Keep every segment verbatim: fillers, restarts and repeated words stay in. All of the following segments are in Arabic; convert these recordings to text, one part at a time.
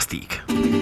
بودكاستيك.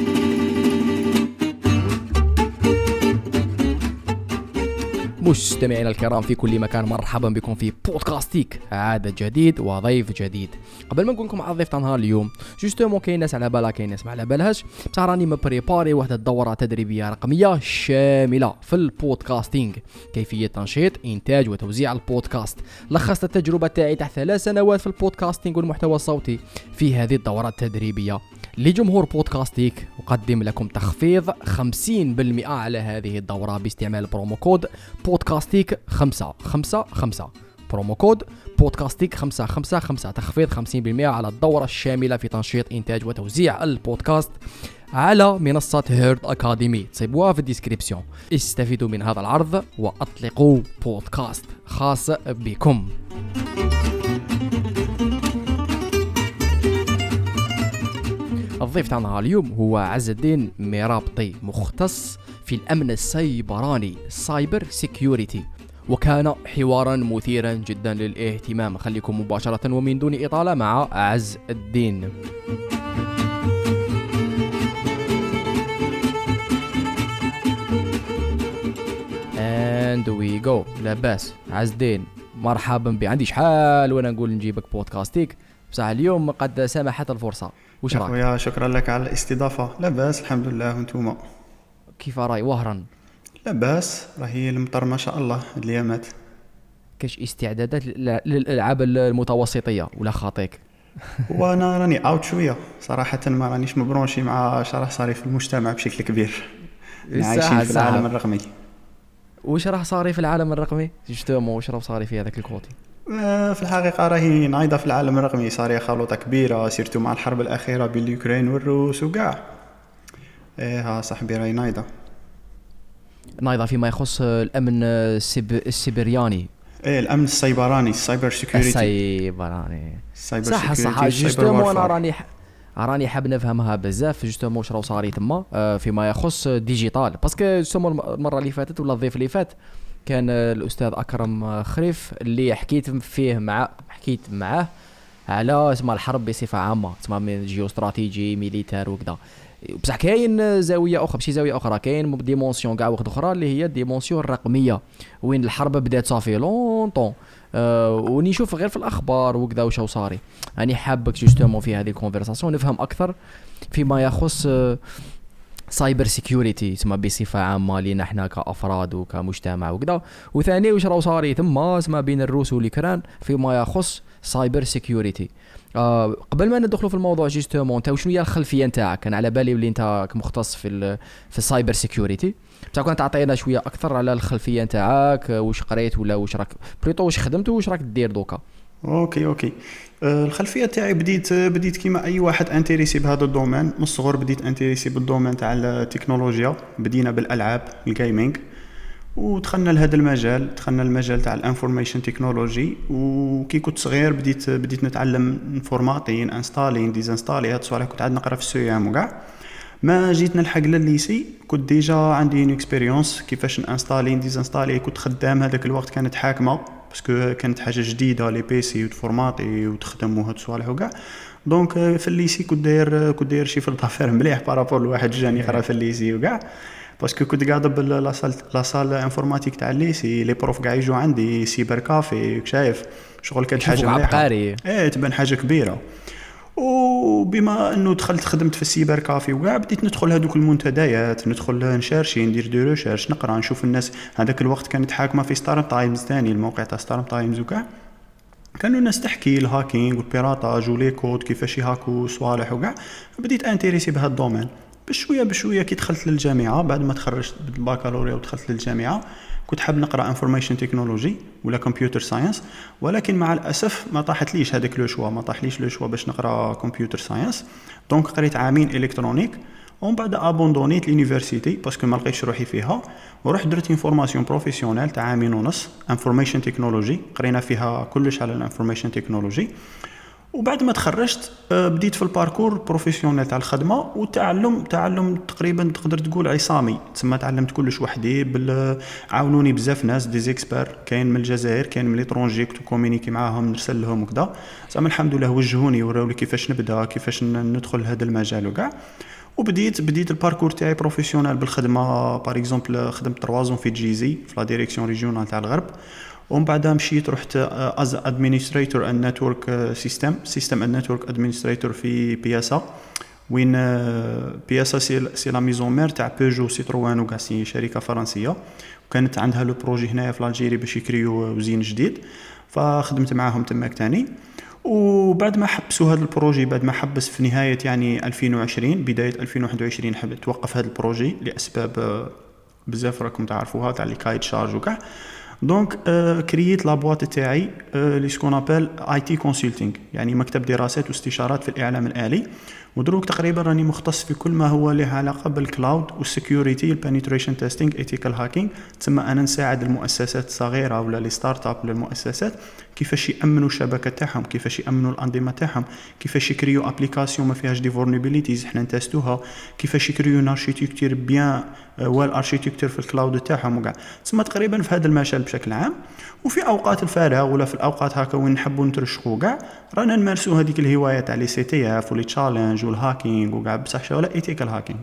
مستمعينا الكرام في كل مكان، مرحبا بكم في بودكاستيك، عادة جديد وضيف جديد. قبل ما نقول لكم على ضيف نهار اليوم، جوستومون كاين ناس على بالها كاين ناس ما على بالهاش، بصح راني مبريباري واحد الدورة تدريبية رقمية شاملة في البودكاستينغ، كيفية تنشيط إنتاج وتوزيع البودكاست. لخصت التجربة تاعي تحت ثلاث سنوات في البودكاستينغ والمحتوى الصوتي في هذه الدورة التدريبية لجمهور بودكاستيك. أقدم لكم تخفيض خمسين بالمئة على هذه الدورة باستعمال برومو كود بودكاستيك خمسة خمسة خمسة. برومو كود بودكاستيك خمسة خمسة خمسة، تخفيض خمسين بالمئة على الدورة الشاملة في تنشيط إنتاج وتوزيع البودكاست على منصة هيرد أكاديمي. تصيبوها في الديسكريبسيون. استفيدوا من هذا العرض وأطلقوا بودكاست خاص بكم. الضيف تاعنا اليوم هو عز الدين مرابطي، مختص في الأمن السيبراني، سايبر سيكيورتي، وكان حوارا مثيرا جدا للاهتمام. خليكم مباشرة ومن دون إطالة مع عز الدين. and we go. لاباس عز الدين، مرحبا بي. عندي شحال وانا نقول نجيبك بودكاستيك، بصح اليوم قد سمحت الفرصة. وش رايك؟ يا شكرا لك على الاستضافة. لاباس الحمد لله، وانتوما كيف راي وهرا؟ لاباس، راهي المطر ما شاء الله هاد الايامات. كاش استعدادات للالعاب المتوسطيه ولا خاطيك؟ وانا راني اوت شويه صراحه، ما رانيش مبرونشي مع شرح صاري في المجتمع بشكل كبير. عايشين في العالم الرقمي. وش راه صاري في العالم الرقمي جوستومون؟ وش راه صاري في هذاك الكوتي؟ في الحقيقه راهي نايضه في العالم الرقمي، صاريه خلطه كبيره سيرتو مع الحرب الاخيره بين اليوكرين والروس وكاع. ايه ها صاحبي، راهي نايضه نايضه فيما يخص الامن السب... السيبرياني. ايه الامن السيبراني، السايبر سيكيورتي. السيبراني السايبر صح صح. جوستومون انا راني راني حاب نفهمها بزاف. جوستومون واش راه صاري تما فيما يخص ديجيتال، باسكو جوستومون المره اللي فاتت ولا الضيف اللي فات كان الاستاذ اكرم خريف اللي حكيت فيه مع حكيت معاه على اسمها الحرب بصفه عامه، اسمها من جيو استراتيجي ميليتير وكذا. بصح كاين زاويه اخرى، ماشي زاويه اخرى، كاين ديمونسيون كاع واحده اخرى اللي هي الديمونسيون الرقميه، وين الحرب بدات صافي لونطون. أه ونشوف غير في الاخبار وكذا واش صاري. راني حابك جوستومون في هذه الكونفرساسيون نفهم اكثر فيما يخص أه سايبر سيكيورتي اسمها بصفه عامه لينا احنا كافراد وكمجتمع وكذا، وثاني واش راه صاري ثم اسمها بين الروس واليوكران فيما يخص سايبر سيكيورتي. آه قبل ما ندخلوا في الموضوع جوستومون، انت شنو هي الخلفيه نتاعك؟ انا على بالي بلي انت مختص في في السايبر سيكيورتي، بصح كنت تعطينا شويه اكثر على الخلفيه نتاعك، واش قريت ولا واش راك بريطو واش خدمت واش راك دير دوكا. اوكي اوكي أه الخلفيه تاعي بديت بديت كيما اي واحد انتريسي بهذا الدومين. من الصغر بديت انتريسي بالدومين تاع التكنولوجيا، بدينا بالالعاب الجيمنج ودخلنا لهذا المجال، دخلنا المجال تاع الانفورميشن تكنولوجي. وكي كنت صغير بديت بديت نتعلم انفورماتين انستالين ديزانستالي، هاد الصوالح كنت عاد نقرا في السيام وكاع. ما جيت نلحق للليسي كنت ديجا عندي اون اكسبيريونس كيفاش انستالين ديزانستالي. كنت خدام هذاك الوقت كانت حاكمه باسكو كانت حاجه جديده لي بيسي وتفورماتي وتخدم وهاد الصوالح وكاع. دونك في الليسي كنت داير كنت داير شي فلطافير مليح بارابور لواحد جاني يقرا في الليسي وكاع، باسكو كنت قاعد باللاصال لاصال انفورماتيك تاع الليسي. لي بروف قاعد يجوا عندي سيبر كافي، شايف شغل كانت حاجه مليحه. ايه تبان حاجه كبيره. وبما انه دخلت خدمت في السيبر كافي وكاع، بديت ندخل هذوك المنتديات، ندخل نشارشي ندير دي ريشيرش، نقرا نشوف الناس. هذاك الوقت كانت حاكمه في ستارم تايمز ثاني، الموقع تاع ستارم تايمز وكاع، كانوا الناس تحكي الهاكينج والبيراتاج ولي كود كيفاش يهاكوا صوالح وكاع. بديت انتريسي بهذا الدومين بشويه بشويه. كي دخلت للجامعه بعد ما تخرجت بالباكالوريا ودخلت للجامعه، كنت حاب نقرا انفورميشن تكنولوجي ولا كمبيوتر ساينس، ولكن مع الاسف ما طاحت ليش هذاك لو شوا، ما طاح ليش لو شوا باش نقرا كمبيوتر ساينس. دونك قريت عامين الكترونيك، ومن بعد ابوندونيت لونيفرسيتي باسكو ما لقيتش روحي فيها، ورحت درت انفورماسيون بروفيسيونيل تاع عامين ونص انفورميشن تكنولوجي، قرينا فيها كلش على الانفورميشن تكنولوجي. وبعد ما تخرجت بديت في الباركور بروفيسيونيل تاع الخدمه والتعلم تعلم تقريبا تقدر تقول عصامي. تسمى تعلمت كلش وحدي، عاونوني بزاف ناس دي زيكسبير، كاين من الجزائر كاين من ليترونجي كنت كومونيكي معاهم نرسل لهم وكذا. زعما الحمد لله وجهوني وراولي كيفاش نبدا كيفاش ندخل لهذا المجال وكاع. وبديت بديت الباركور تاعي بروفيسيونيل بالخدمه. باغ اكزومبل خدمت ثلاثة زون في جيزي في لا ديريكسيون ريجيونال تاع الغرب، ومن بعدها مشيت رحت از ادمينستريتور اند نتورك سيستم سيستم اند نتورك ادمينستريتور في بياسا، وين بياسا سي سي لا ميزون مير تاع بيجو سيتروان وكاع سي شركه فرنسيه، وكانت عندها لو بروجي هنايا في الجيري باش يكريو وزين جديد، فخدمت معاهم تماك تاني. وبعد ما حبسوا هذا البروجي، بعد ما حبس في نهايه يعني ألفين وعشرين بدايه ألفين وواحد وعشرين حب توقف هذا البروجي لاسباب بزاف راكم تعرفوها تاع لي كايد شارج وكاع. دونك كرييت لا بواط تاعي لي سكون ابل اي تي كونسلتينغ، يعني مكتب دراسات واستشارات في الاعلام الالي. ودروك تقريبا راني مختص في كل ما هو له علاقه بالكلاود والسكيورتي، البنتريشن تيستينغ، ايثيكال هاكينغ. تسمى انا نساعد المؤسسات الصغيره ولا لي ستارت اب ولا المؤسسات كيفاش يامنوا الشبكه تاعهم، كيفاش يامنوا الانظمه تاعهم، كيفاش يكريو ابليكاسيون ما فيهاش دي فولنربيليتيز حنا نتستوها، كيفاش يكريو اركيتكتور بيان وال اركيتكتور في الكلاود تاعهم وكاع. تسمى تقريبا في هذا المجال بشكل عام. وفي اوقات الفراغ ولا في الاوقات هكا وين نحبوا نترشقوا كاع رانا نمارسوا هذيك الهوايه تاع لي سي تي اف ولي تشالنج والهاكينغ وكاع، بصح ولا ايثيكال هاكينغ.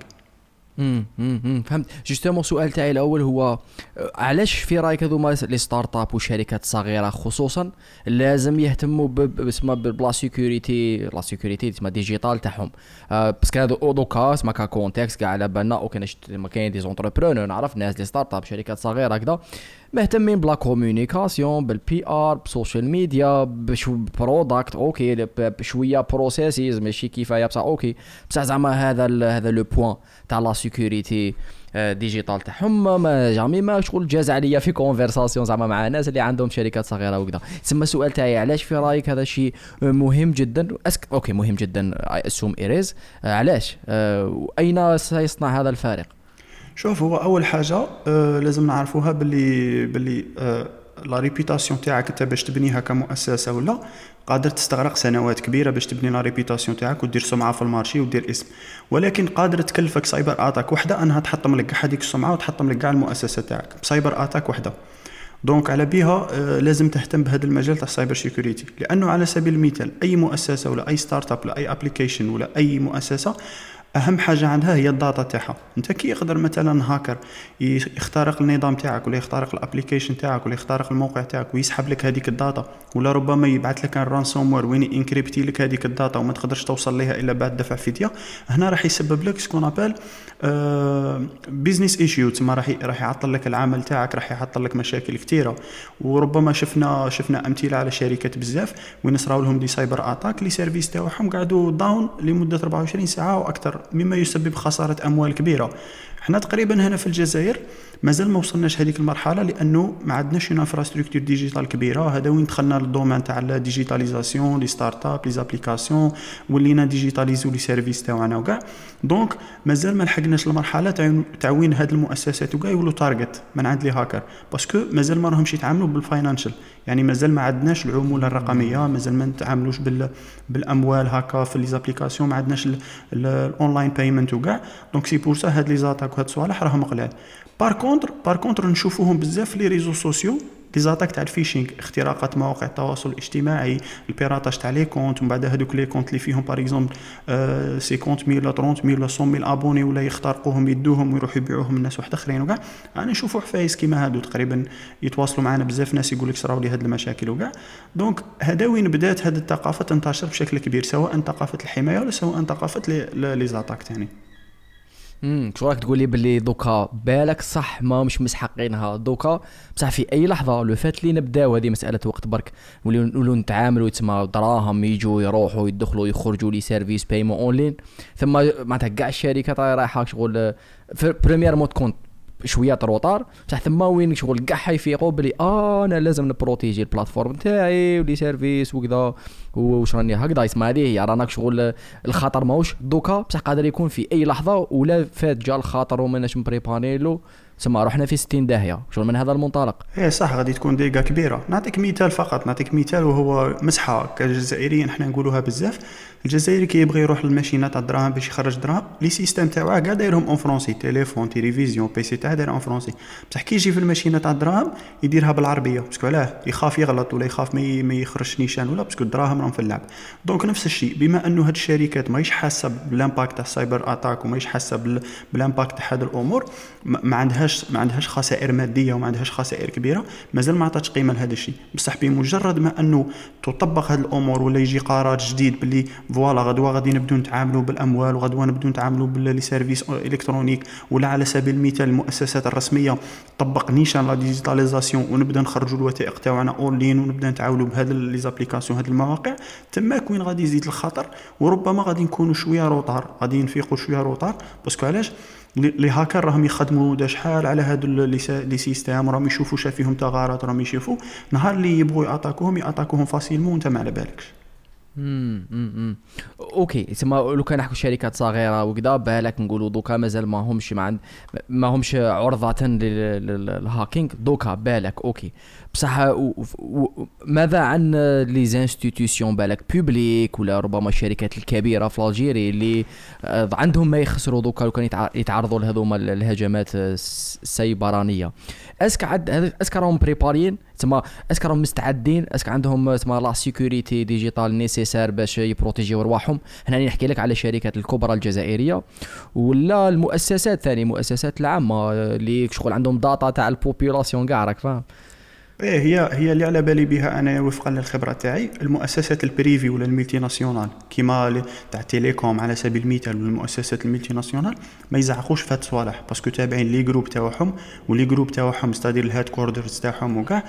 امم امم فهمت. جوستومون السؤال تاعي الاول هو علاش في رايك هذوما لي ستارت اب والشركات الصغيره خصوصا لازم يهتموا باسمها بلا سيكوريتي لا سيكوريتي تسمى ديجيتال تاعهم؟ أه باسكو هذا اودوكاس ما كا كونتكست كاع على بالنا او كاين ما كاين دي زونتربرونور نعرف ناس لي ستارت اب شركات صغيره هكذا مهتمين بلا كومونيكاسيون بالبي ار بالسوشيال ميديا بشو برودكت اوكي بشويه بروسيسز ماشي كفايه بصح اوكي بصح زعما هذا هذا لو بوين تاع لا سيكوريتي ديجيتال تاعهم ما جامي ما شغل جاز عليا في كونفرساسيون زعما مع ناس اللي عندهم شركات صغيره وكذا. تسمى السؤال تاعي علاش في رايك هذا شيء مهم جدا؟ اسك اوكي مهم جدا اي اسوم ايريز علاش اين سيصنع هذا الفارق؟ شوف هو اول حاجه آه لازم نعرفوها باللي باللي آه لا ريبيوتاسيون تاعك انت باش تبنيها كمؤسسه ولا قادر تستغرق سنوات كبيره باش تبني لا ريبيوتاسيون تاعك ودير سمعه في المارشي ودير اسم، ولكن قادر تكلفك سايبر اتاك وحده انها تحطم لك هذيك السمعه وتحطم لك كاع المؤسسه تاعك بسايبر اتاك وحده. دونك على بيها آه لازم تهتم بهذا المجال تاع السايبر سيكوريتي، لانه على سبيل المثال اي مؤسسه ولا اي ستارت اب ولا اي ابليكيشن ولا اي مؤسسه اهم حاجه عندها هي الداتا تاعها. انت كي يقدر مثلا هاكر يخترق النظام تاعك ولا يخترق الابليكيشن تاعك ولا يخترق الموقع تاعك ويسحب لك هذيك الداتا، ولا ربما يبعث لك الرانسوم وير وين انكريبتي لك هذيك الداتا وما تقدرش توصل لها الا بعد دفع فديه، هنا راح يسبب لك سكون ابل بيزنس ايشيو، تما راح راح يعطل لك العمل تاعك، راح يعطل لك مشاكل كثيره. وربما شفنا شفنا امثله على شركات بزاف وين صراو لهم دي سايبر اتاك لي سيرفيس تاعهم قعدوا داون لمده أربعة وعشرين ساعه واكثر، مما يسبب خساره اموال كبيره. احنا تقريبا هنا في الجزائر مازال ما وصلناش هذيك المرحله لانه ما عندناش اون انفراستركتور ديجيتال كبيره. هذا وين دخلنا للدومين تاع الديجيتاليزاسيون لي ستارت اب لي زابليكاسيون ولينا ديجيتاليزو لي سيرفيس تاعنا وكاع. دونك مازال ما لحقناش المرحله تاع وين هاد المؤسسات وكاع يولوا تارجت من عند لي هاكر، باسكو مازال ما راهمش يتعاملوا بالفاينانشال، يعني مازال ما عندناش العموله الرقميه، مازال ما نتعاملوش بال بالاموال هكا في لي زابليكاسيون، ما عندناش الاونلاين بايمنت وكاع. دونك سي بور سا هاد لي زاتاك وهاد الصوالح راهم قلال. بار كونتر بار كونتر نشوفوهم بزاف لي ريزو سوسيو لي زاتاك تاع الفيشينغ، اختراقات مواقع التواصل الاجتماعي، البيراتاج تاع لي كونت، ومن بعد هذوك لي كونت اللي فيهم باغ اكزومبل خمسين ألف ولا ثلاثين ألف ولا مية ألف ابوني ولا يخترقوهم يدوهم ويروحوا يبيعوهم للناس واحد اخرين وكاع. انا نشوفوا حفايس كيما هادو تقريبا يتواصلوا معنا بزاف ناس يقول لك صراو لي هاد المشاكل وكاع. دونك هذا وين بدات هاد الثقافه تنتشر بشكل كبير، سواء ثقافه الحمايه ولا سواء ثقافه لي لي زاتاك تاني. امم شو راك تقول لي باللي دوكا بالك صح ما مش مسحقينها دوكا، بصح في اي لحظه لو فات لي نبداو هذه مساله وقت برك نولوا نتعاملوا يتسمى دراهم يجوا يروحوا يدخلوا يخرجوا لي سيرفيس بايمون اونلاين، ثم معناتها كاع الشركات رايحه شغل في بريمير مود كونت شويه تروطار، بصح ثم وين شغل كاع حيفيقوا بلي اه انا لازم نبروتيجي البلاتفورم تاعي ولي سيرفيس وكذا واش راني هكذا يسمى هذه هي راناك شغل الخطر ماهوش دوكا، بصح قادر يكون في اي لحظه ولا فات جا الخطر وماناش مبريباني له تسمى رحنا في ستين داهيه شغل من هذا المنطلق. ايه صح، غادي تكون ديغا كبيره. نعطيك مثال فقط، نعطيك مثال وهو مسحه كجزائريين احنا نقولوها بزاف. الجزائري كي يبغي يروح للماشينه تاع الدراهم باش يخرج دراهم، لي سيستيم تاعو كاع دايرهم اون فرونسي، تليفون تلفزيون بيسي تاع داير اون فرونسي، بصح كي يجي في الماشينه تاع الدراهم يديرها بالعربيه باسكو علاه يخاف يغلط ولا يخاف ما ما يخرجش نيشان ولا باسكو الدراهم راهم في اللعب. دونك نفس الشيء، بما انه هاد الشركات ماهيش حاسه بالامباكت تاع السايبر اتاك وماهيش حاسه بالامباكت تاع هاد الامور، ما عندهاش ما عندهاش خسائر ماديه وما عندهاش خسائر كبيره، مازال ما عطاتش قيمه لهذا الشيء. بصح بمجرد ما انه تطبق هذه الامور ولا يجي قرار جديد باللي فوالا غدوه غادي نبداو نتعاملوا بالاموال وغدوه نبداو نتعاملوا باللي سيرفيس الكترونيك، ولا على سبيل المثال المؤسسات الرسميه طبق نيشان لا ديجيتاليزاسيون ونبدا نخرجوا الوثائق تاعنا اونلاين ونبدا نتعاونوا بهذا لي زابليكاسيون هذه المواقع، تماك وين غادي يزيد الخطر. وربما غادي نكونوا شويه روطار، غادي نفيقوا شويه روطار باسكو علاش لي هاكر راهم يخدموا دا شحال على هادو لي سيستيم، راهم يشوفوا شافيهم ثغرات، راهم يشوفوا نهار اللي يبغوا ياتاكوهم ياتاكوهم فاسيلمون وانت ما على بالكش. امم امم اوكي. تما لو كان نحكوا شركات صغيره وكذا بالك نقولوا دوكا مازال ما همش ما عند ما همش عرضه للهاكينغ دوكا بالك اوكي. بصح ماذا عن لي زانستيتيوشن بالك بوبليك ولا ربما الشركات الكبيره في الجيري اللي عندهم ما يخسروا دوكا لو كان يتعرضوا لهذوما الهجمات السيبرانيه؟ اسك عد اسك راهم بريبارين تما، اسك راهم مستعدين، اسك عندهم تما لا سيكوريتي ديجيتال نيسيسار باش يبروتيجيو رواحهم؟ هنا نحكي لك على الشركات الكبرى الجزائريه ولا المؤسسات ثاني مؤسسات العامه اللي شغل عندهم داتا تاع البوبولاسيون كاع راك فاهم. ايه هي هي اللي على بالي بها انا وفقا للخبره تاعي، المؤسسات البريفي ولا الملتي ناسيونال كيما تاع تيليكوم على سبيل المثال، ولا المؤسسات الملتي ناسيونال ما يزعقوش في هاد الصوالح باسكو تابعين لي جروب تاعهم، ولي جروب تاعهم ستادير الهاد كوردرز تاعهم وكاع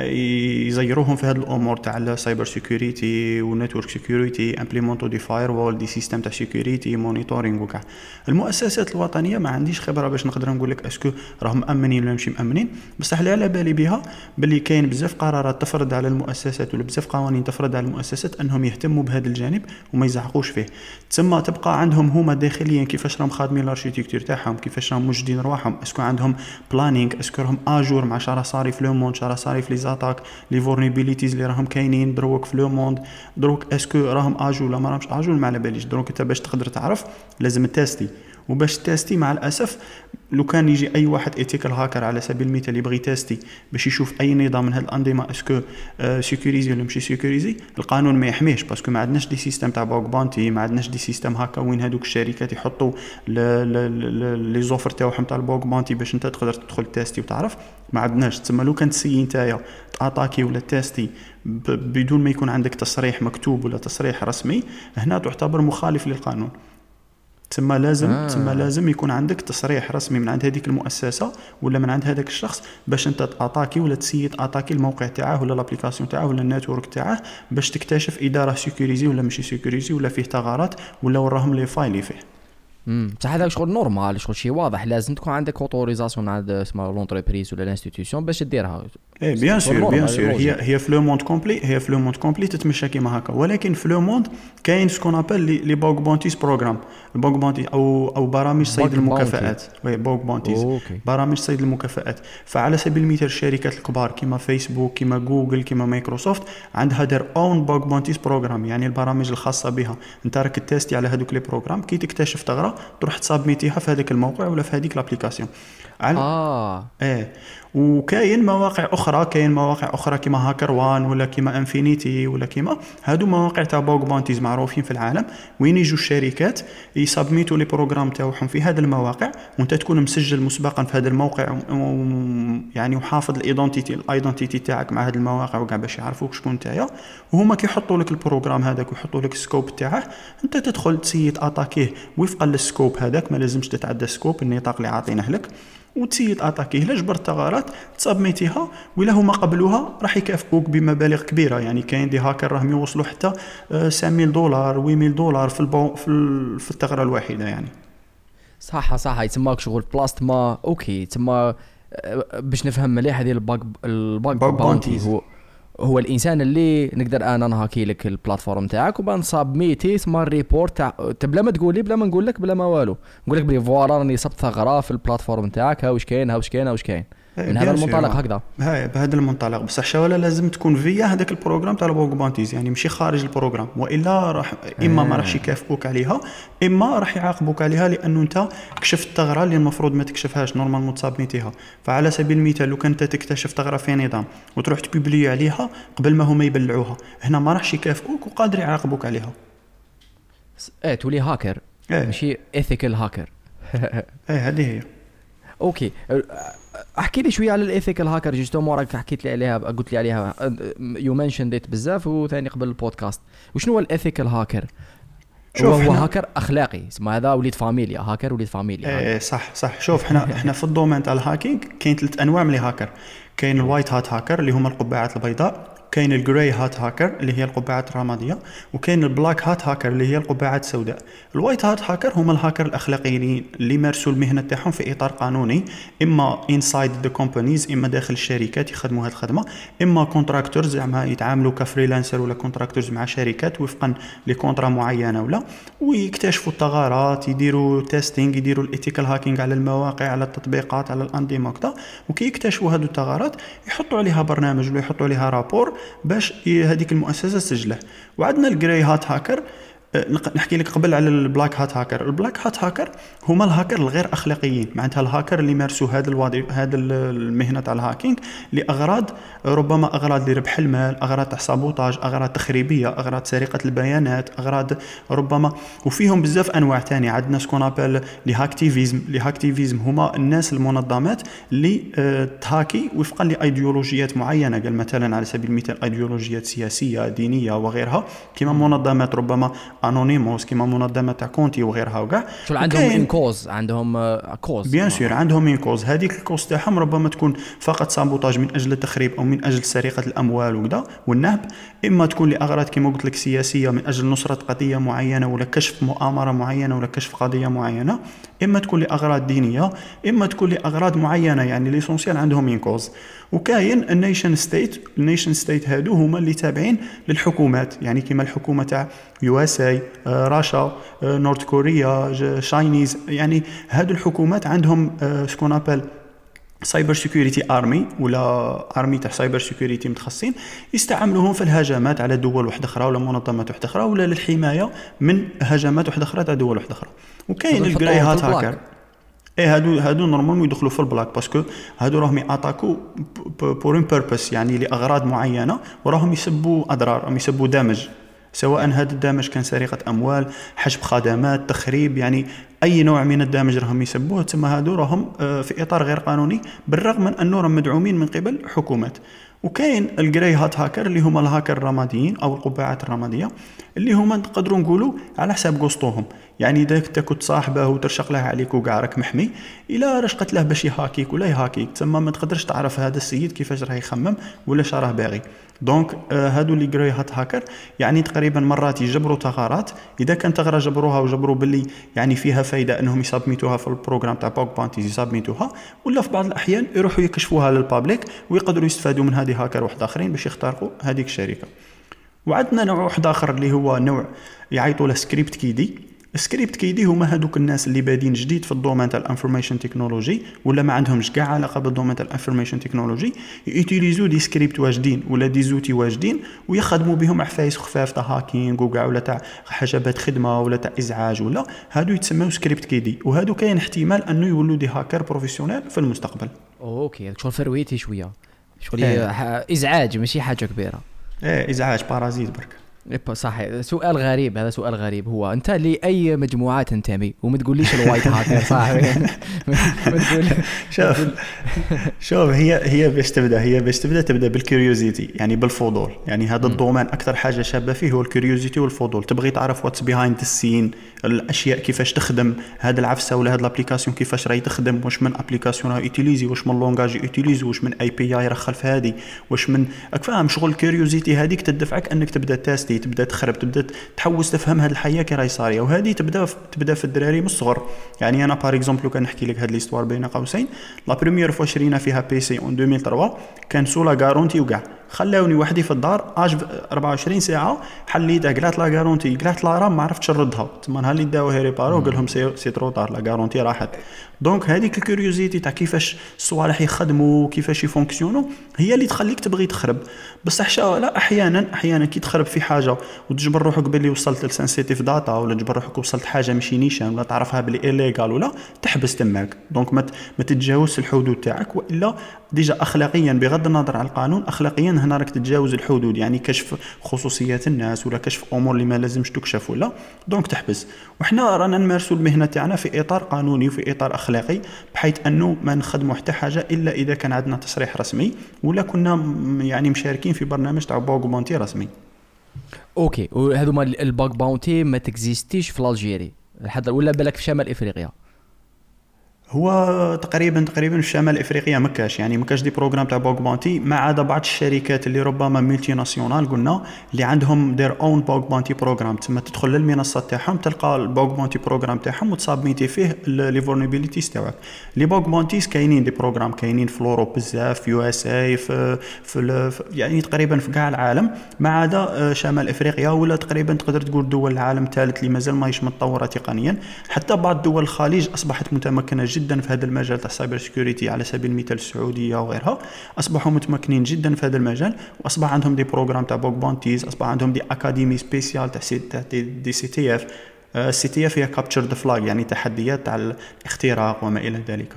يزيروهم في هاد الامور تاع السايبر سيكوريتي ونتورك سيكوريتي، امبليمونتو دي فايروول دي سيستم تاع سيكوريتي مونيتورينغ وكاع. المؤسسات الوطنيه ما عنديش خبره باش نقدر نقول لك اسكو راهم مامنين ولا ماشي مامنين، بصح اللي على بالي بها باللي كاين بزاف قرارات تفرض على المؤسسات ولا بزاف قوانين تفرض على المؤسسات انهم يهتموا بهذا الجانب وما يزعقوش فيه. تسمى تبقى عندهم هما داخليا كيفاش راهم خادمين الاركيتكتور تاعهم، كيفاش راهم موجدين رواحهم، اسكو عندهم بلانينغ، اسكو راهم اجور مع شرا صاري في لو موند، شرا صاري في لي زاتاك لي فورنيبيليتيز اللي راهم كاينين دروك في لو موند، دروك اسكو راهم اجور ولا ما راهمش اجور ما على باليش. دروك انت باش تقدر تعرف لازم تيستي، وباش تيستي مع الاسف لو كان يجي اي واحد ايثيكال هاكر على سبيل المثال يبغي تيستي باش يشوف اي نظام من هاد الانظمه اسكو آه سيكوريزي ولا ماشي سيكوريزي، القانون ما يحميش باسكو ما عندناش دي سيستم تاع بوك بانتي، ما عندناش دي سيستم هكا وين هادوك الشركات يحطوا لي زوفر تاعهم تاع البوك بانتي باش انت تقدر تدخل تيستي وتعرف، ما عندناش. تسمى لو كان تسيي نتايا تاتاكي ولا تيستي بدون ما يكون عندك تصريح مكتوب ولا تصريح رسمي، هنا تعتبر مخالف للقانون. تسمى لازم آه. تسمى لازم يكون عندك تصريح رسمي من عند هذيك المؤسسه ولا من عند هذاك الشخص باش انت تاتاكي ولا تسيد اتاكي الموقع تاعه ولا لابليكاسيون تاعه ولا النيتورك تاعه باش تكتشف اداره سيكوريزي ولا ماشي سيكوريزي ولا فيه ثغرات ولا وراهم لي فايل فيه. امم بصح هذا شغل نورمال، شغل شيء واضح، لازم تكون عندك اوتوريزاسيون عند اسمها لونتربريز ولا الانستيتيوشن باش ديرها. ايه بيان سور بيان سور هي هي في لو موند كومبلي، هي في لو موند كومبلي تتمشى كيما هكا، ولكن في لو موند كاين سكون ابل لي بوك بونتيز بروغرام، البوك بونتي او او برامج صيد المكافآت، وي بوك بونتيز برامج صيد المكافآت. فعلى سبيل المثال الشركات الكبار كيما فيسبوك كيما جوجل كيما مايكروسوفت عندها دير اون بوك بونتيز بروغرام، يعني البرامج الخاصه بها انت راك تيستي على هذوك لي بروغرام، كي تكتشف ثغره تروح تسابميتيها في هذاك الموقع ولا في هذيك لابليكاسيون. اه ايه وكاين مواقع اخرى، كاين مواقع اخرى كيما هاكر وان ولا كيما انفينيتي ولا كيما هادو مواقع تاع بوك بانتيز معروفين في العالم، وين يجوا الشركات يسابميتوا لي بروغرام تاعهم في هذه المواقع وانت تكون مسجل مسبقا في هذا الموقع يعني وحافظ الايدنتيتي الايدنتيتي تاعك مع هذه المواقع وكاع باش يعرفوك شكون نتايا، وهما كيحطوا لك البروغرام هذاك ويحطوا لك السكوب تاعه، انت تدخل تسيت اتاكيه وفقا للسكوب هذاك، ما لازمش تتعدى السكوب النطاق اللي عاطينه لك، وتسيد اتاكيه. لا جبرت ثغرات تسابميتيها ولا هما قبلوها راح يكافئوك بمبالغ كبيره، يعني كاين دي هاكر راهم يوصلوا حتى سبعمية دولار ثمانمية دولار في البو في, في الثغره الواحده يعني. صح صح يتسماك شغل بلاصت ما اوكي. تما باش نفهم مليح هذه الباك الباك باونتي هو هو الانسان اللي نقدر انا نهاكي لك البلاتفورم تاعك وبنصاب ميتي ثم الريبورت تاع بلا ما تقول لي بلا ما نقول لك بلا ما والو نقول لك بلي فوالا راني صبت ثغره في البلاتفورم تاعك ها واش كاين ها واش كاين ها واش كاين من هذا المنطلق هكذا. هاي بهذا المنطلق بصح شوالا لازم تكون فيا هذاك البروغرام تاع البوك بانتيز يعني ماشي خارج البروغرام والا راح اما ما راحش يكافئوك عليها اما راح يعاقبوك عليها لانه انت كشفت ثغره اللي المفروض ما تكشفهاش نورمالمون تصابميتيها. فعلى سبيل المثال لو كنت تكتشف ثغره في نظام وتروح تبيبلي عليها قبل ما هما يبلعوها هنا ما راحش يكافئوك وقادر يعاقبوك عليها. ايه تولي هاكر ايه. ماشي ايثيكال هاكر. ايه هذه هي. اوكي احكي لي شويه على الايثيكال هاكر جوستومون راك حكيت لي عليها قلت لي عليها يو منشند ات بزاف وثاني قبل البودكاست. وشنو هو الايثيكال هاكر؟ هو هو هاكر اخلاقي اسمه هذا وليد فاميليا هاكر وليد فاميليا. ايه صح صح. شوف احنا احنا في الدومين تاع الهاكينج كاين ثلاث انواع من الهاكر. كاين الوايت هات هاكر اللي هما القبعات البيضاء كاين الجراي هات هاكر اللي هي القبعات الرماديه وكاين البلاك هات هاكر اللي هي القبعات السوداء. الوايت هات هاكر هما الهاكر الاخلاقيين اللي مارسوا المهنه تاعهم في اطار قانوني اما انسايد ذا كومبانيز اما داخل الشركات يخدموا هذه الخدمه اما كونتراكتورز زعما يتعاملوا كفريلانسر ولا كونتراكتورز مع شركات وفقا لكونترا معينه ولا ويكتشفوا الثغرات يديروا تيستينغ يديروا الايثيكال هاكينج على المواقع على التطبيقات على الانظمه كذا وكي يكتشفوا هذو الثغرات يحطوا عليها برنامج ولا يحطوا عليها رابور باش هذيك المؤسسه تسجله. وعندنا الجراي هات هاكر نحكي لك قبل على البلاك هات هاكر. البلاك هات هاكر هما الهاكر الغير اخلاقيين معناتها الهاكر اللي مارسوا هذا الوظيفه هذا المهنه تاع الهاكينج لاغراض ربما اغراض لربح المال اغراض تاع سابوتاج اغراض تخريبيه اغراض سرقه البيانات اغراض ربما وفيهم بزاف انواع ثانيه. عندنا سكون ابل لي هاكتيفيزم لي هاكتيفيزم هما الناس المنظمات اللي تهاكي وفقا لايديولوجيات معينه قال مثلا على سبيل المثال ايديولوجيات سياسيه دينيه وغيرها كما منظمات ربما انونيموس كيما منظمه تاع كونتي وغيرها وكاع شو عندهم ان كوز عندهم كوز بيان سور عندهم ان كوز. هذيك الكوز تاعهم ربما تكون فقط سابوتاج من اجل التخريب او من اجل سرقه الاموال وكذا والنهب اما تكون لاغراض كما قلت لك سياسيه من اجل نصره قضيه معينه ولا كشف مؤامره معينه ولا كشف قضيه معينه اما تكون لاغراض دينيه اما تكون لاغراض معينه يعني ليسونسيال عندهم ان كوز. وكاين النيشن ستيت النيشن ستيت هادو هما اللي تابعين للحكومات يعني كما الحكومه تاع يو اس اي راشا نورث كوريا شاينيز يعني هادو الحكومات عندهم سكون ابل سايبر سيكوريتي ارمي ولا ارمي تاع سايبر سيكوريتي متخصصين يستعملوهم في الهجمات على دول واحده اخرى ولا منظمات واحده اخرى ولا للحمايه من هجمات واحده اخرى تاع دول واحده اخرى. وكاين الجراي هات هاكر ايه هادو هادو نورمالمون يدخلوا في البلاك باسكو هادو راهم ياتاكو بور ان بيربس يعني لاغراض معينه وراهم يسبوا اضرار راهم يسبوا دمج سواء هذا الدمج كان سرقه اموال حجب خدمات تخريب يعني اي نوع من الدمج راهم يسبوه تسمى هادو راهم في اطار غير قانوني بالرغم من انه راهم مدعومين من قبل حكومات. وكاين الجراي هات هاكر اللي هما الهاكر الرماديين او القبعات الرماديه اللي هما نقدروا نقولوا على حساب قسطهم يعني اذا كنت كنت صاحبه وترشق له عليك وكاع راك محمي الا رشقت له باش يهاكيك ولا يهاكيك تسمى ما تقدرش تعرف هذا السيد كيفاش راه يخمم ولا اش راه باغي. دونك آه هادو اللي جراي هات هاكر يعني تقريبا مرات يجبروا ثغرات اذا كان ثغره جبروها وجبروا باللي يعني فيها فايده انهم يسابميتوها في البروغرام تاع بوك بانتيز يسابميتوها ولا في بعض الاحيان يروحوا يكشفوها للبابليك ويقدروا يستفادوا من هذه هاكر واحد اخرين باش يخترقوا هذيك الشركه. وعندنا نوع واحد اخر اللي هو نوع يعيطوا له سكريبت كيدي. سكريبت كيدي هما هذوك الناس اللي بادين جديد في الدومين تاع الانفورميشن تكنولوجي ولا ما عندهمش كاع علاقه بالدومين تاع الانفورميشن تكنولوجي يوتيليزو دي سكريبت واجدين ولا دي زوتي واجدين ويخدموا بهم عفايس خفاف تاع هاكينغ وكاع ولا تاع حاجات خدمه ولا تاع ازعاج ولا هادو يتسموا سكريبت كيدي. وهادو كاين احتمال انه يولوا دي هاكر بروفيسيونيل في المستقبل. اوكي شغل فرويتي شويه شغل ازعاج ماشي حاجه كبيره. ايه ازعاج بارازيت برك. صحيح. سؤال غريب هذا سؤال غريب هو انت لاي مجموعه تنتمي وما تقوليش الوايت هاكر صاحبي ما تقول شوف شوف هي هي باش تبدا هي باش تبدا تبدا بالكيوريوزيتي يعني بالفضول يعني هذا الدومين اكثر حاجه شابه فيه هو الكيوريوزيتي والفضول. تبغي تعرف واتس بيهايند السين الاشياء كيفاش تخدم هذا العفسه ولا هذا الابليكاسيون كيفاش راهي تخدم واش من ابليكاسيون راه يوتيليزي واش من لونغاج يوتيليزي واش من اي بي اي راه خلف هذه واش من فاهم شغل الكيوريوزيتي هذيك تدفعك انك تبدا تاستي تزيد تبدا تخرب تبدا تحوس تفهم هذه الحياه كي راهي صاريه. وهذه تبدا في تبدا في الدراري من الصغر. يعني انا بار اكزومبل لو كان نحكي لك هذه ليستوار بين قوسين، لا بريمير فوا شرينا فيها بي سي اون ألفين وثلاثة كان سو لا غارونتي وكاع، خلاوني وحدي في الدار اج أربعة وعشرين ساعه حليتها قلعت لا غارونتي قلعت لا رام ما عرفتش نردها، تما نهار اللي داوها ريبارو قال لهم سي سي ترو طار لا غارونتي راحت. دونك هذيك الكوريوزيتي تاع كيفاش الصوالح يخدموا كيفاش يفونكسيونوا هي اللي تخليك تبغي تخرب. بصح لا احيانا احيانا كي تخرب في حاجه وتجبر روحك باللي وصلت لسنسيتيف داتا ولا تجبر روحك وصلت حاجه ماشي نيشان ولا تعرفها بلي ايليغال ولا تحبس تماك. دونك ما ما تتجاوزش الحدود تاعك، والا ديجا اخلاقيا بغض النظر على القانون اخلاقيا هنا راك تتجاوز الحدود، يعني كشف خصوصيات الناس ولا كشف امور اللي ما لازمش تكشف ولا دونك تحبس. وحنا رانا نمارسوا المهنه تاعنا في اطار قانوني وفي اطار اخلاقي، بحيث انه ما نخدموا حتى حاجه الا اذا كان عندنا تصريح رسمي ولا كنا يعني مشاركين في برنامج تاع باغ بونتي رسمي. اوكي، وهذوما الباغ باونتي ما تكزيستيش في الجيري لحد ولا بالك في شمال افريقيا؟ هو تقريبا تقريبا في شمال افريقيا مكاش، يعني مكاش دي بروغرام تاع باغ بونتي ما عدا بعض الشركات اللي ربما ملتي ناسيونال قلنا اللي عندهم دير اون باغ بونتي بروغرام، تما تدخل للمنصه تاعهم تلقى الباغ بونتي بروغرام تاعهم وتصابميتي فيه لي فولنربيليتيز تاعك. لي باغ بونتيز كاينين دي بروغرام كاينين في اوروب بزاف، في يو اس اي في, في يعني تقريبا في كاع العالم ما عدا شمال افريقيا، ولا تقريبا تقدر تقول دول العالم الثالث اللي مازال ماهيش متطوره تقنيا. حتى بعض دول الخليج اصبحت متمكنه جدا في هذا المجال تاع السايبر سيكوريتي، على سبيل المثال السعوديه وغيرها اصبحوا متمكنين جدا في هذا المجال، واصبح عندهم دي بروغرام تاع بوك بونتيز، اصبح عندهم دي اكاديمي سبيسيال تاع سي تاع دي سي تي اف. السي تي اف هي كابتشر ذا فلاج، يعني تحديات تاع الاختراق وما الى ذلك.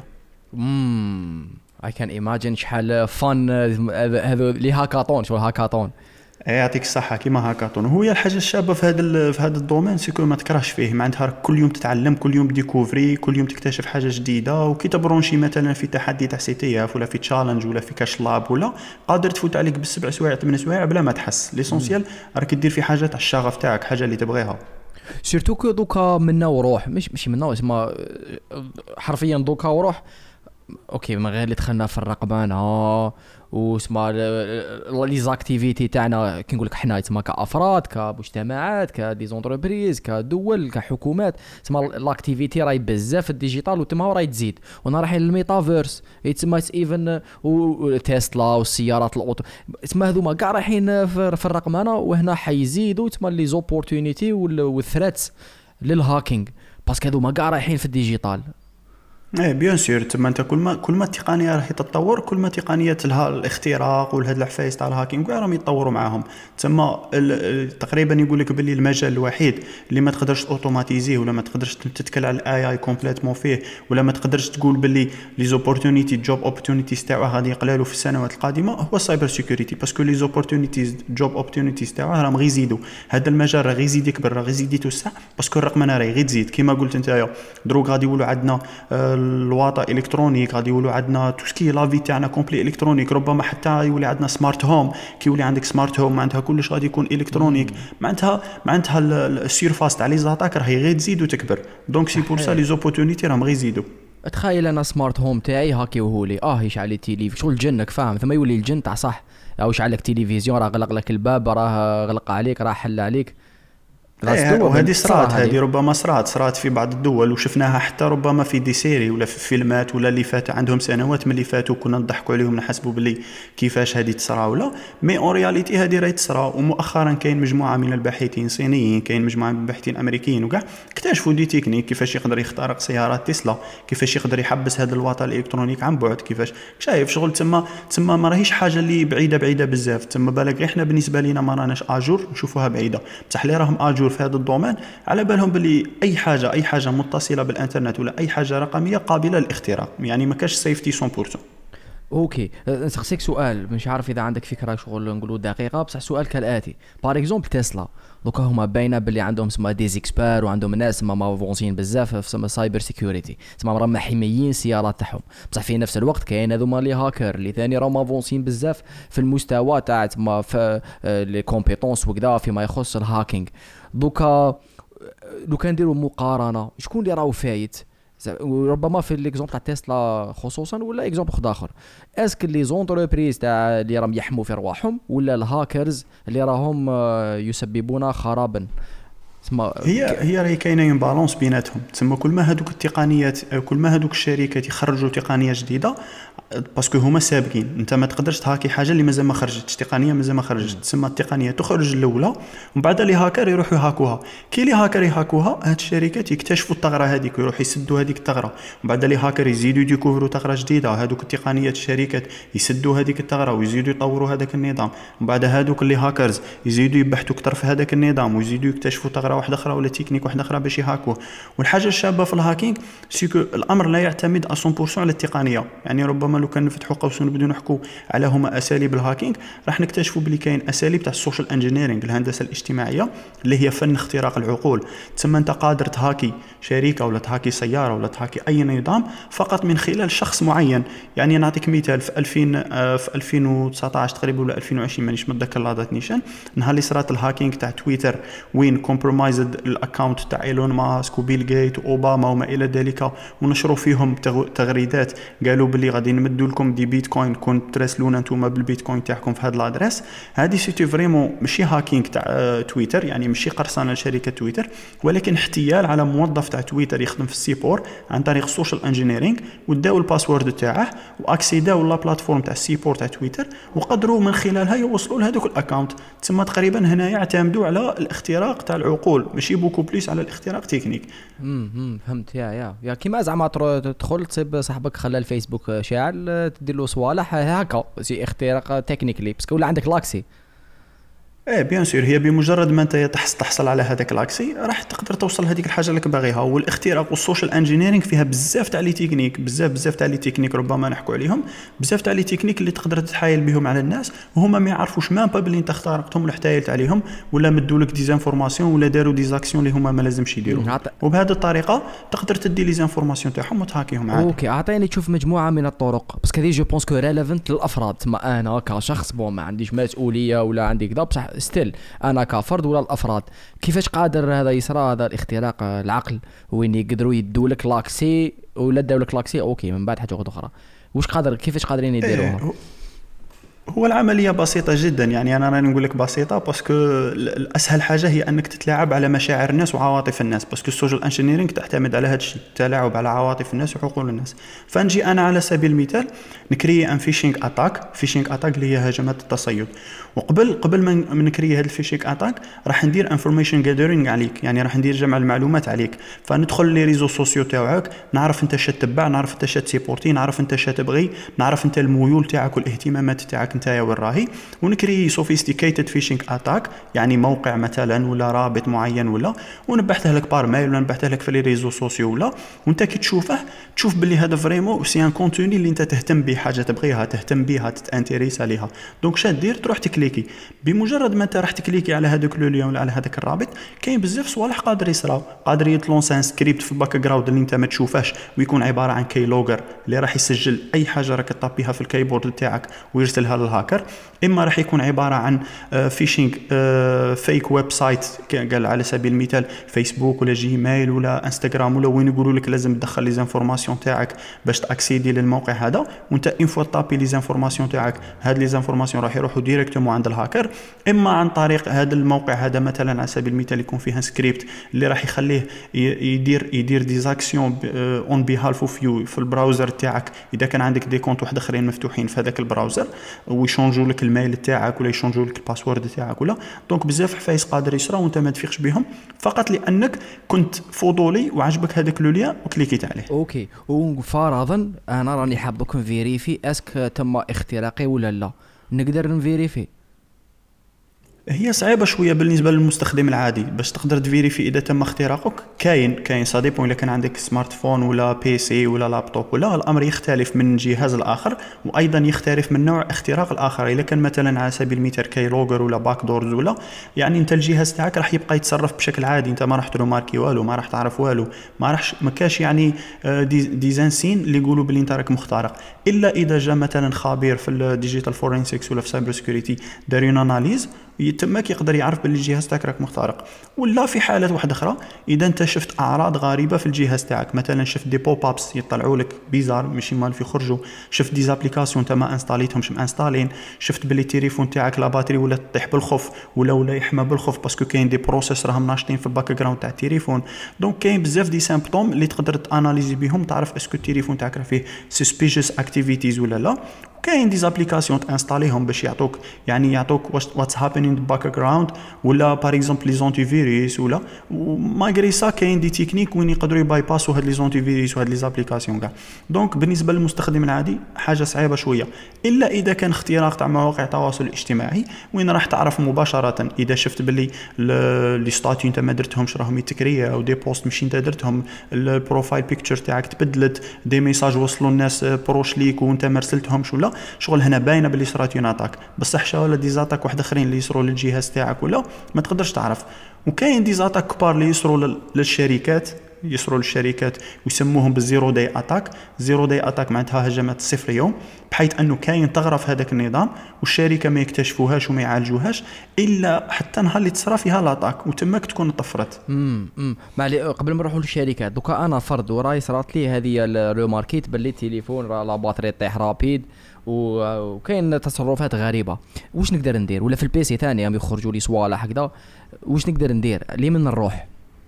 امم اي كان ايماجين شحال فن هذو لي هاكاطون، شو هاكاطون يعطيك الصحه كيما هاكاطون. هو الحاجه الشابه في هذا في هذا الدومين سيكون ما تكرهش فيه، معناتها كل يوم تتعلم، كل يوم ديكوفري، كل يوم تكتشف حاجه جديده. وكي تبرونشي مثلا في تحدي تاع سي تي اف ولا في تشالنج ولا في كاش لاب ولا قادر تفوت عليك بالسبع سوايع ثمان سوايع بلا ما تحس. ليسونسيال راك دير في حاجه تاع الشغف تاعك، حاجه اللي تبغيها. سيرتو كو دوكا منا وروح، مش ماشي منا اسمها حرفيا دوكا وروح. اوكي ما غير اللي دخلنا في الرقمنه واسمها لي زاكتيفيتي تاعنا كي نقول لك حنا تما كافراد كمجتمعات كدي زونتربريز كدول كحكومات، تما لاكتيفيتي راهي بزاف في الديجيتال وتما راهي تزيد. وانا رايحين للميتافيرس تما ايفن وتسلا والسيارات الاوتو تما هذوما كاع رايحين في الرقمنه، وهنا حيزيدوا تما لي زوبورتونيتي والثريتس للهاكينج باسكو هذوما كاع رايحين في الديجيتال. ايه بيان سور، تما انت كل ما كل ما التقنيه راهي تتطور كل ما تقنيه الاختراق والهاد العفايس تاع الهاكينغ راهم يتطوروا معاهم. تما تقريبا يقول لك باللي المجال الوحيد اللي ما تقدرش اوتوماتيزيه ولا ما تقدرش تتكل على الاي اي كومبليتمون فيه، ولا ما تقدرش تقول باللي لي زوبورتونيتي جوب اوبورتونيتيز تاعو غادي يقلالوا في السنوات القادمه، هو السايبر سيكوريتي. باسكو لي زوبورتونيتيز جوب اوبورتونيتيز تاعو راهم غير يزيدوا، هذا المجال راه غير يزيد يكبر، راه غير يزيد يتوسع، باسكو الرقمنه راهي غير تزيد. كيما قلت نتايا دروك غادي يولوا عندنا الواطه الكترونيك، غادي يولوا عندنا توسكي لافي تاعنا كومبلي الكترونيك، ربما حتى يولي عندنا سمارت هوم. كي يولي عندك سمارت هوم معناتها كلش غادي يكون الكترونيك، معناتها معناتها السيرفاس تاع لي زاتاك راهي غير تزيد وتكبر. دونك سي بور سا لي زوبورتونيتي راهم غير يزيدوا. اتخيل انا سمارت هوم تاعي هاكيوه لي اه يشعل لي تيلي شغل جنك فاهم، ثم يولي الجن تاع صح او يشعل لك تلفزيون راه غلق لك الباب راه غلق عليك راه حل عليك. ايه وهذه صرات هذه ربما صرات صرات في بعض الدول وشفناها حتى ربما في دي سيري ولا في فيلمات ولا اللي فات عندهم سنوات من اللي فاتوا كنا نضحكوا عليهم نحسبوا باللي كيفاش هذه تصرا ولا مي اون رياليتي هذه راهي تصرا. ومؤخرا كاين مجموعه من الباحثين صينيين، كاين مجموعه من الباحثين امريكيين وكاع اكتشفوا دي تكنيك كيفاش يقدر يخترق سيارات تسلا، كيفاش يقدر يحبس هذا الوطن الالكترونيك عن بعد، كيفاش شايف شغل تما تما ما راهيش حاجه اللي بعيده بعيده بزاف. تما بالك احنا بالنسبه لينا ما راناش اجور نشوفوها بعيده، بصح اللي راهم اجور في هذا الدومين على بالهم باللي اي حاجه اي حاجه متصله بالانترنت ولا اي حاجه رقميه قابله للاختراق، يعني ما كاش سيفتي مية بالمية. اوكي نسقسيك سؤال مش عارف اذا عندك فكره شغل نقولوا دقيقه، بصح سؤال كالاتي. بار اكزومبل تسلا دوكا هما باينه باللي عندهم سما دي زيكسبير وعندهم ناس ما مافونسين بزاف في سما سايبر سيكوريتي، سما راهم حميين السيارات تاعهم، بصح في نفس الوقت كاين هذوما لي هاكر اللي ثاني راهم مافونسين بزاف في المستوى تاع تما في لي كومبيتونس وكذا فيما يخص الهاكينغ. دوكا لو كان نديروا مقارنه شكون اللي راهو فايت وربما في ليكزومبل تاع تسلا خصوصا ولا اكزومبل اخر، اسك لي زونتربريز تاع اللي راهم يحموا في رواحهم ولا الهاكرز اللي راهم يسببون خرابا؟ هي هي راهي كاينه اون بالانس بيناتهم. تسمى كل ما هذوك التقنيات كل ما هذوك الشركات يخرجوا تقنيه جديده باسكو هما سابقين، انت ما تقدرش تهاكي حاجه اللي مازال ما خرجتش، تقنيه مازال ما خرجت. تسمى التقنيه تخرج الاولى ومن بعد لي هاكر يروحوا يهاكوها. كي لي هاكر يهاكوها هاد الشركات يكتشفوا الثغره هذيك ويروحوا يسدوا هذيك الثغره، ومن بعد لي هاكر يزيدوا يديكوفروا ثغره جديده، هذوك التقنيات الشركات يسدوا هذيك الثغره ويزيدوا يطوروا هذاك النظام، ومن بعد هذوك اللي هاكرز يزيدوا يبحثوا اكثر في هذاك النظام ويزيدوا يكتشفوا ثغره واحده اخرى ولا تكنيك واحده اخرى باش يهاكوه. والحاجه الشابه في الهاكينغ سيكو الامر لا يعتمد مية بالمية على التقنيه. يعني ربما لو كان نفتحوا قوس ونبداو نحكوا على هما اساليب الهاكينغ راح نكتشفوا بلي كاين اساليب تاع السوشيال انجينيرينغ، الهندسه الاجتماعيه اللي هي فن اختراق العقول. تسمى انت قادر تهاكي شركه ولا تهاكي سياره ولا تهاكي اي نظام فقط من خلال شخص معين. يعني نعطيك مثال في ألفين في ألفين وتسعطاش تقريبا ولا ألفين وعشرين مانيش متذكر لا دات نيشان، نهار اللي صرات الهاكينغ تاع تويتر وين كومبرومايزد الاكونت تاع ايلون ماسك وبيل جيت واوباما وما الى ذلك، ونشروا فيهم تغريدات قالوا بلي غادي نمدوا لكم دي بيتكوين كنت تراسلونا نتوما بالبيتكوين تاعكم في هذا الادريس. هذه سيتي فريمون ماشي هاكينغ تاع تويتر، يعني ماشي قرصنه لشركه تويتر، ولكن احتيال على موظف تاع تويتر يخدم في السيبور عن طريق السوشيال انجينيرينغ، وداو الباسورد تاعه واكسيداو لا بلاتفورم تاع السيبور تاع تويتر وقدروا من خلالها يوصلوا لهذوك الاكونت. تسمى تقريبا هنا يعتمدوا على الاختراق تاع العقول ماشي بوكو بليس على الاختراق تكنيك. امم فهمت. يا يا يا كيما زعما تدخل تصيب صاحبك خلى الفيسبوك شاعل تدير له صوالح هكا سي اختراق تكنيكلي باسكو ولا عندك لاكسي. ايه بيان سور، هي بمجرد ما انت تحصل تحصل على هذاك لاكسي راح تقدر توصل لهذيك الحاجه اللي باغيها. والاختراق والسوشيال انجينيرينغ فيها بزاف تاع لي تكنيك، بزاف بزاف تاع لي تكنيك ربما نحكوا عليهم، بزاف تاع لي تكنيك اللي تقدر تتحايل بهم على الناس وهما ما يعرفوش مام با بلي انت اخترقتهم ولا حتايلت عليهم ولا مدوا لك دي انفورماسيون ولا داروا دي زاكسيون اللي هما ما لازمش يديروا. وبهذه الطريقه تقدر تدي لي انفورماسيون تاعهم وتهاكيهم عادي. اوكي اعطيني تشوف مجموعه من الطرق بس كذي جو بونس كو ريليفنت للافراد. ما انا كشخص بون ما عنديش مسؤوليه ولا عندي كذا بصح ستيل انا كفرد ولا الافراد كيفاش قادر هذا يصرى هذا الاختراق العقل وين يقدروا يدوا لك لاكسي ولا داو لك لاكسي اوكي من بعد حاجه اخرى واش قادر كيفاش قادرين يديروها؟ إيه هو العمليه بسيطه جدا. يعني انا راني نقول لك بسيطه باسكو الاسهل حاجه هي انك تتلاعب على مشاعر الناس وعواطف الناس، باسكو السوشيال انجينيرينغ تعتمد على هذا الشيء، التلاعب على عواطف الناس وعقول الناس. فنجي انا على سبيل المثال نكري ان فيشينغ اتاك. فيشينغ اتاك اللي هي هجمات التصيد. وقبل قبل ما نكري هذا الفيشينغ اتاك راح ندير انفورميشن جاذرينغ عليك، يعني راح ندير جمع المعلومات عليك. فندخل لي ريزو سوسيو تاعك، نعرف انت شات تتبع، نعرف انت شات سيبورتي، نعرف انت شات تبغي، نعرف انت الميول تاعك والاهتمامات تاعك نتايا وين راهي، ونكري سوفيستيكيتد فيشينغ اتاك، يعني موقع مثلا ولا رابط معين ولا ونبعثه لك بار ميل ولا نبعثه لك في لي ريزو سوسيو ولا، وانت كي تشوفه تشوف باللي هذا فريمون سي ان كونتوني اللي انت تهتم به، حاجه تبغيها تهتم بها تتانتريس عليها. دونك شاد دير تروح تكليكي. بمجرد ما انت راح تكليكي على هذاك لو لين ولا على هذاك الرابط كاين بزاف صوالح قادر يصراو. قادر يطلونس ان سكريبت في الباك جراوند اللي انت ما تشوفهاش ويكون عباره عن كي لوجر اللي راح يسجل اي حاجه راك طابيها في الكيبورد تاعك ويرسلها للهاكر. اما راح يكون عباره عن فيشينغ فيك ويب سايت قال على سبيل المثال فيسبوك ولا جيميل ولا انستغرام ولا وين يقولوا لك لازم تدخل لي زانفورماسيون تاعك باش تاكسيدي للموقع هذا، وانت ان فوا طابي لي زانفورماسيون تاعك هاد لي زانفورماسيون راح يروحوا ديريكتومون عند الهاكر. اما عن طريق هذا الموقع هذا مثلا على سبيل المثال يكون فيه سكريبت اللي راح يخليه يدير يدير دي زاكسيون اون بيهالف اوف يو في البراوزر تاعك اذا كان عندك دي كونت واحد اخرين مفتوحين في هذاك البراوزر ويشونجوا لك الميل تاعك ولا يشونجوا لك الباسورد تاعك ولا. دونك بزاف حفايس قادر يصرا وانت ما تفيقش بهم فقط لانك كنت فضولي وعجبك هذاك لو لين وكليكيت عليه. اوكي وفرضا انا راني حابك نفيريفي اسك تم اختراقي ولا لا، نقدر نفيريفي؟ هي صعيبه شويه بالنسبه للمستخدم العادي باش تقدر تفيريفي اذا تم اختراقك. كاين كاين صديق الا كان عندك سمارت فون ولا بي سي ولا لابتوب ولا الامر يختلف من جهاز الاخر، وايضا يختلف من نوع اختراق الاخر. اذا كان مثلا على سبيل المثال كاي لوجر ولا باك دورز ولا، يعني انت الجهاز تاعك راح يبقى يتصرف بشكل عادي، انت ما راح ترو ماركي والو، ما راح تعرف والو، ما راح ما كاش يعني دي ديزانسين اللي يقولوا بلي انت راك مخترق، الا اذا جاء مثلا خبير في الديجيتال فورنسيكس ولا في سايبر سيكوريتي دارين اناليز يتمك يقدر يعرف باللي الجهاز تاعك راك مخترق. ولا في حالات واحده اخرى اذا انت شفت اعراض غريبه في الجهاز تاعك، مثلا شفت دي بوب ابس يطلعوا لك بيزار ماشي مالف يخرجوا، شفت دي زابليكاسيون انت ما انستاليتهمش مانستالين، شفت باللي التليفون تاعك لا باتري ولا تطيح بالخف ولا ولا يحمى بالخف باسكو كاين دي بروسيس راهم ناشطين في الباك جراوند تاع التليفون. دونك كاين بزاف دي سيمبتوم اللي تقدر تاناليزي بهم تعرف اسكو التليفون تاعك راه فيه سسبيشيس اكتيفيتيز ولا لا. كاين دي زابليكاسيون تانستاليهم باش يعطوك يعني يعطوك واتس هابينين باك جراوند، ولا باغ اكزومبل لي زونتي فيروس ولا ماغري سا كاين دي تكنيك وين يقدروا بايباسوا هاد لي زونتي فيروس وهاد لي زابليكاسيون كاع. دونك بالنسبه للمستخدم العادي حاجه صعيبه شويه، الا اذا كان اختراق تاع مواقع التواصل الاجتماعي وين راح تعرف مباشره اذا شفت باللي لي ستاتيو انت ما درتهمش راهم يتكريا او دي بوست ماشي انت درتهم، البروفايل بيكتشر تاعك تبدلت، دي ميساج وصلوا الناس بروش ليك وانت ما رسلتهمش ولا شغل، هنا باينه باللي صرات يوناتاك. بصح حتى ولا دي زاتاك واحد اخرين اللي يصروا للجهاز تاعك ولا ما تقدرش تعرف. وكاين دي زاتاك كبار اللي يصروا للشركات يصروا للشركات ويسموهم بالزيرو داي اتاك. زيرو داي اتاك معناتها هجمات صفر يوم، بحيث انه كاين ثغره في هذاك النظام والشركه ما يكتشفوهاش وما يعالجوهاش الا حتى نهار اللي تصرا فيها لاطاك وتماك تكون طفرت. امم معلي قبل ما نروحوا للشركات دوكا انا فرد وراي صرات لي هذه الريماركيت باللي التليفون راه لا باتري طيح رابيد وكاين تصرفات غريبه. واش نقدر ندير؟ ولا في البيسي ثاني هم يخرجوا لي صوالح هكذا، واش نقدر ندير؟ ليه من نروح؟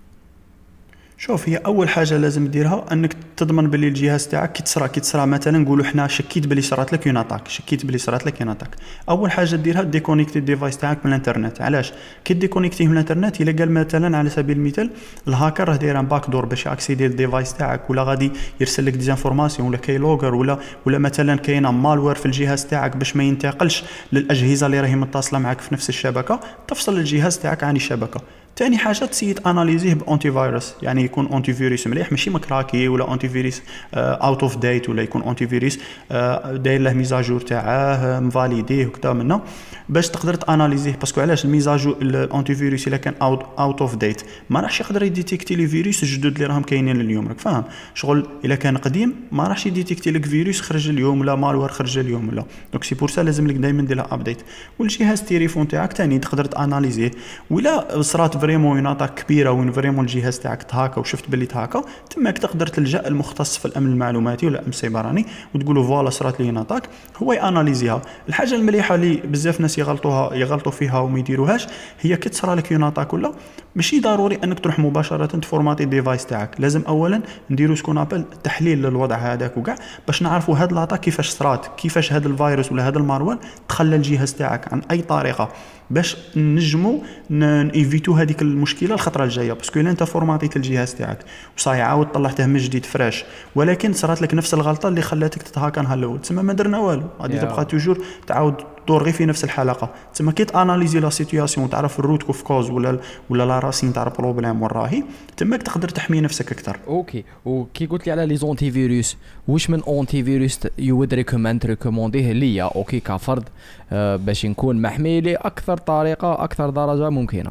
شوف، هي اول حاجه لازم ديرها انك تضمن باللي الجهاز تاعك كي تصرا كي تصرا مثلا نقولوا حنا شكيت باللي صرات لك يوناتاك شكيت باللي صرات لك يوناتاك اول حاجه ديرها ديكونيكتي الديفايس تاعك من الانترنت. علاش؟ كي ديكونيكتيه من الانترنت الا قال مثلا على سبيل المثال الهاكر راه داير ان باك دور باش ياكسيدي للديفايس تاعك، ولا غادي يرسل لك ديزانفورماسيون، ولا كاي لوجر، ولا ولا مثلا كاين مالوير في الجهاز تاعك باش ما ينتقلش للاجهزه اللي راهي متصله معك في نفس الشبكه، تفصل الجهاز تاعك عن الشبكه. ثاني حاجه تسيد اناليزيه بانتي فيروس، يعني يكون انتي فيروس مليح ماشي مكراكي ولا انتي فيروس اوت اوف ديت، ولا يكون انتي فيروس داير له ميزاجور تاعه مفاليديه وكذا منه باش تقدر تاناليزيه. باسكو علاش الميزاجور الانتي فيروس الا كان اوت اوت اوف ديت ما راحش يقدر يديتيكتي لي فيروس الجدد اللي راهم كاينين اليوم، راك فاهم شغل. الا كان قديم ما راحش يديتيكتي لك فيروس خرج اليوم ولا مالوير خرج اليوم ولا. دونك سي بور سا لازم لك دائما دير لها ابديت. والجهاز التليفون تاعك ثاني تقدر تاناليزيه، ولا صرات فريمون يوناتاك كبيره وين فريمون الجهاز تاعك تهاكا وشفت باللي تهاكا، تماك تقدر تلجا المختص في الامن المعلوماتي ولا الامن السيبراني وتقولوا فوالا صرات لي يوناتاك، هو ياناليزيها. الحاجه المليحه اللي بزاف ناس يغلطوها يغلطوا فيها وما يديروهاش هي كي تصرا لك يوناتاك ولا ماشي ضروري انك تروح مباشره تفورماتي الديفايس تاعك، لازم اولا نديروا سكون ابل تحليل للوضع هذاك وكاع باش نعرفوا هاد لاطاك كيفاش صرات، كيفاش هذا الفيروس ولا هذا المالوير تخلى الجهاز تاعك عن اي طريقه باش نجموا نيفيتو هذيك المشكله الخطره الجايه. باسكو الا انت فورماتيت الجهاز تاعك وصاي عاود طلعته من جديد فريش ولكن صارت لك نفس الغلطه اللي خلاتك تتهاكا نهار الاول، تسمى ما درنا والو، غادي تبقى توجور تعاود دور غير في نفس الحلقه. تسمى كي تاناليزي لا سيتوياسيون تعرف الروت كوف كوز ولا ولا لا راسين تاع البروبليم وراهي، تماك تقدر تحمي نفسك اكثر. اوكي. وكي قلت لي على لي زونتي فيروس، واش من اونتي فيروس يو ود ريكومند ريكومونديه ليا اوكي كفرد أه باش نكون محمي لاكثر طريقه اكثر درجه ممكنه؟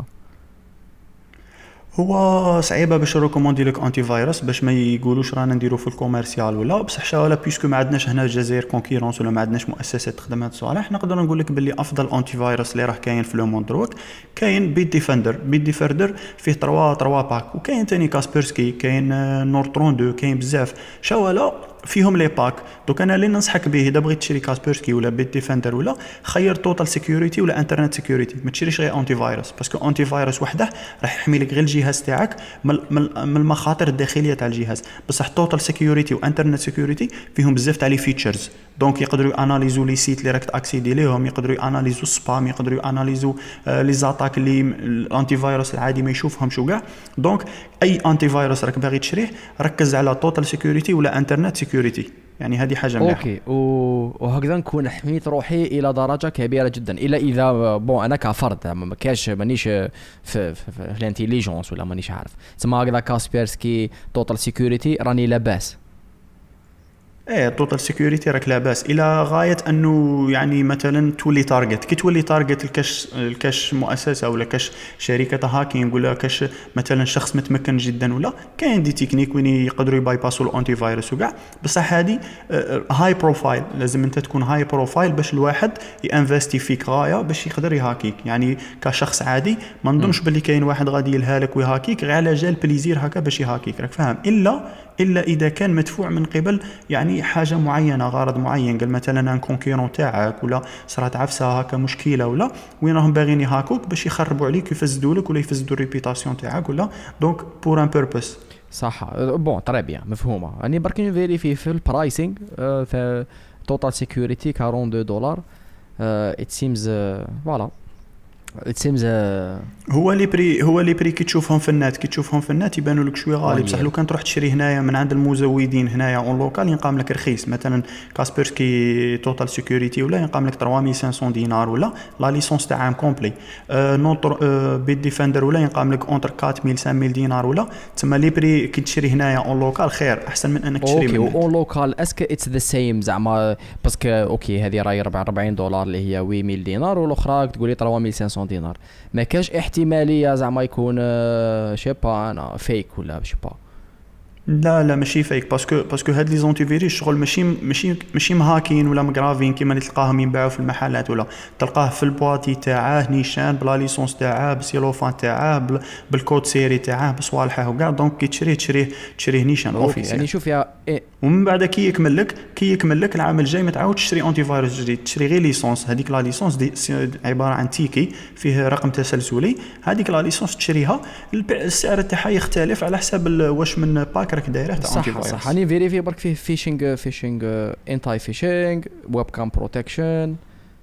هو صعيبه باش ريكوموندي لك انتي فيروس باش ما يقولوش رانا نديرو في الكوميرسيال ولا بصح حتى ولا بيسكو ما عندناش هنا الجزائر كونكيرونس ولا ما عندناش مؤسسات تخدم هاد الصوالح، نقدر نقول لك باللي افضل انتي فيروس اللي راه كاين في لو موند دروك كاين بيت ديفندر. بيت ديفندر فيه تروا تروا باك، وكاين ثاني كاسبيرسكي، كاين نورترون دو، كاين بزاف شوالا فيهم لي باك. دوك انا اللي ننصحك به اذا بغيت تشري كاسبيرسكي ولا بيت ديفندر ولا خير توتال سيكوريتي ولا انترنت سيكوريتي، ما تشريش غير انتي فيروس باسكو انتي فيروس وحده راح يحمي لك غير الجهاز تاعك من المخاطر الداخليه تاع الجهاز. بصح توتال سيكوريتي وانترنت سيكوريتي فيهم بزاف تاع لي فيتشرز، دونك يقدروا اناليزو لي سيت اللي راك تاكسيدي ليهم، يقدروا اناليزو السبام، يقدروا اناليزو آه لي زاتاك اللي الانتي فيروس العادي ما يشوفهمش وكاع. دونك اي انتي فيروس راك باغي تشريه ركز على توتال سيكوريتي ولا انترنت سيكوريتي، يعني هذه حاجه مليحه. اوكي. وهكذا نكون حميت روحي الى درجه كبيره جدا. الا اذا بون انا كفرد ما كاش مانيش في في, في, في الانتيليجنس ولا مانيش عارف، تسمى هكذا كاسبيرسكي توتال سيكوريتي راني لاباس. ايه توتال سيكيورتي راك لاباس الى غايه انه يعني مثلا تولي تارجت، كي تولي تارجت الكاش الكاش مؤسسه ولا كاش شركه هاكينغ ولا كاش مثلا شخص متمكن جدا، ولا كاين دي تكنيك وين يقدروا يبايباسوا الانتي فايروس وكاع. بصح هذه هاي بروفايل، لازم انت تكون هاي بروفايل باش الواحد ينفستي فيك غايه باش يقدر يهاكيك. يعني كشخص عادي ما نظنش باللي كاين واحد غادي يلهالك ويهاكيك غير على جال بليزير هكا باش يهاكيك، راك فاهم؟ الا الا اذا كان مدفوع من قبل يعني حاجه معينه، غرض معين، قال مثلا ان كونكيرون تاعك ولا صرات عفسه هكا مشكله ولا وين راهم باغيين يهاكوك باش يخربوا عليك يفسدوا لك ولا يفسدوا الريبيتاسيون تاعك ولا دونك بور ان بيربوس. صح بون تري بيان مفهومه. راني برك نفيريفي في البرايسينغ في توتال سيكوريتي اثنين وأربعين دولار. ات سيمز فوالا ات سيمز هو لي بري هو لي بري كي تشوفهم في النت كي تشوفهم في النت يبانوا لك شويه غالي، بصح لو كان تروح تشري هنايا من عند المزودين هنايا اون لوكال ينقام لك رخيص. مثلا كاسبيرسكي توتال سيكوريتي ولا ينقام لك ثلاثة آلاف وخمسمية دينار ولا لا ليسونس تاع عام كومبلي. أه نوتر أه بيت ديفندر ولا ينقام لك اونتر أربعة آلاف خمسمية دينار ولا. تما لي بري كي تشري هنايا اون لوكال خير احسن من انك تشري من اوكي اون لوكال. اسكو اتس ذا سيم زعما باسكو اوكي هذه راهي أربعة وأربعين دولار اللي هي ثمانمية دينار والاخرى تقولي ثلاثة آلاف وخمسمية دينار. ما كاش احتماليه زعما يكون شيبا انا فيك ولا شيبا؟ لا لا ماشي فيك، باسكو باسكو هاد لي زونتي فيروس شغل ماشي ماشي ماشي مهاكين ولا مغرافين كيما اللي تلقاهم ينباعوا في المحلات، ولا تلقاه في البواطي تاعه نيشان بلا ليسونس تاعه بسيلوفان تاعه بالكود سيري تاعه بصوالحه وكاع. دونك كي تشريه تشريه تشريه نيشان اوفيسيال. يعني شوف يا إيه. ومن بعد كي يكمل لك كي يكمل لك العام الجاي ما تعاود تشري انتي فيروس جديد، تشري غير ليسونس. هذيك لا ليسونس دي عباره عن تيكي فيه رقم تسلسلي، هذيك لا ليسونس تشريها السعر تاعها يختلف على حسب واش من باك راك دايره تاع انتي فيروس. صح راني فيريفي برك فيه فيشينغ فيشينغ انتاي فيشينغ ويب كام بروتكشن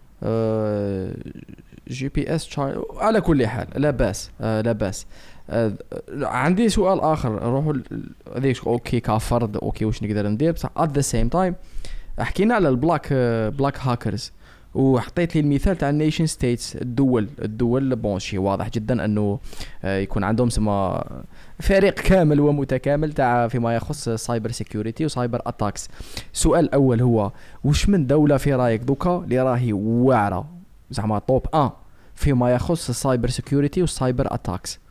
جي بي اس. على كل حال لا باس لا باس. آه عندي سؤال اخر نروحوا هذيك اوكي كفرد اوكي واش نقدر ندير بصح ات ذا سيم تايم حكينا على البلاك بلاك هاكرز وحطيت لي المثال تاع النيشن ستيتس الدول الدول بون شي واضح جدا انه آه يكون عندهم سما فريق كامل ومتكامل تاع فيما يخص سايبر سيكيورتي وسايبر اتاكس. السؤال الاول هو واش من دوله في رايك دوكا اللي راهي واعره زعما توب واحد فيما يخص السايبر سيكيورتي والسايبر اتاكس؟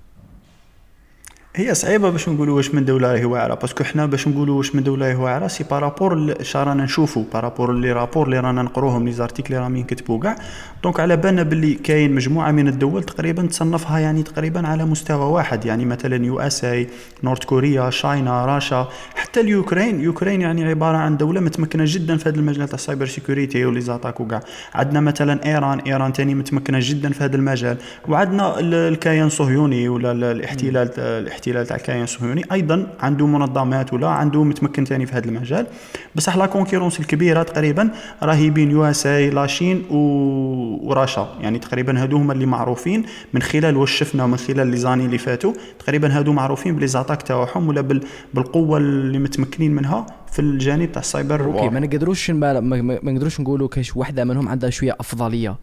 هي صعيبه باش نقولوا واش من دوله راهي واعره، باسكو حنا باش نقولوا واش من دوله راهي واعره سي بارابور شرانا نشوفوا بارابور لي رابور اللي رانا نقروهم لي زارتيكل اللي راهم ينكتبوا كاع. دونك على بالنا باللي كاين مجموعه من الدول تقريبا تصنفها يعني تقريبا على مستوى واحد، يعني مثلا يو اس اي، نورث كوريا، شاينا، راشا، حتى اليوكرين. يوكرين يعني عباره عن دوله متمكنه جدا في هذا المجال تاع السايبر سيكوريتي ولي زاتاك وكاع. عندنا مثلا ايران، ايران ثاني متمكنه جدا في هذا المجال. وعندنا الكيان الصهيوني ولا الاحتلال الاحتلال تاع الكيان الصهيوني ايضا عنده منظمات ولا عنده متمكن ثاني في هذا المجال. بصح لا كونكورونس الكبيره تقريبا راهي بين يو اس اي، لاشين و... وراشا. يعني تقريبا هادو هما اللي معروفين من خلال واش شفنا من خلال لي زاني اللي فاتوا. تقريبا هادو معروفين بلي زاتاك تاعهم ولا بال... بالقوه اللي متمكنين منها في الجانب تاع السايبر. اوكي ما نقدروش ما, ما, ما نقدروش نقولوا كاش وحده منهم عندها شويه افضليه.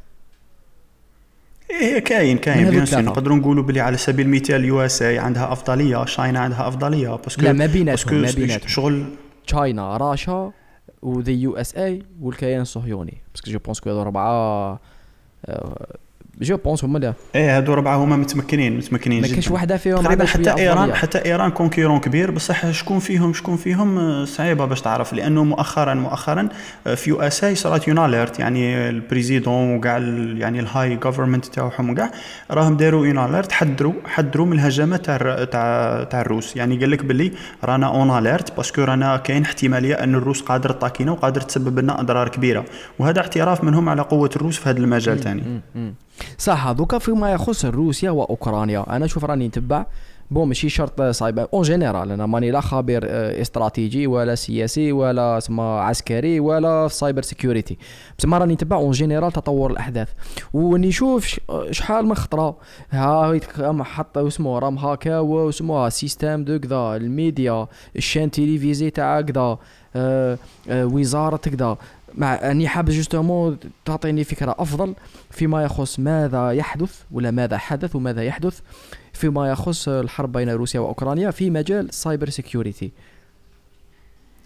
ايه كاين كاين بيان سور نقدروا نقولوا بلي على سبيل المثال يو اس اي عندها افضليه، شاينا عندها افضليه باسكو لا ما بيناتهم ما بيناتهم شغل تشاينا، راشا وذا يو اس اي والكيان الصهيوني. باسكو جو بونس كو هذو اربعه جو بونس هما لا ايه هادو ربعه هما متمكنين متمكنين جدا. ما كاينش وحده فيهم تقريبا حتى ايران حتى ايران كونكورون كبير. بصح شكون فيهم شكون فيهم صعيبه باش تعرف، لانه مؤخرا مؤخرا في يو اس اي صارت يوناليرت، يعني البريزيدون وكاع يعني الهاي غوفرمنت تاعهم وكاع راهم داروا يوناليرت، حذروا حذروا من الهجمات تاع تاع تاع الروس. يعني قال لك باللي رانا اون اليرت باسكو رانا كاين احتماليه ان الروس قادر تطاكينا وقادر تسبب لنا اضرار كبيره، وهذا اعتراف منهم على قوه الروس في هذا المجال ثاني. صح. دوكا فيما يخص روسيا واوكرانيا انا شوف راني نتبع بون ماشي شرط سايبر اون جينيرال، انا ماني لا خبير استراتيجي ولا سياسي ولا اسمه عسكري ولا سايبر سيكوريتي، بس ما راني نتبع اون جينيرال تطور الاحداث ونشوف شحال من خطره ها حط اسمه رام هاكا واسمها سيستم دو كذا، الميديا الشان تيليفزي تاع كذا، أه أه وزاره كذا. مع اني حاب جوستومون تعطيني فكره افضل فيما يخص ماذا يحدث ولا ماذا حدث وماذا يحدث فيما يخص الحرب بين روسيا واوكرانيا في مجال سايبر سيكيورتي.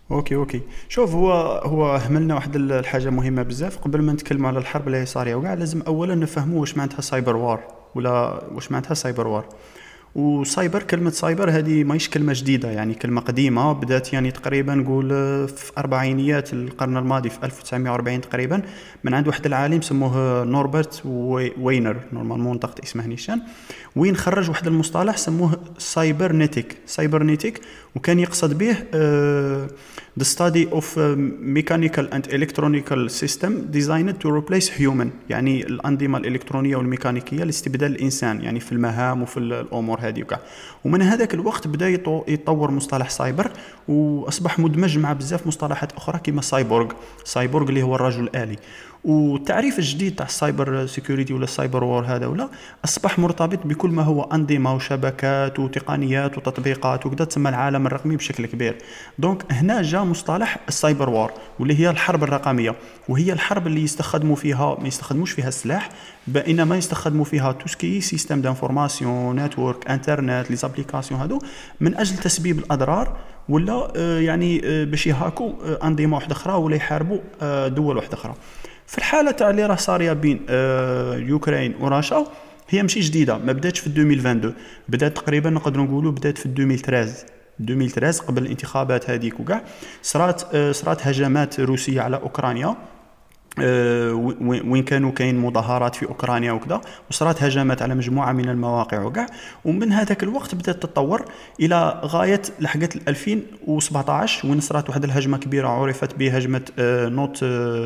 اوكي اوكي شوف، هو هو هملنا واحد الحاجه مهمه بزاف قبل ما نتكلموا على الحرب اللي صاريه وكاع. لازم اولا نفهموا واش معناتها سايبر وار، ولا واش معناتها سايبر وار. وسايبر، كلمة سايبر هذه ماهيش كلمة جديدة، يعني كلمة قديمة بدأت يعني تقريبا نقول في أربعينيات القرن الماضي، في ألف وتسعمائة وأربعين تقريبا، من عند واحد العالم سموه نوربرت وينر، نورمالمون نطقت اسمه نيشان، وين خرج واحد المصطلح سموه سايبرنيتيك. سايبرنيتيك وكان يقصد به uh, the study of uh, mechanical and electronical system designed to replace human، يعني الأنظمة الإلكترونية والميكانيكية لاستبدال الإنسان يعني في المهام وفي الأمور هذه وكاع. ومن هذاك الوقت بدأ يتطور مصطلح سايبر، وأصبح مدمج مع بزاف مصطلحات أخرى كما سايبورغ. سايبورغ اللي هو الرجل الآلي. والتعريف الجديد تاع السايبر سيكوريتي ولا السايبر وور هذا ولا أصبح مرتبط بكل ما هو أنظمة وشبكات وتقنيات وتطبيقات وكذا، تسمى العالم الرقمي بشكل كبير. دونك هنا جاء مصطلح السايبر وور، واللي هي الحرب الرقمية، وهي الحرب اللي يستخدموا فيها ما يستخدموش فيها السلاح، بينما يستخدموا فيها توسكي سيستم دانفورماسيون، نتورك، انترنت، لي زابليكاسيون هادو، من أجل تسبيب الأضرار ولا يعني باش يهاكوا أنظمة واحدة أخرى ولا يحاربوا دول واحدة أخرى. في الحالة تاع اللي راه صارية بين يوكرين وراشا هي ماشي جديدة، ما بداتش في ألفين واثنين وعشرين، بدات تقريبا نقدروا نقولوا بدات في ألفين وثلاثة عشر ألفين وثلاثة عشر قبل الانتخابات هذيك وكاع. صارت صارت هجمات روسية على أوكرانيا، وين كانوا كاين مظاهرات في أوكرانيا وكذا، وصارت هجمات على مجموعة من المواقع وكاع. ومن هذاك الوقت بدأت تتطور إلى غاية لحقت ألفين وسبعة عشر، وين صارت واحد الهجمة كبيرة عرفت بهجمة نوت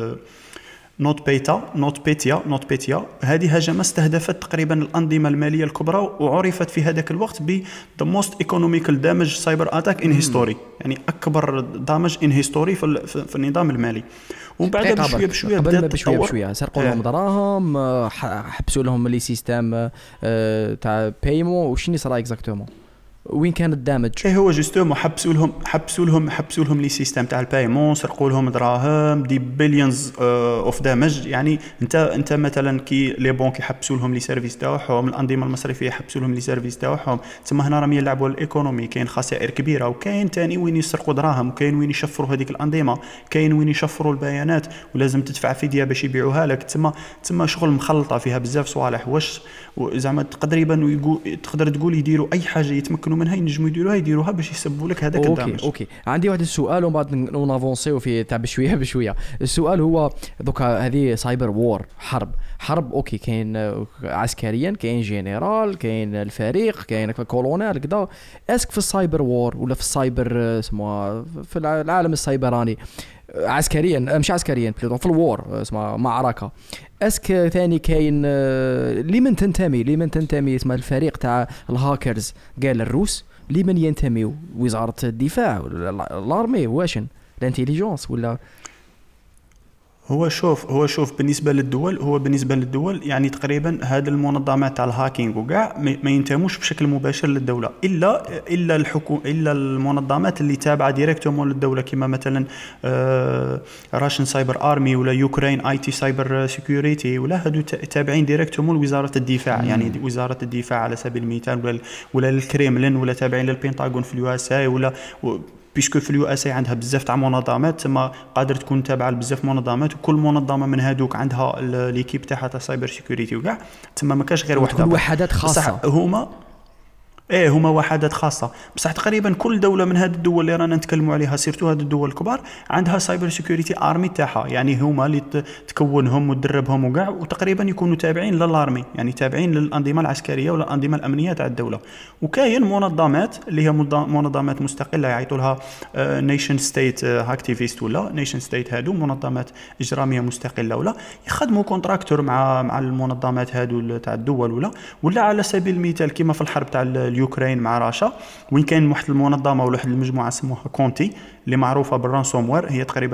نوت بيتا نوت بيتيا نوت بيتيا هذه هجمة استهدفت تقريبا الأنظمة المالية الكبرى، وعرفت في هذاك الوقت ب the most economical damage cyber attack in history، يعني أكبر دامج in history في, في النظام المالي. ومن بعد بشوية بشوية بدأت بشوية بشوية سرقوا لهم دراهم، حبسوا لهم لي سيستم تاع بايمون. وشني صرا اكزاكتومون؟ وين كان الدامج؟ ايه هو جوستومون حبسوا لهم حبسوا لهم حبسوا لهم لي سيستم تاع البايمون، سرقوا لهم دراهم، دي بليونز اوف دامج. يعني انت انت مثلا كي لي بونك يحبسوا لهم لي سيرفيس تاعهم، الانظمه المصرفيه يحبسوا لهم لي سيرفيس تاعهم، تما هنا راهم يلعبوا الايكونومي. كاين خسائر كبيره، وكاين ثاني وين يسرقوا دراهم، وكاين وين يشفروا هذيك الانظمه، كاين وين يشفروا البيانات ولازم تدفع فديه باش يبيعوها لك. تما تما شغل مخلطه فيها بزاف صوالح. واش زعما تقريبا تقدر تقول يديروا اي حاجه يتمكنوا منها ينجموا يديروها يديروها باش يسبوا لك هذاك الدمج. اوكي اوكي عندي واحد السؤال ومن بعد نافونسيو فيه تاع بشويه بشويه. السؤال هو دوكا هذه سايبر وور، حرب حرب اوكي، كاين عسكريا، كاين جنرال، كاين الفريق، كاين كولونيل كذا. اسك في السايبر وور ولا في السايبر اسمه في العالم السايبراني عسكريا، مش عسكريا بلوتون في الوور اسمها معركه، اسك ثاني كاين لمن تنتمي لمن تنتمي اسمها الفريق تاع الهاكرز قال الروس، لمن ينتميوا وزاره الدفاع ولا الارمي واشن الانتيليجنس ولا؟ هو شوف هو شوف بالنسبه للدول هو بالنسبه للدول يعني تقريبا هذه المنظمات تاع الهاكينغ وكاع ما ينتموش بشكل مباشر للدوله، الا الا الحكومه الا المنظمات اللي تابعه ديريكتومون للدوله، كما مثلا راشن سايبر ارمي ولا يوكرين اي تي سايبر سيكوريتي، ولا هادو تابعين ديريكتومون لوزاره الدفاع. يعني وزاره الدفاع على سبيل المثال، ولا ولا الكريملين، ولا تابعين للبنتاغون في اليو اس اي، ولا بيسكو في اليو اس اي عندها بزاف تاع منظمات، تما قادر تكون تابعه لبزاف منظمات، وكل منظمه من هذوك عندها ليكيب تاعها تاع سايبر سيكوريتي وكاع. تما ما كاش غير وحده، كل وحدات خاصه هما ايه هما وحدات خاصه. بصح تقريبا كل دوله من هذه الدول اللي رانا نتكلموا عليها سيرتو هذه الدول الكبار عندها سايبر سيكوريتي ارمي تاعها، يعني هما اللي تكونهم وتدربهم وكاع، وتقريبا يكونوا تابعين للارمي، يعني تابعين للانظمه العسكريه ولا الانظمه الامنيه تاع الدوله. وكاين منظمات اللي هي منظمات مستقله يعيطوا لها نيشن ستيت اكتيفيست ولا نيشن ستيت، هادو منظمات اجراميه مستقله ولا يخدموا كونتراكتور مع مع المنظمات هادو تاع الدول، ولا ولا على سبيل المثال كما في الحرب تاع اليوكرين مع راشا، وين كاين واحد المنظمه ولا واحد المجموعه سموها كونتي اللي معروفه بالرانسوم وير. هي تقريبا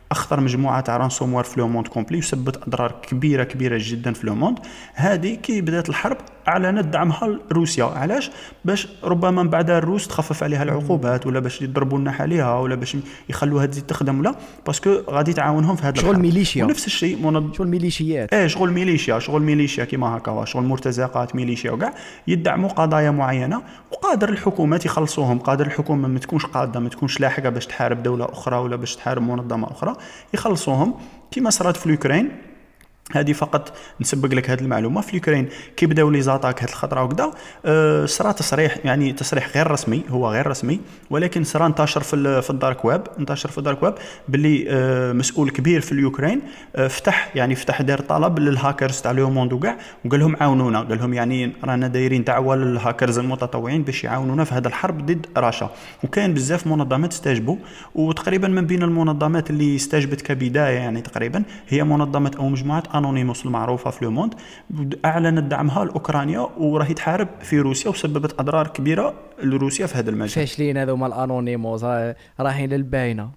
اخطر مجموعه تاع رانسوموار في لو موند كومبلي وسببت اضرار كبيره كبيره جدا في لو موند. هذه كي بدات الحرب اعلنت دعمها لروسيا. علاش؟ باش ربما من بعد الروس تخفف عليها العقوبات، ولا باش يضربوا لنا عليها، ولا باش يخلوها تزيد تخدم، ولا باسكو غادي تعاونهم في هذا شغل ميليشيا. ونفس الشيء منظ... شغل ميليشيات. ايه شغل ميليشيا شغل ميليشيا كيما هكا، شغل مرتزقات ميليشيا وكاع يدعموا قضايا معينه، وقادر الحكومات يخلصوهم. قادر الحكومه ما تكونش قاده ما تكونش لاحقه باش تحارب دوله اخرى ولا باش تحارب منظمه اخرى، يخلصوهم كيما صارت في اليوكرين. هذه فقط نسبق لك هذه المعلومه. في اليوكرين كي بداو لي زاتاك هذه الخطره وكذا، أه صرا تصريح، يعني تصريح غير رسمي، هو غير رسمي ولكن صرا انتشر في في الدارك ويب انتشر في الدارك ويب باللي أه مسؤول كبير في اليوكرين أه فتح يعني فتح دار طلب للهاكرز تاع لو موند وكاع، وقال لهم عاونونا، قال لهم يعني رانا دايرين دعوه للهاكرز المتطوعين باش يعاونونا في هذا الحرب ضد راشا. وكان بزاف منظمات استجابوا، وتقريبا من بين المنظمات اللي استجابت كبدايه يعني تقريبا هي منظمه او مجموعه انونيموس المعروفه في لو موند، اعلنت دعمها لاوكرانيا وراهي تحارب في روسيا وسببت اضرار كبيره لروسيا في هذا المجال. فاشلين هذوما الانونيموس رايحين للباينه.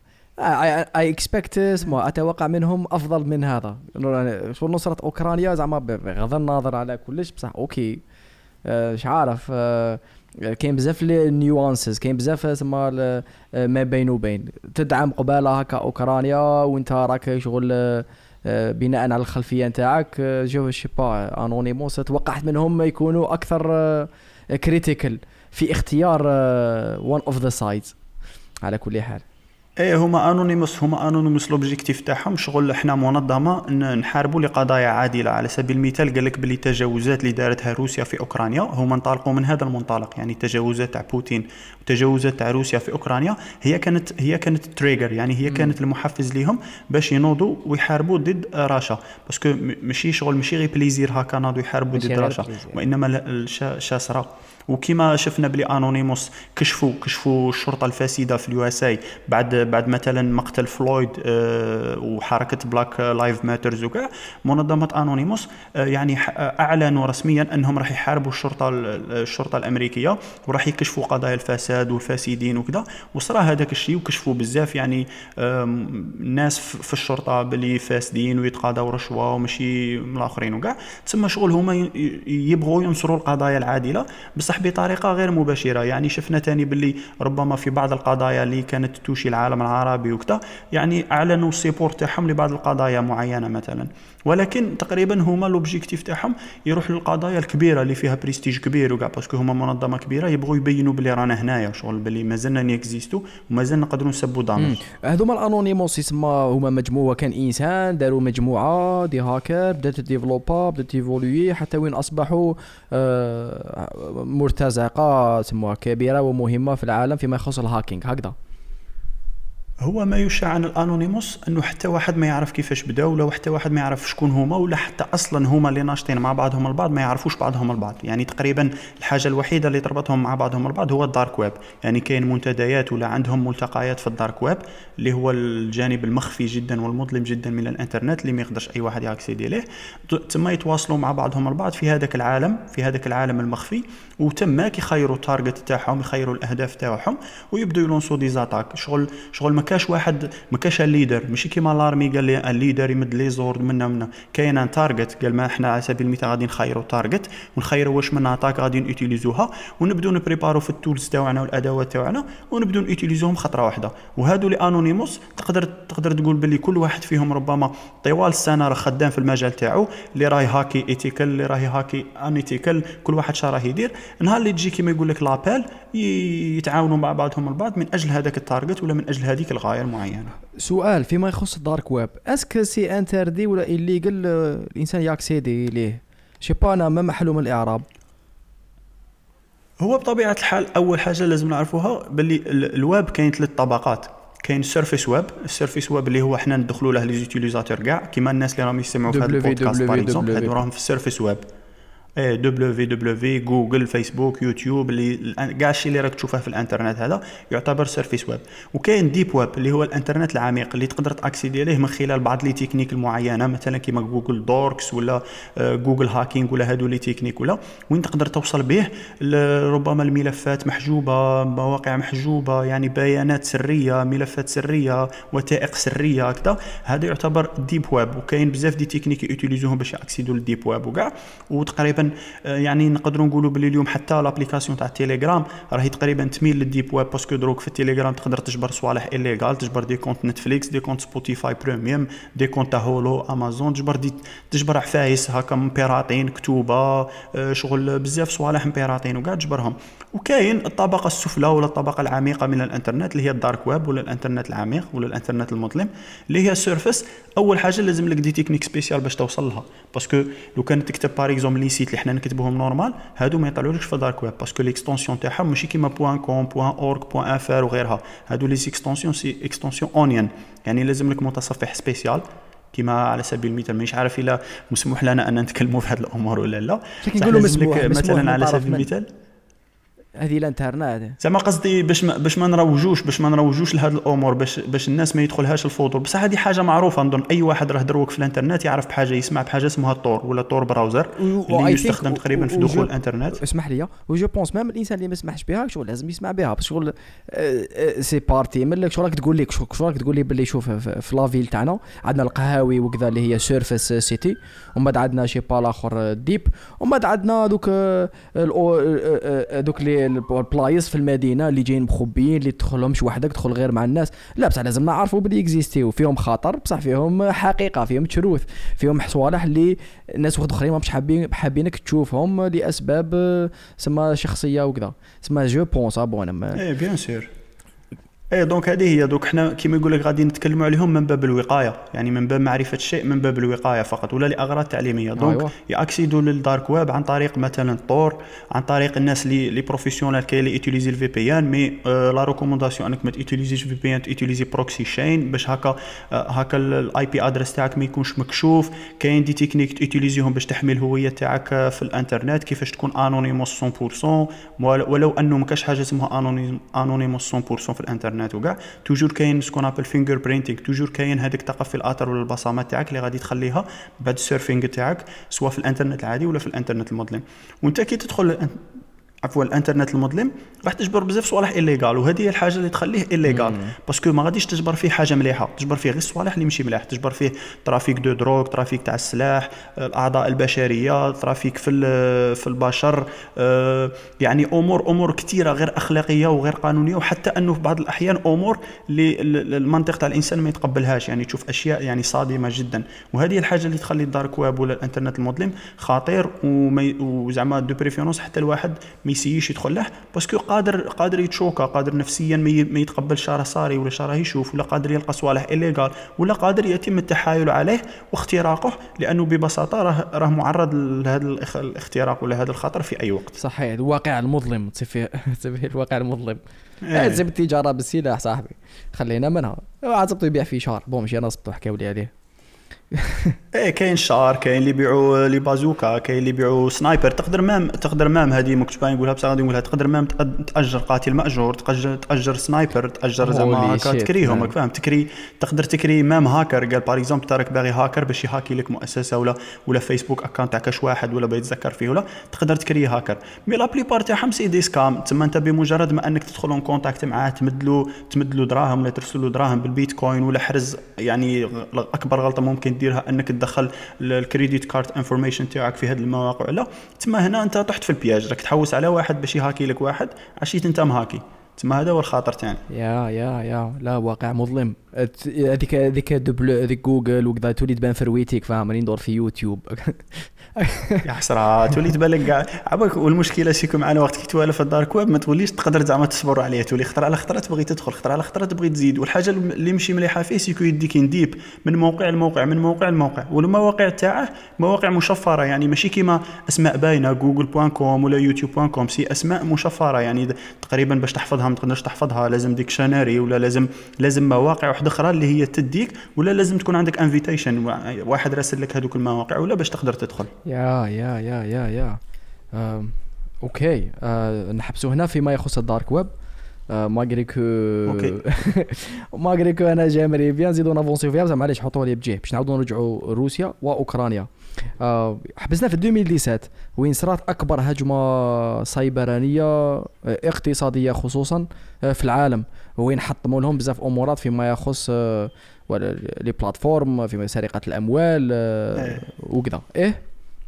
اي اكسبكت اسمه اتوقع منهم افضل من هذا. شو نصره اوكرانيا زعما بغض النظر على كلش بصح اوكي مش عارف كاين بزاف النيوانسز، كاين بزاف اسمها ما بين وبين. تدعم قباله هكا اوكرانيا وانت راك شغل بناء على الخلفيه نتاعك جو شي با انونيموس توقعت منهم يكونوا اكثر كريتيكال في اختيار وان اوف ذا سايدز. على كل حال ايه هما انونيموس هما انونيموس لوبجيكتيف تاعهم شغل احنا منظمه نحاربوا لقضايا عادله. على سبيل المثال قال لك بلي التجاوزات اللي دارتها روسيا في اوكرانيا هما انطلقوا من هذا المنطلق، يعني التجاوزات تاع بوتين وتجاوزات تاع روسيا في اوكرانيا هي كانت هي كانت تريجر، يعني هي كانت المحفز ليهم باش ينوضوا ويحاربوا ضد راشا. باسكو ماشي شغل ماشي غير بليزير هكا ناضوا يحاربوا ضد راشا، وانما الشاسره. وكما شفنا بلي انونيموس كشفوا كشفوا الشرطه الفاسده في اليو اس اي بعد بعد مثلا مقتل فلويد أه وحركه بلاك لايف ماترز وكاع. منظمه انونيموس أه يعني اعلنوا رسميا انهم راح يحاربوا الشرطه الشرطه الامريكيه وراح يكشفوا قضايا الفساد والفاسدين وكذا. وصرا هذاك الشيء وكشفوا بزاف يعني الناس في الشرطه بلي فاسدين ويتقاضوا رشوه وماشي من الاخرين وكاع. تسمى شغل هما يبغوا ينصروا القضايا العادله بصح بطريقه غير مباشره. يعني شفنا تاني باللي ربما في بعض القضايا اللي كانت توشي العالم العربي وكذا يعني اعلنوا السيبورت تاعهم لبعض القضايا معينه مثلا، ولكن تقريبا هما لوبجيكتيف تاعهم يروح للقضايا الكبيره اللي فيها بريستيج كبير وكاع، باسكو هما منظمه كبيره يبغوا يبينوا بلي رانا هنايا شغل باللي مازلنا نيكزيستو ومازلنا نقدروا نسبوا دامج. هذوما الانونيموس يسمى هما مجموعه، كان انسان داروا مجموعه دي هاكر بدات ديفلوبا بدات ايفولوي حتى وين اصبحوا آه مرتزقه سموها كبيره ومهمه في العالم فيما يخص الهاكينج. هكذا هو ما يشاع عن الانونيموس انه حتى واحد ما يعرف كيفاش بداو، ولا حتى واحد ما يعرف شكون هما، ولا حتى اصلا هما اللي ناشطين مع بعضهم البعض ما يعرفوش بعضهم البعض. يعني تقريبا الحاجه الوحيده اللي تربطهم مع بعضهم البعض هو الدارك ويب. يعني كاين منتديات ولا عندهم ملتقيات في الدارك ويب اللي هو الجانب المخفي جدا والمظلم جدا من الانترنت اللي ما يقدرش اي واحد ياكسيدي ليه. تما يتواصلوا مع بعضهم البعض في هذاك العالم في هذاك العالم المخفي، وتما كيخيروا التارجت تاعهم يخيروا الاهداف تاعهم ويبداو يلونسوا دي زاتاك. شغل شغل ما كاش واحد ما كاش الليدر، ماشي كيما لارمي قال لي الليدر يمد لي زورد منا منا. كاين ان تارجت قال ما احنا على سبيل المثال غادي نخيروا تارجت ونخيروا واش من اتاك غادي نوتيليزوها ونبداو نبريبارو في التولز تاعنا والادوات تاعنا ونبداو نوتيليزوهم خطره واحده. وهادو لي انونيموس تقدر تقدر تقول باللي كل واحد فيهم ربما طوال السنه راه خدام في المجال تاعو، اللي راهي هاكي ايثيكال اللي راهي هاكي ان ايثيكال، كل واحد شا راه يدير. نهار اللي تجي كيما يقول لك لابيل يتعاونوا مع بعضهم البعض من اجل هذاك التارجت ولا من اجل هذيك الغايه المعينه. سؤال فيما يخص الدارك ويب، اسك سي انتردي ولا الليغل الانسان ياكسيدي ليه؟ شي با انا ما محله من الاعراب. هو بطبيعه الحال اول حاجه لازم نعرفوها باللي الويب كاين ثلاث طبقات. كاين السيرفيس ويب، السيرفيس ويب اللي هو احنا ندخلوا له لي زوتيليزاتور كاع كيما الناس اللي راهم يسمعوا في هذا البودكاست باغ اكزومبل، هادو راهم في السيرفيس ويب. ايه دبليو دبليو جوجل فيسبوك يوتيوب اللي كاع الشيء اللي راك تشوفه في الانترنت هذا يعتبر سيرفيس ويب. وكاين ديب ويب اللي هو الانترنت العميق اللي تقدر تاكسيدي عليه من خلال بعض لي تكنيك المعينه مثلا كيما جوجل دوركس ولا جوجل هاكينج ولا هادو لي تكنيك ولا وين تقدر توصل به ربما الملفات محجوبه مواقع محجوبه يعني بيانات سريه ملفات سريه وثائق سريه كذا. هذا يعتبر ديب ويب وكاين بزاف دي تكنيك يوتيليزوهم باش ياكسيدوا للديب ويب وكاع. وتقريبا يعني نقدروا نقولوا باللي اليوم حتى لابليكاسيون تاع التليجرام راهي تقريبا تميل للديب ويب باسكو دروك في التليجرام تقدر تجبر صوالح إليغال تجبر دي كونت نتفليكس دي كونت سبوتيفاي بريميوم دي كونت هولو امازون تجبر دي تجبر عفايس هكا مبيراطين كتوبه شغل بزاف صوالح مبيراطين وكاع تجبرهم. وكاين الطبقه السفلى ولا الطبقه العميقه من الانترنت اللي هي الدارك ويب ولا الانترنت العميق ولا الانترنت المظلم اللي هي سيرفيس. اول حاجه لازم لك دي تكنيك سبيسيال باش توصل لها باسكو لو كان تكتب باغ اكزومبل لي سيت اللي حنا نكتبوهم نورمال هادو ما يطلعولكش في دارك ويب باسكو ليكستونسيون تاعهم ماشي كيما بوان كوم بوان اورغ بوان افر وغيرها. هادو لي اكستونسيون سي اكستونسيون اونيون يعني لازم لك متصفح سبيسيال كيما على سبيل المثال مانيش عارف الا مسموح لنا ان نتكلموا في هذه الامور ولا لا. نقولوا مسموح مثلا على سبيل المثال هذه الانترنت زعما قصدي باش ما باش ما نروجوش باش ما نروجوش لهذه الامور باش باش الناس ما يدخلهاش الفضول. بصح هذه حاجه معروفه نظن اي واحد راه دروك في الانترنت يعرف بحاجه يسمع بحاجه اسمها التور ولا تور براوزر اللي يستخدم تقريبا في دخول الانترنت. اسمح لي وجو بونس ميم الانسان اللي ما يسمحش بها شغل لازم يسمع بها باش شغل سي بارتي من لك شو راك تقول لك شو راك تقول لي باللي شوف في لافيل تاعنا عندنا القهاوي وكذا اللي هي سيرفيس سيتي ومن بعد عندنا شي با الاخر ديب ومن بعد عندنا دوك دوك لي البلايص في المدينه اللي جايين مخبيين اللي تدخلهمش وحدك تدخل غير مع الناس. لا بصح لازم نعرفوا بلي اكزيستيو فيهم خطر بصح فيهم حقيقه فيهم تشروث فيهم صوالح اللي الناس واحد اخرين مش حابين حابينك تشوفهم لاسباب سما شخصيه وكذا سما جو بونس ابون اي بيان سور. ايه دونك هذه هي دوك حنا كيما يقول لك غادي نتكلموا عليهم من باب الوقايه يعني من باب معرفه الشيء من باب الوقايه فقط ولا لاغراض تعليميه. دونك أيوة. ياكسيدوا للدارك ويب عن طريق مثلا الطور عن طريق الناس اللي لي بروفيسيونال كاين اللي يوتيليزي الفي بي ان مي آه لا ريكومونداسيون انك ما تيوتيليزيش في بي ان تيوتيليزي بروكسي شين باش هكا آه هكا الاي بي ادرس تاعك ما يكونش مكشوف. كاين دي تكنيك تيوتيليزيهم باش تحمي الهويه تاعك في الانترنت كيفاش تكون انونيموس مية بالمية ولو انه ما كاش حاجه اسمها انونيموس مية بالمية في الانترنت وكاع توجور كاين سكون ابل فينجر برينتينغ توجور كاين هذيك تقفي الاثر ولا البصمات تاعك اللي غادي تخليها بعد السيرفينغ تاعك سواء في الانترنت العادي ولا في الانترنت المظلم. وانت كي تدخل عفوا الانترنت المظلم راح تجبر بزاف صوالح إليغال وهذه هي الحاجه اللي تخليه إليغال باسكو ما غاديش تجبر فيه حاجه مليحه تجبر فيه غير الصوالح اللي ماشي ملاح تجبر فيه ترافيك دو دروغ ترافيك تاع السلاح الاعضاء البشريه ترافيك في في البشر يعني امور امور كثيره غير اخلاقيه وغير قانونيه وحتى انه في بعض الاحيان امور اللي المنطق تاع الانسان ما يتقبلهاش يعني تشوف اشياء يعني صادمه جدا. وهذه الحاجه اللي تخلي الدارك ويب ولا الانترنت المظلم خطير وزعما دو بريفيرونس حتى الواحد ما يسيش يدخل له باسكو قادر قادر يتشوكا قادر نفسيا ما يتقبلش راه صاري ولا راه يشوف ولا قادر يلقى صوالح إليغال ولا قادر يتم التحايل عليه واختراقه لانه ببساطه راه راه معرض لهذا الاختراق ولا هذا الخطر في اي وقت. صحيح الواقع المظلم تصفي تصفي الواقع المظلم لازم إيه. التجاره بالسلاح صاحبي خلينا منها عزبطوا يبيع في شهر بون مشي انا صبتوا حكاوا لي عليه ايه كاين شار كاين اللي يبيعوا لي بازوكا كاين اللي يبيعوا سنايبر تقدر مام تقدر مام هذه مكتوبه نقولها بصح غادي نقولها تقدر مام تاجر قاتل ماجور تاجر تاجر سنايبر تاجر زعما هكا تكريهم فاهم تكري تقدر تكري مام هاكر قال باغ اكزومبل تراك باغي هاكر باش يهاكي لك مؤسسه ولا ولا فيسبوك اكونت تاع كاش واحد ولا بيتذكر فيه ولا تقدر تكري هاكر مي لا بليبار تاعهم سي دي سكام تما انت بمجرد ما انك تدخل اون كونتاكت معاه تمدلو تمدلو دراهم ولا ترسل له دراهم بالبيتكوين ولا حرز يعني اكبر غلطه ممكن ديرها انك تدخل الكريديت كارد انفورميشن تاعك في هذه المواقع لا تما هنا انت طحت في البياج راك تحوس على واحد باش يهاكي لك واحد عشيت انت مهاكي تما هذا هو الخطر تاعنا. يا يا يا لا واقع مظلم هذيك هذيك دبل هذيك جوجل وكذا تولي تبان فرويتك فاهمني ندور في يوتيوب يا حسره تولي تبان لك كاع عباك. والمشكله سيكون معنا وقت كي توالف الدارك ويب ما توليش تقدر زعما تصبر عليه تولي خطره على خطره تبغي تدخل خطره على خطره تبغي تزيد. والحاجه اللي مشي مليحه فيه سيكو يديك نديب من موقع لموقع من موقع لموقع والمواقع تاعه مواقع مشفره يعني ماشي كيما اسماء باينه جوجل دوت كوم ولا يوتيوب دوت كوم سي اسماء مشفره يعني تقريبا باش تحفظها ما تقدرش تحفظها لازم ديكشنري ولا لازم لازم مواقع وحده واحده اخرى اللي هي تديك، ولا لازم تكون عندك انفيتيشن واحد راسل لك هذوك المواقع ولا باش تقدر تدخل. يا يا يا يا يا آم. اوكي آه. نحبسوا هنا فيما يخص الدارك ويب. ماغري كو ماغري كو انا جامري بيان نزيدو نافونسيو فيها زعما علاش حطوا لي بجيه باش نعاودوا نرجعوا روسيا واوكرانيا. أه حبسنا في ألفين وسبعطاش وين صارت اكبر هجمه سايبرانيه اقتصاديه خصوصا في العالم، وين حطموا لهم بزاف امورات فيما يخص لي بلاتفورم، فيما سرقه الاموال أه وكذا. ايه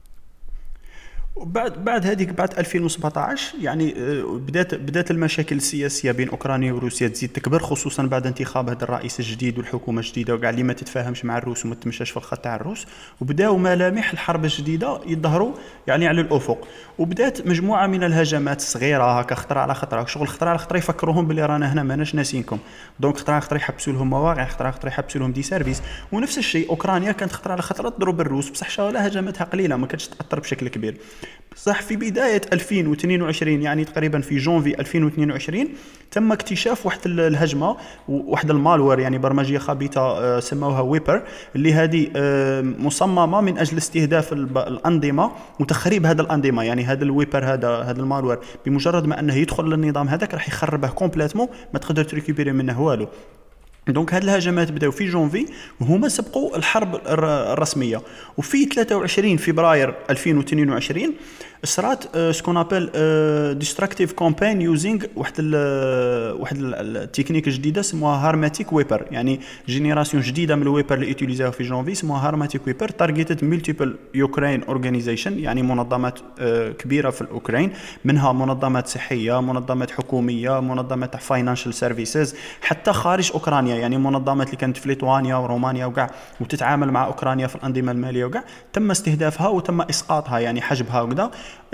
بعد بعد هذيك بعد ألفين وسبعطاش يعني بدات بدات المشاكل السياسيه بين اوكرانيا وروسيا تزيد تكبر، خصوصا بعد انتخاب هذا الرئيس الجديد والحكومه الجديده وكاع اللي ما تتفاهمش مع الروس وما تمشاش في الخط تاع الروس، وبداو ملامح الحرب الجديده يظهروا يعني على الافق. وبدات مجموعه من الهجمات الصغيره هكا خطره على خطره، شغل خطره على خطره يفكروهم باللي رانا هنا ماناش ناسينكم، دونك خطره على خطره يحبسوا لهم مواقع، خطره على خطره يحبسوا لهم دي سيرفيس. ونفس الشيء اوكرانيا كانت خطره على خطره تضرب الروس، بصح شغله هجماتها قليله ما كانتش تاثر بشكل كبير. صح في بداية ألفين واثنين وعشرين يعني تقريبا في جونفي ألفين واثنين وعشرين تم اكتشاف واحد الهجمة واحد المالوير يعني برمجية خبيثة سموها ويبر، اللي هذه مصممة من أجل استهداف الأنظمة وتخريب هذا الأنظمة. يعني هذا الويبر هذا هذا المالوير بمجرد ما أنه يدخل للنظام هذاك راح يخربه كومبليتمون، ما تقدر تريكوبيري منه والو. دونك هاد الهجمات بداو في جونفي وهما سبقوا الحرب الرسميه. وفي ثلاثة وعشرين فبراير ألفين واثنين وعشرين صرات سكون ابل ديستراكتيف كامبين يوزينغ واحد ال واحد التكنيك جديده اسمها هارماتيك ويبر، يعني جينيراسيون جديده من الويبر اللي يوتيليزاو في جونفي اسمها هارماتيك ويبر تارجيتد ملتيبل يوكرين اورغانيزيشن، يعني منظمات كبيره في الاوكرين، منها منظمات صحيه، منظمات حكوميه، منظمات فاينانشال سيرفيسز، حتى خارج اوكرانيا يعني منظمات اللي كانت في ليتوانيا ورومانيا وكاع وتتعامل مع اوكرانيا في الانظمه الماليه وكاع، تم استهدافها وتم اسقاطها يعني حجبها وكذا.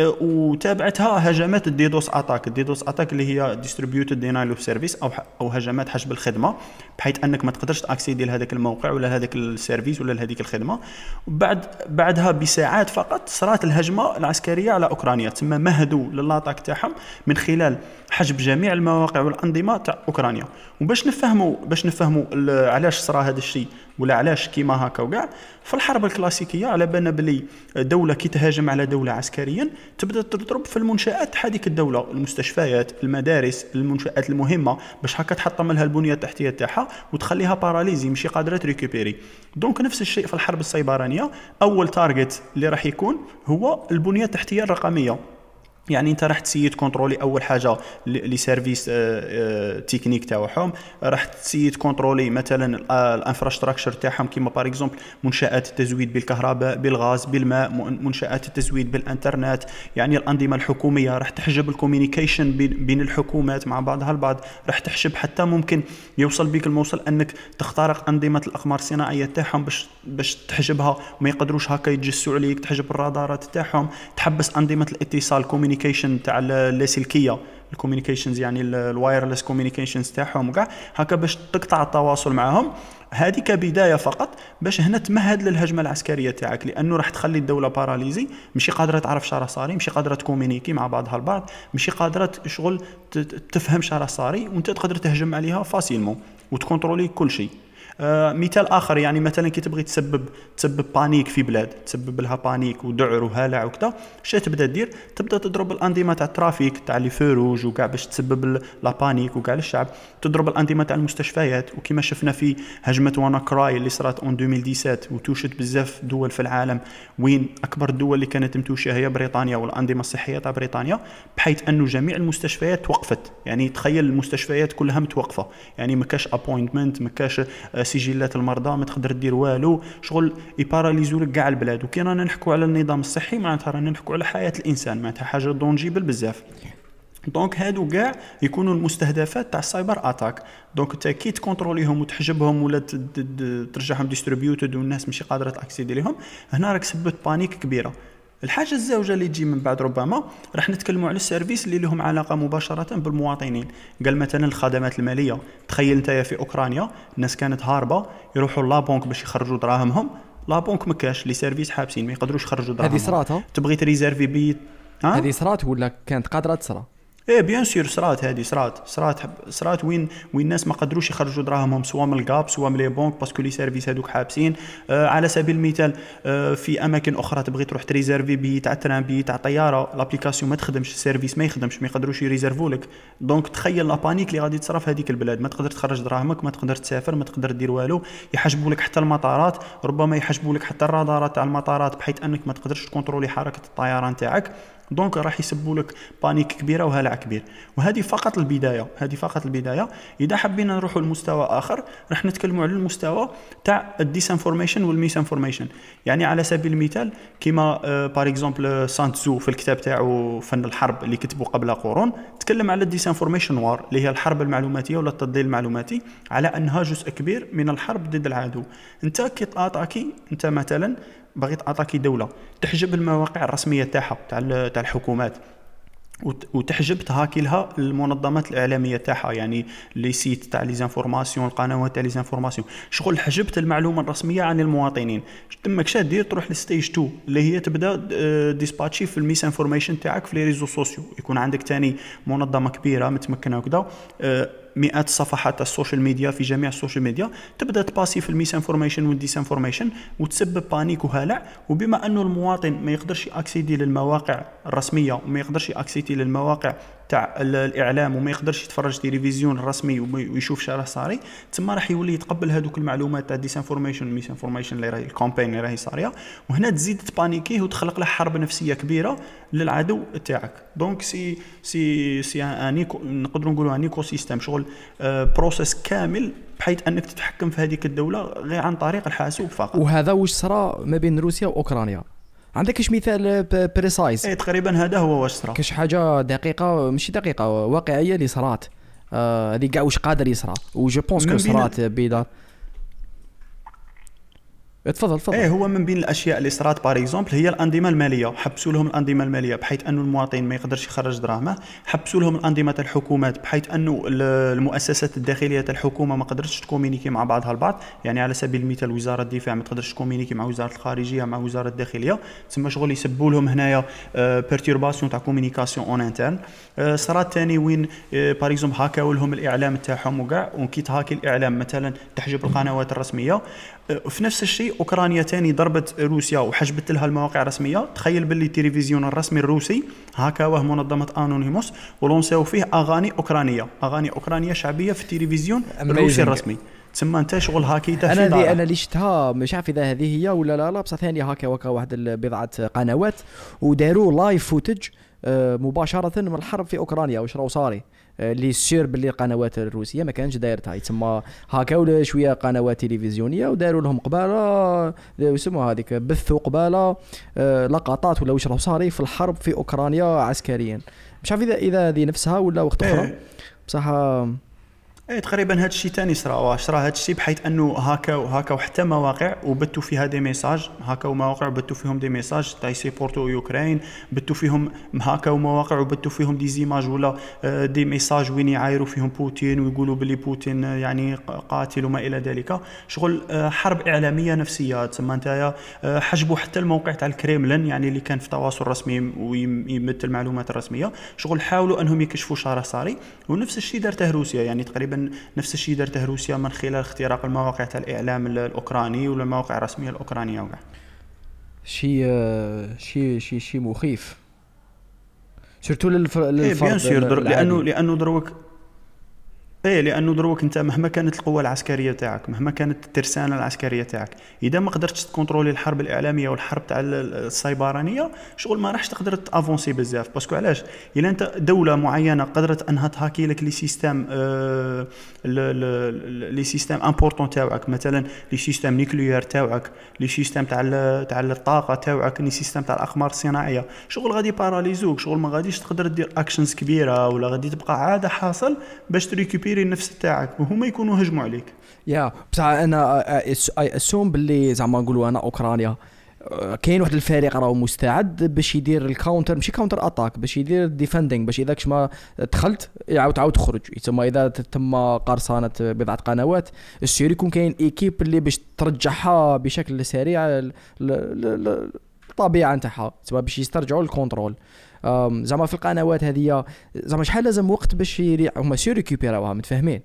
وتابعتها هجمات الديدوس اتاك. الديدوس اتاك اللي هي ديستريبيوتد دينايل اوف سيرفيس او او هجمات حجب الخدمه، بحيث انك ما تقدرش تاكسيدي لهذاك الموقع ولا لهذاك السيرفيس ولا لهذيك الخدمه. وبعد بعدها بساعات فقط صارت الهجمه العسكريه على اوكرانيا، تم مهدوا للاتاك تاعهم من خلال حجب جميع المواقع والانظمه تاع اوكرانيا. وباش نفهموا باش نفهموا علاش صرا هذا الشيء ولا علاش كيما هكا وكاع، في الحرب الكلاسيكيه على بالنا بلي دوله كي تهاجم على دوله عسكريا تبدا تضرب في المنشات هذيك الدوله، المستشفيات، المدارس، المنشات المهمه، باش هكا تحطم لها البنيه التحتيه تاعها وتخليها باراليزي ماشي قادره تريكوبيري. دونك نفس الشيء في الحرب السيبرانيه، اول تارجت اللي راح يكون هو البنيه التحتيه الرقميه. يعني انت راح تسيد كنترولي اول حاجه لي سيرفيس تكنيك تاعهم، راح تسيد كنترولي مثلا الانفراستراكشر تاعهم كيما بار اكزومبل منشات التزويد بالكهرباء، بالغاز، بالماء، منشات التزويد بالانترنت، يعني الانظمه الحكوميه راح تحجب الكوميونيكيشن بين الحكومات مع بعضها البعض، راح تحجب حتى ممكن يوصل بك الموصل انك تخترق انظمه الاقمار الصناعيه تاعهم باش باش تحجبها وما يقدروش هكا يتجسوا عليك، تحجب الرادارات تاعهم، تحبس انظمه الاتصال كوميونيكيشن تاع اللاسلكيه الكوميونيكيشنز يعني الوايرلس كوميونيكيشنز تاعهم وكاع هكا باش تقطع التواصل معهم. هذه كبدايه فقط باش هنا تمهد للهجمه العسكريه تاعك، لانه راح تخلي الدوله باراليزي، ماشي قادره تعرف شرا صاري، ماشي قادره تكومينيكي مع بعضها البعض، ماشي قادره شغل تفهم شرا صاري، وانت تقدر تهجم عليها فاسيلمون وتكونترولي كل شيء. آه مثال اخر يعني مثلا كي تبغي تسبب تسبب بانيك في بلاد، تسبب لها بانيك وذعر وهلع وكذا، اش تبدا دير؟ تبدا تضرب الانظمه تاع الترافيك تاع لي فروج وكاع باش تسبب لا بانيك وكاع للشعب، تضرب الانظمه تاع المستشفيات. وكما شفنا في هجمه وانا كراي اللي صارت اون ألفين وسبعطاش وتوشت بزاف دول في العالم، وين اكبر الدول اللي كانت متوشه هي بريطانيا والانظمه الصحيه تاع بريطانيا، بحيث انه جميع المستشفيات توقفت. يعني تخيل المستشفيات كلها متوقفه، يعني ما كاش ابوينتمنت، ما كاش سجلات المرضى، ما تقدر دير والو، شغل يباراليزوا لك كاع البلاد. وكي رانا نحكوا على النظام الصحي معناتها رانا نحكوا على حياه الانسان، معناتها حاجه دونجيبل بزاف. دونك هادو كاع يكونوا المستهدفات تاع السايبر اتاك. دونك انت كي تكونتروليهم وتحجبهم ولا ترجعهم ديستريبيوتد والناس ماشي قادره تاكسيدي لهم، هنا راك سبت بانيك كبيره. الحاجه الزوجه اللي تجي من بعد ربما راح نتكلموا على السيرفيس اللي لهم علاقه مباشره بالمواطنين. قال مثلا الخدمات الماليه، تخيل انت في اوكرانيا الناس كانت هاربه يروحوا لا بنك باش يخرجوا دراهمهم، لا بنك ما كاش، لي سيرفيس حابسين ما يقدروش يخرجوا دراهمهم. هذه صرات تبغي تريزيرفي بيت، هذه صرات ولا كانت قادره تصرا؟ ايه بيان سور صرات هذه صرات صرات صرات وين وين الناس ما قدروش يخرجوا دراهمهم سواء من الكاب سواء من لي بنك باسكو لي سيرفيس هذوك حابسين. آه على سبيل المثال آه في اماكن اخرى تبغي تروح تريزيرفي بي تاع تران بي تاع طياره لابليكاسيون ما تخدمش السيرفيس ما يخدمش ما يقدروش يريزيرفوا لك. دونك تخيل لا بانيك اللي غادي تصرا في هذيك البلاد ما تقدر تخرج دراهمك ما تقدر تسافر ما تقدر دير والو. يحجبوا لك حتى المطارات ربما يحجبوا لك حتى الرادارات تاع المطارات بحيث انك ما تقدرش تكونترولي حركه الطيران تاعك. دونك راح يسبوا لك بانيك كبيره وهلع كبير. وهذه فقط البدايه هذه فقط البدايه. اذا حبينا نروحوا لمستوى اخر راح نتكلموا على المستوى تاع الديسانفورميشن والميس انفورميشن. يعني على سبيل المثال كيما بار اكزومبل سانتزو في الكتاب تاعو فن الحرب اللي كتبه قبل قرون تكلم على الديسانفورميشن وار اللي هي الحرب المعلوماتيه ولا التضليل المعلوماتي على انها جزء كبير من الحرب ضد العدو. انت كي تاتاكي انت مثلا باغي تاتاكي دوله تحجب المواقع الرسميه تاعها تاع تاع الحكومات وتحجب تهاكي لها المنظمات الاعلاميه تاعها يعني لي سيت تاع لي زانفورماسيون القنوات تاع لي زانفورماسيون. شغل حجبت المعلومه الرسميه عن المواطنين. تمك شاد دير تروح لستيج اثنين اللي هي تبدا ديسباتشي في الميس انفورميشن تاعك في لي ريزو سوسيو. يكون عندك تاني منظمه كبيره متمكنه وكذا مئات الصفحات السوشيال ميديا في جميع السوشيال ميديا تبدا تباسي في الميس انفورميشن والديس انفورميشن وتسبب بانيك وهلع. وبما انه المواطن ما يقدرش ياكسيدي للمواقع الرسميه وما يقدرش ياكسيدي للمواقع تاع الاعلام وما يقدرش يتفرج تلفزيون الرسمي ويشوف شرح صاري تما راح يولي يتقبل هذوك المعلومات تاع ديس انفورميشن ميس انفورميشن اللي راهي الكامبين اللي راهي صاريه. وهنا تزيد تبانيكيه وتخلق له حرب نفسيه كبيره للعدو تاعك. دونك سي سي سي انيكو نقدروا نقولوا ان ايكو سيستم شغل بروسيس كامل بحيث انك تتحكم في هذيك الدوله غير عن طريق الحاسوب فقط. وهذا واش صرا ما بين روسيا واوكرانيا. عندك كاش مثال بريسايز؟ اي تقريبا هذا هو واش صرا. كاش حاجه دقيقه ماشي دقيقه واقعيه اللي صرات هذه آه كاع واش قادر يصرا وجو بونس كو صرات بيدار. اتفضل تفضل. ايه هو من بين الاشياء اللي صارت بار اكزومبل هي الانظمه الماليه. حبسوا لهم الانظمه الماليه بحيث انه المواطن ما يقدرش يخرج دراهمه. حبسوا لهم الانظمه الحكومات بحيث انه المؤسسات الداخليه تاع الحكومه ما قدرتش تكومينيكي مع بعضها البعض. يعني على سبيل المثال وزاره الدفاع ما تقدرش تكومينيكي مع وزاره الخارجيه مع وزاره الداخليه. تسمى شغل يسبوا لهم هنايا بيرتورباسيون تاع كومينيكاسيون اون انترن. صارت ثاني وين بار اكزومبل هاكاو لهم الاعلام تاعهم وكاع وكي تهاكي الاعلام مثلا تحجب القنوات الرسميه. في نفس الشيء اوكرانيا تاني ضربت روسيا وحجبت لها المواقع الرسميه. تخيل باللي التلفزيون الرسمي الروسي هاكاوه منظمه انونيموس ولونساو فيه اغاني اوكرانيه اغاني اوكرانيه شعبيه في التلفزيون الروسي الرسمي. تسمى انت شغل هاكيته انا دي انا اللي شفتها مش عارف اذا هذه هي ولا لا لا بصح ثاني هاكا وكا واحد بضعه قنوات وداروا لايف فوتج مباشره من الحرب في اوكرانيا واش راهو صاري اللي سير باللي القنوات الروسيه ما كانش دايرتها. يتسمى هاكا ولا شويه قنوات تلفزيونيه وداروا لهم قباله يسموها هذيك بثوا قباله لقطات ولا واش راهو صاري في الحرب في اوكرانيا عسكريا. مش عارف اذا اذا هذه نفسها ولا وقت اخرى بصح. اي تقريبا هذا الشيء ثاني صرا واش راه هذا الشيء بحيث انه هاكا وهاكا وحتى مواقع وبتوا فيها دي ميساج هاكا ومواقع وبتوا فيهم دي ميساج تاع سيبورتو اوكرين. بتوا فيهم هاكا ومواقع وبتوا فيهم دي زيماج ولا دي ميساج وين يعايروا فيهم بوتين ويقولوا بلي بوتين يعني قاتل وما الى ذلك. شغل حرب اعلاميه نفسيه. تسمى نتايا حجبوا حتى الموقع تاع الكريملين يعني اللي كان في تواصل رسمي ويمثل المعلومات الرسميه. شغل حاولوا انهم يكشفوا شارع صاري. ونفس الشيء دارته روسيا يعني تقريبا نفس الشيء دارته روسيا من خلال اختراق المواقع تاع الاعلام الاوكراني ولا المواقع الرسميه الاوكرانيه وكاع. شيء شيء شيء شيء مخيف سيرتو للفرد لانه لانه دروك ايه لانه دروك انت مهما كانت القوه العسكريه تاعك مهما كانت الترسانه العسكريه تاعك اذا ما قدرتش تكونترولي الحرب الاعلاميه والحرب تاع السايبرانيه شغل ما راحش تقدر تافونسي بزاف. باسكو علاش الا انت دوله معينه قدرت انها تهاكي لك لي سيستيم آه لي سيستيم امبورطون تاعك مثلا لي سيستيم نيوكليير تاعك لي سيستيم تاع تاع الطاقه تاعك لي سيستيم تاع الاقمار الصناعيه شغل غادي باراليزوك. شغل ما غاديش تقدر دير اكشنز كبيره ولا غادي تبقى عاده حاصل باش تريكوبيري النفس تاعك وهما يكونوا هجموا عليك. يا بصح انا اسوم باللي زعما نقولوا انا اوكرانيا كاين واحد الفريق راهو مستعد باش يدير الكاونتر ماشي كاونتر اتاك باش يدير ديفندينغ باش اذاك ما دخلت يعاود تعاود تخرج. يتسمى اذا تم قرصنه بضعه قنوات السير يكون كاين ايكيب اللي باش ترجعها بشكل سريع الطبيعه نتاعها تسمى باش يسترجعوا الكنترول. زعما في القنوات هذه زعما شحال لازم وقت باش هما سي ريكوبيراوها متفاهمين.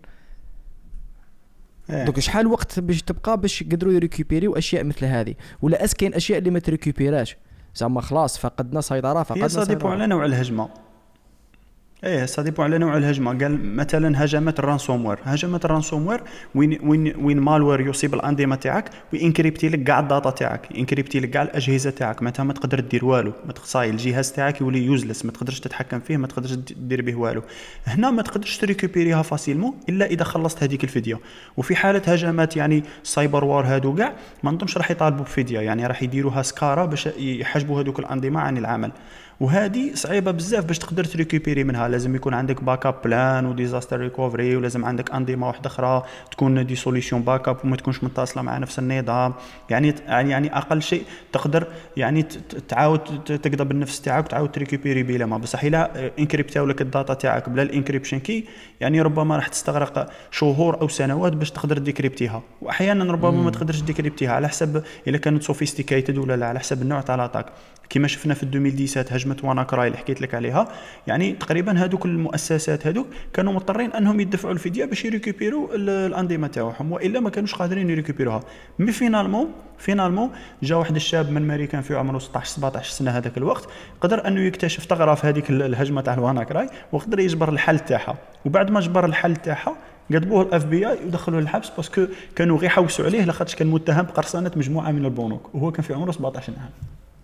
دونك شحال وقت باش تبقى باش يقدروا يريكوبيريو اشياء مثل هذه، ولا اس كاين اشياء اللي ما تريكوبيراش زعما خلاص فقدنا سيطره فقدنا سيطره. هي صديبو على نوع الهجمه. ايه صديبو على نوع الهجمه. قال مثلا هجمات الرانسوموير، هجمات الرانسوموير وين وين وين مالوير يصيب الانظمه تاعك وينكريبتي لك كاع الداتا تاعك، ينكريبتي لك كاع الاجهزه تاعك، معناتها ما تقدر دير والو، ما تقصاي الجهاز تاعك يولي يوزلس، ما تقدرش تتحكم فيه، ما تقدرش دير به والو. هنا ما تقدرش تريكوبيريها فاسيلمون الا اذا خلصت هذيك الفديه. وفي حاله هجمات يعني سايبر وار هادو كاع ما نظنش راح يطالبوا بفديه، يعني راح يديروها سكاره باش يحجبوا هذوك الانظمه عن العمل. وهذه صعيبه بزاف باش تقدر تريكوبيري منها. لازم يكون عندك باك اب بلان وديزاستر ريكوفري، ولازم عندك انظمه واحده اخرى تكون دي سوليوشن باك اب وما تكونش متصله مع نفس النظام. يعني يعني اقل شيء تقدر يعني تعاود تقدر النفس تاعك تعاود تريكوبيري بلا ما. بصح الا انكريبتاو لك الداتا تاعك بلا الانكريبشن كي يعني ربما راح تستغرق شهور او سنوات باش تقدر ديكريبتيها، واحيانا ربما ما تقدرش ديكريبتيها على حسب الا كانت سوفيستيكيتد ولا لا، على حسب النوع تاع الاتاك. كما شفنا في ألفين وسبعة عشر هجمه وانا كراي اللي حكيت لك عليها، يعني تقريبا هذوك المؤسسات هذوك كانوا مضطرين انهم يدفعوا الفديه باش يريكوبيروا الانظمه تاعهم، والا ما كانوش قادرين يريكوبيروها. مي فينالمون فينالمون جا واحد الشاب من امريكان في عمره ستة عشر سبعة عشر سنه هذاك الوقت، قدر انه يكتشف ثغره في هذيك الهجمه تاع وانا كراي وقدر يجبر الحل تاعها. وبعد ما جبر الحل تاعها قدبوه الاف بي اي ودخلوه للحبس باسكو كانوا غير يحوسوا عليه لاخاطش كان متهم بقرصنه مجموعه من البنوك وهو كان في عمره سبعة عشر عام.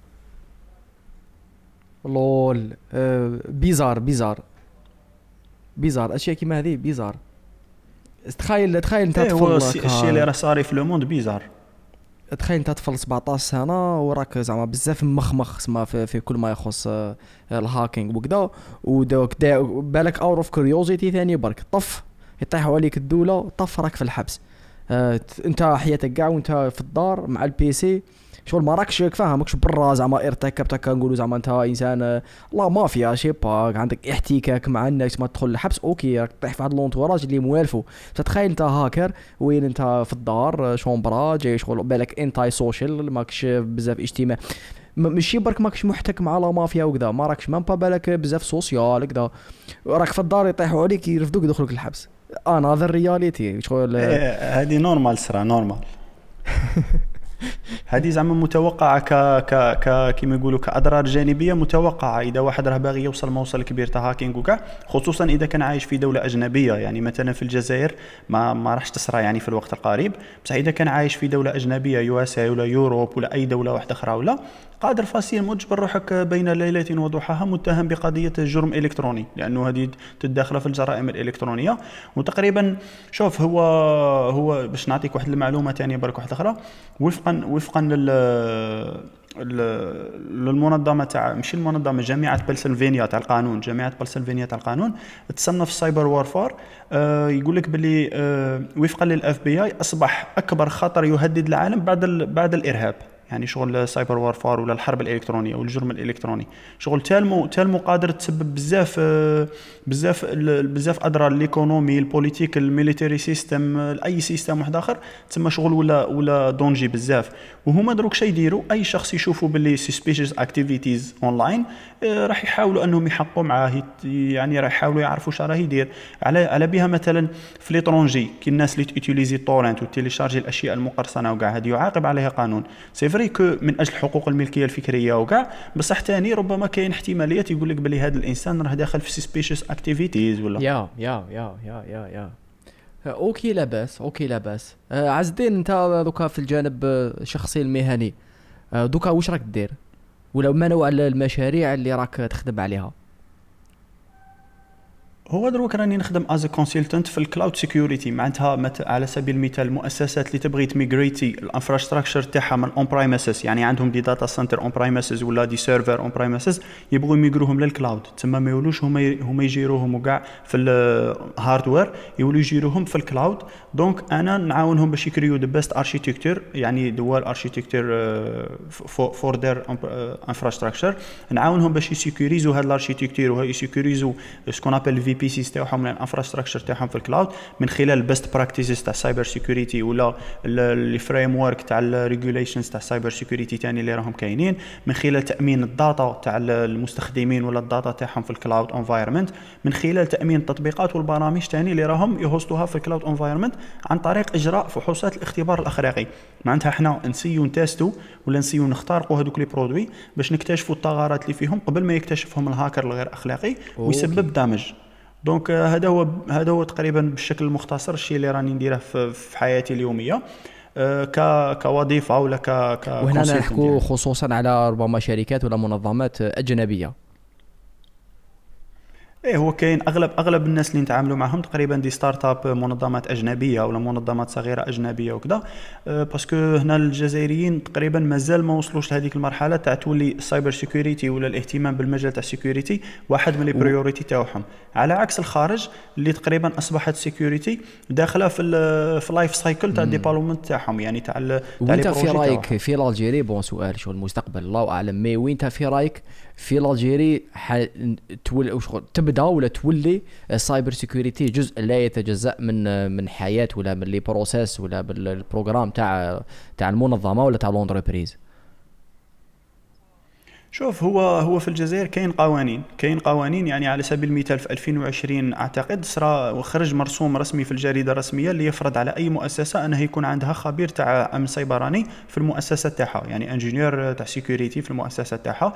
لول أه بيزار بيزار بيزار اشياء كيما هذه بيزار. تخيل تخيل انت طفل الشيء اللي راه صاري في لو موند بيزار. تخيل انت طفل سبعة عشر سنه وراك زعما بزاف مخمخ سما في, في كل ما يخص الهاكينغ وكذا، ودوك بالك اور اوف كوريوزيتي ثاني برك طف يطيحوا عليك الدوله طف راك في الحبس. أه انت حياتك كاع وانت في الدار مع البي سي شغل ما راكش فاهمكش برا زعما ارتكبتك كنقولوا زعما انت انسان لا مافيا شي با عندك احتكاك مع الناس ما تدخل الحبس اوكي راك طيح في هذا لونتوراج اللي موالفو. تتخيل انت هاكر وين انت في الدار شومبرا جاي شغل بالك انتاي سوشيال ماكش بزاف اجتماع ماشي برك ماكش محتك مع لا مافيا وكذا، ما راكش مام با بالك بزاف سوسيال كذا، راك في الدار يطيحوا عليك يرفدوك يدخلوك الحبس. انا هذا الرياليتي شغل هذه نورمال سرا نورمال. هذه زعما متوقعه ك ك ك كيما يقولوا كاضرار جانبيه متوقعه اذا واحد راه باغي يوصل موصل كبير تاع هاكينغ وكاع، خصوصا اذا كان عايش في دوله اجنبيه. يعني مثلا في الجزائر ما ما راحش تصرى يعني في الوقت القريب، بصح اذا كان عايش في دوله اجنبيه يو اس اي ولا يوروب ولا اي دوله واحده اخرى ولا قادر فاسيل مجبر روحك بين ليله وضحاها متهم بقضيه جرم الكتروني، لانه هذه تتداخل في الجرائم الالكترونيه. وتقريبا شوف هو هو باش نعطيك واحد المعلومه ثانيه برك واحده اخرى، وفقا وفقا لل للمنظمه تاع ماشي المنظمه جامعه بنسلفانيا تاع القانون، جامعه بنسلفانيا تاع القانون تصنف السايبر وارفار. آه يقول لك باللي آه وفقا للاف بي اي اصبح اكبر خطر يهدد العالم بعد بعد الارهاب. يعني شغل سايبر وارفار ولا الحرب الالكترونيه والجرم الالكتروني شغل تالمو تالمو قادر تسبب بزاف بزاف بزاف اضرار ليكونومي البوليتيك الميليتري سيستم اي سيستم واحد اخر تسمى شغل ولا ولا دونجي بزاف. وهما دروك شي يديروا اي شخص يشوفوا باللي سسبيشيس اكتيفيتيز اونلاين راح يحاولوا انهم يحققوا معاه، يعني راح يحاولوا يعرفوا واش راه يدير. على على بها مثلا في ليترونجي كي الناس اللي تيوتيليزي تورنت وتيليشارجي الاشياء المقرصنه وكاع هذه يعاقب عليها قانون. سي فري كو من اجل حقوق الملكيه الفكريه وكاع، بصح ثاني ربما كاين احتماليات يقول لك بلي هذا الانسان راه داخل في سسبيشيس اكتيفيتيز ولا يا يا يا يا يا يا اوكي لاباس اوكي لاباس. آه عز الدين انت دوكا في الجانب الشخصي المهني آه دوكا واش راك دير ولا ما نوع المشاريع اللي راك تخدم عليها؟ هو دروك راني نخدم از كونسلتنت في الكلاود سيكيورتي. معناتها على سبيل المثال المؤسسات اللي تبغي تميغريتي الانفراستراكشر تاعها من اون برايمسز، يعني عندهم دي داتا سنتر اون برايمسز ولا دي سيرفر اون برايمسز يبغوا يميغروهم للكلاود، تما ما يولوش هما هما يجيروهم وكاع في الهاردوير، يولوا يجيروهم في الكلاود. دونك انا نعاونهم باش يكريو ذا بيست اركيتكتور، يعني دوال اركيتكتور فور دير انفراستراكشر. نعاونهم باش يسيكوريزو هاد الاركيتكتور وهي يسيكوريزو سكون ابل في بي سيز تاعهم ولا الانفراستراكشر تاعهم في الكلاود من خلال البيست براكتيسز تاع السايبر سيكوريتي ولا الفريم ورك تاع الريجوليشنز تاع السايبر سيكوريتي تاني اللي راهم كاينين، من خلال تامين الداتا تاع المستخدمين ولا الداتا تاعهم في الكلاود انفايرمنت، من خلال تامين التطبيقات والبرامج تاني اللي راهم يهوستوها في الكلاود انفايرمنت، عن طريق اجراء فحوصات الاختبار الاخلاقي. معناتها احنا نسيو نتستو ولا نسيو نختارقوا هذوك لي برودوي باش نكتشفوا الثغرات اللي فيهم قبل ما يكتشفهم الهاكر الغير اخلاقي ويسبب دامج. دونك هذا هو هذا هو تقريبا بالشكل المختصر الشيء اللي راني نديره في حياتي اليوميه ك كوظيفه ولا ك ك وهنا نحكوا خصوصا على ربما شركات ولا منظمات اجنبيه. ايه هو كاين اغلب اغلب الناس اللي نتعاملوا معهم تقريبا دي ستارت اب منظمات اجنبيه ولا منظمات صغيره اجنبيه وكذا، أه باسكو هنا الجزائريين تقريبا مازال ما وصلوش لهذيك المرحله تاع تولي السايبر سيكوريتي ولا الاهتمام بالمجال تاع السيكوريتي واحد من لي بريوريتي تاعهم، على عكس الخارج اللي تقريبا اصبحت سيكوريتي داخله في في اللايف سايكل تاع الديفلوبمنت تاعهم، يعني تاع تاع وانت في رايك في الجيري بون سؤال شو المستقبل الله اعلم، مي وين انت في رايك في الجيري تولي تبدا ولا تولي السايبر سيكوريتي جزء لا يتجزأ من من حياة ولا من لي بروسيس ولا بالبروغرام تاع تاع المنظمه ولا تاع لونتربريز؟ شوف هو هو في الجزائر كاين قوانين كاين قوانين يعني على سبيل المثال في ألفين وعشرين اعتقد صرا وخرج مرسوم رسمي في الجريده الرسميه اللي يفرض على اي مؤسسه انها يكون عندها خبير تاع امن سيبراني في المؤسسه تاعها، يعني انجينير تاع سيكوريتي في المؤسسه تاعها،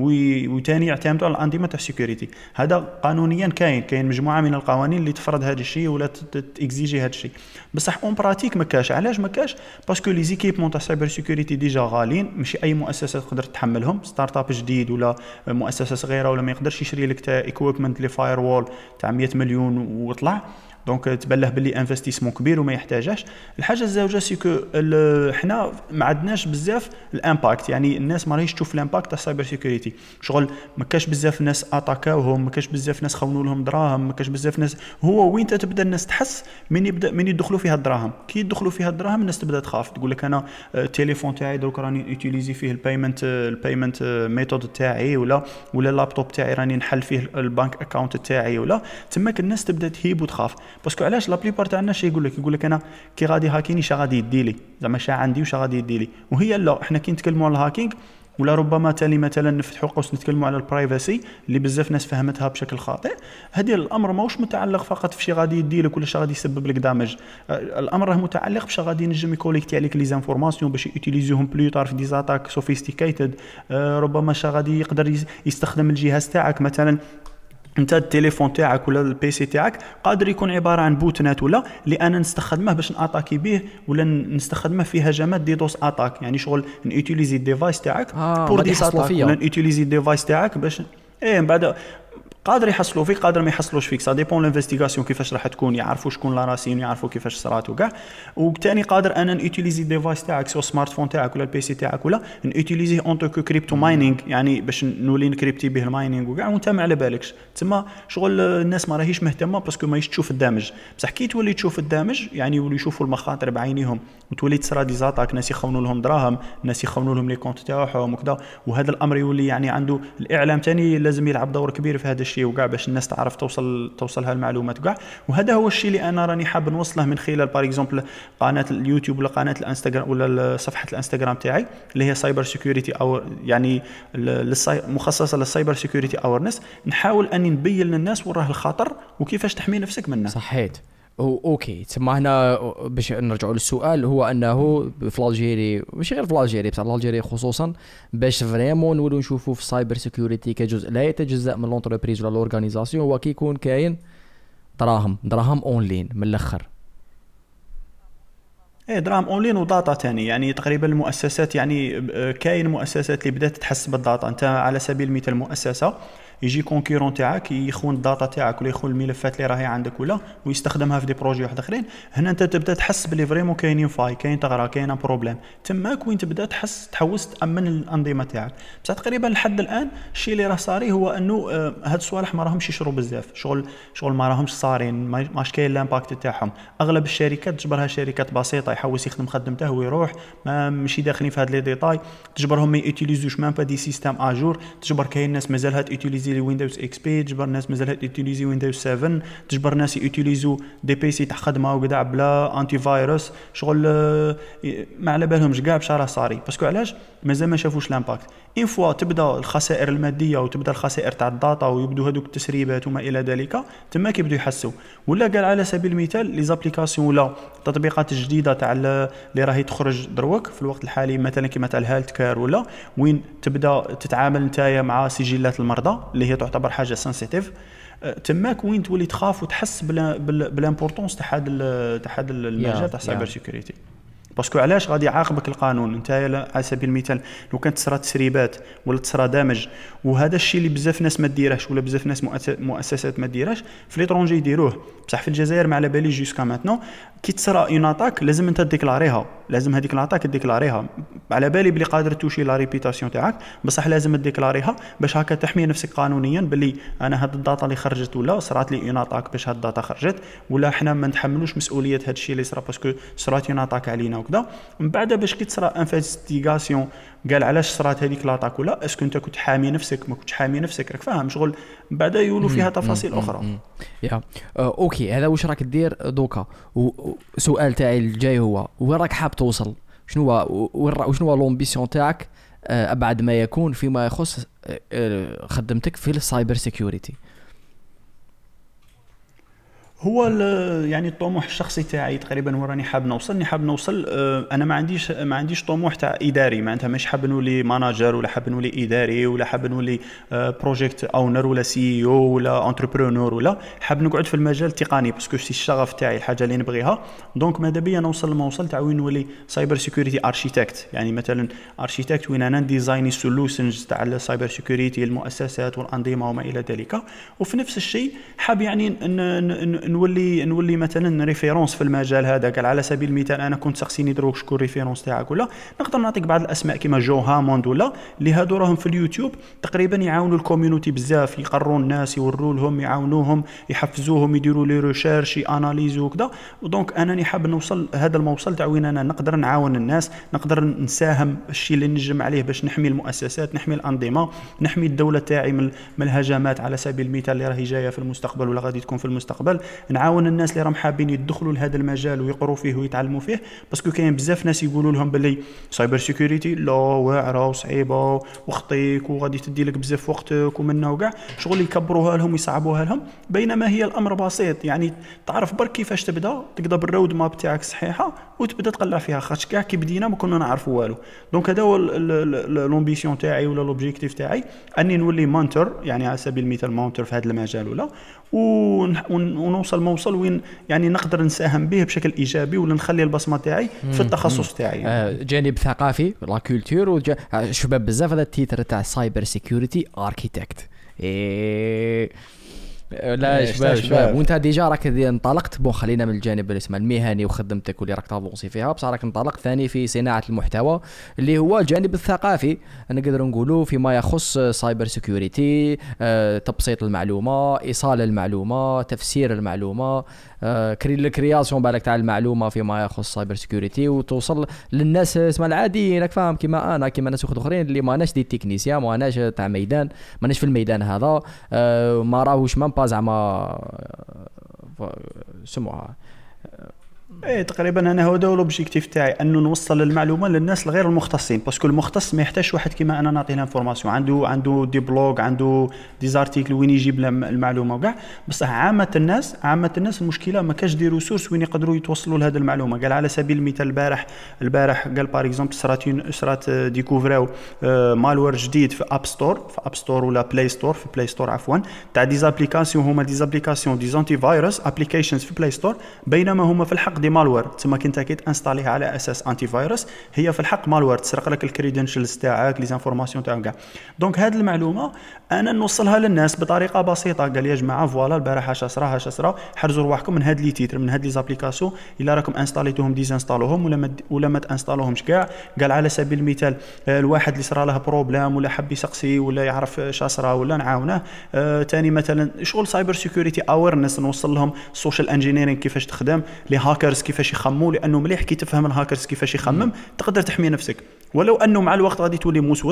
وثاني يعتمدوا على الانظمه تاع السيكوريتي. هذا قانونيا كاين كاين مجموعه من القوانين اللي تفرض هذا الشيء ولا تاكزيجي هذا الشيء، بصح اون براتيك ما كاش. علاش ما كاش؟ باسكو لي زيكيبمون تاع السايبر سيكوريتي ديجا غاليين، ماشي اي مؤسسه تقدر تحملهم. ستارت اب جديد ولا مؤسسه صغيره ولا ما يقدرش يشري لك تاع ايكويبمنت لي فاير وول تاع مية مليون وطلع، دونك تبله باللي انفستيسمون كبير وما يحتاجهش. الحاجه الزوجه سيكو احنا ما عندناش بزاف الامباكت، يعني الناس ما راهيش تشوف الامباكت تاع السايبر سيكوريتي، شغل ما كاش بزاف الناس اتاكاوهم، ما كاش بزاف ناس خونوا لهم دراهم، ما كاش بزاف ناس. هو وين تبدا الناس تحس من يبدا من يدخلوا فيها الدراهم، كي يدخلوا فيها الدراهم الناس تبدا تخاف، تقول لك انا التليفون تاعي دروك راني يوتيليزي فيه البيمنت البيمنت ميثود تاعي ولا ولا اللابتوب تاعي راني نحل فيه البنك اكاونت تاعي، ولا تماك الناس تبدا تهيب وتخاف. باسكو علاش لا بليبار تاع الناس يقول لك يقول لك انا كي غادي هاكيني شا غادي يديلي زعما شا عندي وشا غادي يديلي، وهي لا. احنا كي نتكلموا على الهاكينج ولا ربما تالي مثلا نفتحوا قوس نتكلموا على البرايفسي اللي بزاف ناس فهمتها بشكل خاطئ، هذه الامر ماهوش متعلق فقط في شي غادي يديلك ولا شي غادي يسبب لك دامج، الامر راه متعلق بشي غادي ينجم يكوليكتي عليك لي زانفورماسيون باش يوتيليزيوهم بلو طار في دي زاتاك سوفيستيكيتد، ربما شي غادي يقدر يستخدم الجهاز تاعك. مثلا انت التليفون تاعك ولا البي سي تاعك قادر يكون عباره عن بوتنات ولا اللي انا نستخدمه باش ناتاكي به ولا نستخدمه في هجمات دي دوس اتاك، يعني شغل نيوتيليزي الديفايس تاعك بور دي اتاك ولا نيوتيليزي الديفايس تاعك باش ايه من بعد قادر يحصلوا فيك قادر ما يحصلوش فيك، سا ديبون لانفستيغاسيون كيفاش راح تكون، يعرفوا شكون لا راسين يعرفوا كيفاش صرات وكاع. وثاني قادر انا نيوتيليزي الديفايس تاعك سو سمارت فون تاعك ولا البي سي تاعك ولا نيوتيليزي اونتو كريبتو ماينينغ، يعني باش نولي نكريبتي به الماينينغ وكاع وانت ما على بالكش. تما شغل الناس ما راهيش مهتمه باسكو ما تشوف الدامج، بصح كي تولي تشوف الدامج يعني يولي يشوفوا المخاطر بعينيهم وتولي تصرا دي زاتاك، ناس يخونوا لهم دراهم، ناس يخونوا لهم لي كونت تاعهم وكذا، وهذا الامر يولي يعني عنده الاعلام ثاني لازم يلعب دور كبير في هذا الشيء وكاع باش الناس تعرف توصل توصلها المعلومات كاع. وهذا هو الشيء اللي انا راني حاب نوصله من خلال بار اكزومبل قناه اليوتيوب ولا قناه الانستغرام ولا صفحه الانستغرام تاعي اللي هي سايبر سيكوريتي او يعني مخصصه للسايبر سيكوريتي اورنس. نحاول اني نبين للناس وراه الخطر وكيفاش تحمي نفسك منه. صحيت. اوكي تسمى هنا باش نرجعوا للسؤال هو انه في الجيري ماشي غير في الجيري بصح الجيري خصوصا باش فريمون نولوا نشوفوا في السايبر سيكوريتي كجزء لا يتجزأ من لونتربريز ولا الاورغانيزاسيون، هو كيكون كاين دراهم دراهم اونلاين من الاخر. ايه دراهم اونلاين وداتا تاني، يعني تقريبا المؤسسات يعني كاين مؤسسات اللي بدات تحس بالداتا. انت على سبيل المثال مؤسسه يجي كونكورون تاعك يخون الداتا تاعك ولا يخون الملفات اللي راهي عندك ولا ويستخدمها في دي بروجي واحد اخرين، هنا انت تبدا تحس بلي فريمون كاينين فاي كاين ثغره كاين بروبليم، تماك وين تبدا تحس تحوس تامن الانظمه تاعك. بصح تقريبا لحد الان الشيء اللي راه صاري هو انه آه هاد الصوالح ما راهمش يشروا بزاف، شغل شغل ما راهمش صارين، ماش كاين الامباكت تاعهم. اغلب الشركات تجبرها شركات بسيطه يحوس يخدم خدمته ويروح، ما ماشي داخلين في هاد لي ديتاي، تجبرهم ما يوتيليزوش مام با دي سيستم اجور، تجبر كاين ناس مازالها تيوتيليزي يوتيليزي ويندوز اكس بي، تجبر الناس مازال يوتيليزي ويندوز سبعة، تجبر الناس يوتيليزو دي بي سي تاع خدمه وكذا بلا انتي فايروس. شغل ما على بالهمش كاع باش راه صاري، باسكو علاش مازال ما شافوش الامباكت. ان فوا تبدا الخسائر الماديه وتبدا الخسائر تاع الداتا ويبدو هذوك التسريبات وما الى ذلك، تما كيبداو يحسوا. ولا قال على سبيل المثال لي زابليكاسيون ولا التطبيقات الجديده تاع اللي راهي تخرج دروك في الوقت الحالي، مثلا كما تاع الهيلث كير، ولا وين تبدا تتعامل نتايا مع سجلات المرضى اللي هي تعتبر حاجه سنسيتيف، تماك وين تولي تخاف وتحس بالامبورطونس تاع هذا تاع هذا المجال تاع سايبر سيكوريتي. باسكو علاش غادي يعاقبك القانون انت على سبيل المثال لو كانت تصرا تسريبات ولا تصرا دمج، وهذا الشيء اللي بزاف ناس ما ديرهش ولا بزاف ناس مؤسسات ما ديرهش في ليترونجي يديروه، بصح في الجزائر ما على بالي جوسكا ماتنو كي تصرا اون اتاك لازم انت ديكلاريها، لازم هذيك الاتاك ديكلاريها. على بالي بلي قادر توشي لا ريبيتاسيون تاعك، بصح لازم ديكلاريها باش هكا تحمي نفسك قانونيا باللي انا هاد الداتا اللي خرجت ولا صرات لي اون اتاك باش هاد الداتا خرجت، ولا حنا ما نتحملوش مسؤوليه هاد الشيء اللي صرا باسكو صرات اون اتاك علينا وكذا. من بعد باش كي تصرا انفستيغاسيون قال علاش صرات هذيك لاتاك ولا اسكو انت كنت حامي نفسك ما كنتش حامي نفسك، راك فاهم شغل بعدا يولوا فيها تفاصيل اخرى. يا اوكي هذا واش راك دير دوكا. وسؤال تاعي الجاي هو وين راك حاب توصل؟ شنو هو وشنو هو لومبيسيون تاعك ابعد ما يكون فيما يخص خدمتك في السايبر سيكيورتي؟ هو يعني الطموح الشخصي تاعي تقريبا وراني حاب نوصل حاب نوصل انا ما عنديش ما عنديش طموح تاع اداري، معناتها مش حاب نولي ماناجر ولا حاب نولي اداري ولا حاب نولي بروجيكت اونر ولا سي او ولا انتربرونور، ولا حاب نقعد في المجال التقني باسكو سي الشغف تاعي الحاجه اللي نبغيها. دونك ماذا بيا نوصل لما وصلت تاع وين نولي سايبر سيكوريتي اركيتكت، يعني مثلا اركيتكت وين انا ديزايني سولوشنز تاع السايبر سيكوريتي المؤسسات والانظمه وما الى ذلك. وفي نفس الشيء حاب يعني نولي نولي مثلا ريفيرونس في المجال هذا. قال على سبيل المثال انا كنت سقسيني دروك شكون ريفيرونس تاعك، ولا نقدر نعطيك بعض الاسماء كيما جو هاموند ولا اللي هادو راهم في اليوتيوب تقريبا يعاونوا الكوميونيتي بزاف، يقروا الناس يوروا لهم يعاونوهم يحفزوهم يديروا لي ريشيرش اناليزو وكذا. ودونك انا نحب نوصل هذا الموصل تاع وين انا نقدر نعاون الناس، نقدر نساهم الشيء اللي نجم عليه باش نحمي المؤسسات نحمي الانظمه نحمي الدوله تاعي من الهجمات على سبيل المثال اللي راهي جايه في المستقبل ولا غادي تكون في المستقبل. نعاون الناس اللي راهم حابين يدخلوا لهذا المجال ويقروا فيه ويتعلموا فيه، باسكو كاين بزاف ناس يقولوا لهم باللي سايبر سيكوريتي لا واعره وصعيبه وخطيك وغادي تدي لك بزاف وقتك ومنه وكاع شغل يكبروها لهم ويصعبوها لهم، بينما هي الامر بسيط. يعني تعرف برك كيفاش تبدا تقدر بالرود ماب تاعك صحيحه وتبدا تقلع فيها، خاطش كاع كي بدينا ما كنا نعرفوا والو. دونك هذا هو لومبيسيون تاعي ولا لوبجيكتيف تاعي، اني نولي مونتور يعني على سبيل المثال مونتور في هذا المجال ولا ونوصل موصل وين يعني نقدر نساهم به بشكل ايجابي ولا نخلي البصمه تاعي في التخصص تاعي. آه جانب ثقافي لا كولتور شباب بزاف هذا التيتر تاع سايبر سيكوريتي اركيتكت. إيه لا شباب شباب وانت ديجا راك انطلقت بون خلينا من الجانب اللي اسمه المهني وخدمتك واللي راك تافونسي فيها، بصح راك انطلقت ثاني في صناعه المحتوى اللي هو الجانب الثقافي نقدر نقولوا فيما يخص سايبر سيكوريتي. آه، تبسيط المعلومه، ايصال المعلومه، تفسير المعلومه، آه، كري الكرياسيون بالك تاع المعلومه فيما يخص سايبر سيكوريتي وتوصل للناس اسمها العاديين راك فاهم كيما انا كيما ناس اخرين اللي ما ناش دي تكنيسيان ما ناش تاع ميدان ما ناش في الميدان هذا. آه، ما راهوش من زعما سموها ايه تقريبا انا هو ده الاوبجيكتيف تاعي انه نوصل المعلومه للناس الغير المختصين، باسكو المختص ما يحتاجش واحد كيما انا نعطيه انفورماسيون عنده عنده دي بلوغ عنده دي زارتيكل وين يجيب المعلومه وكاع. بصح عامه الناس عامه الناس المشكله ما كاش دي ريسورس وين يقدروا يتوصلوا لهذه المعلومه. قال على سبيل المثال البارح البارح قال بار اكزومبل صرات صرات ديكوفراو مالوير جديد في اب ستور في اب ستور ولا بلاي ستور في بلاي ستور عفوا تاع دي زابليكاسيون هما دي زابليكاسيون دي انتي فايروس ابليكيشنز في بلاي ستور، بينما هما في الحق دي مالوير. تسمى كنت كي تانستاليها على اساس انتي فايروس هي في الحق مالوير تسرق لك الكريدنشلز تاعك لي زانفورماسيون تاعك كاع. دونك هذه المعلومه انا نوصلها للناس بطريقه بسيطه. قال يا جماعه فوالا البارح اش صرا اش صرا حرزوا رواحكم من هاد لي تيتر من هاد لي زابليكاسيون الا راكم انستاليتوهم ديزانستالوهم ولا ما ولا ما تانستالوهمش كاع. قال على سبيل المثال الواحد اللي صرا له بروبليم ولا حب يسقسي ولا يعرف اش صرا ولا نعاونه. ثاني آه مثلا شغل سايبر سيكوريتي اويرنس نوصل لهم السوشيال انجينيرينغ كيفاش تخدم لي هاكرز كيفاش يخموا، لانه مليح كي تفهم الهاكرز كيفاش يخمم تقدر تحمي نفسك، ولو انه مع الوقت غادي تولي موسوس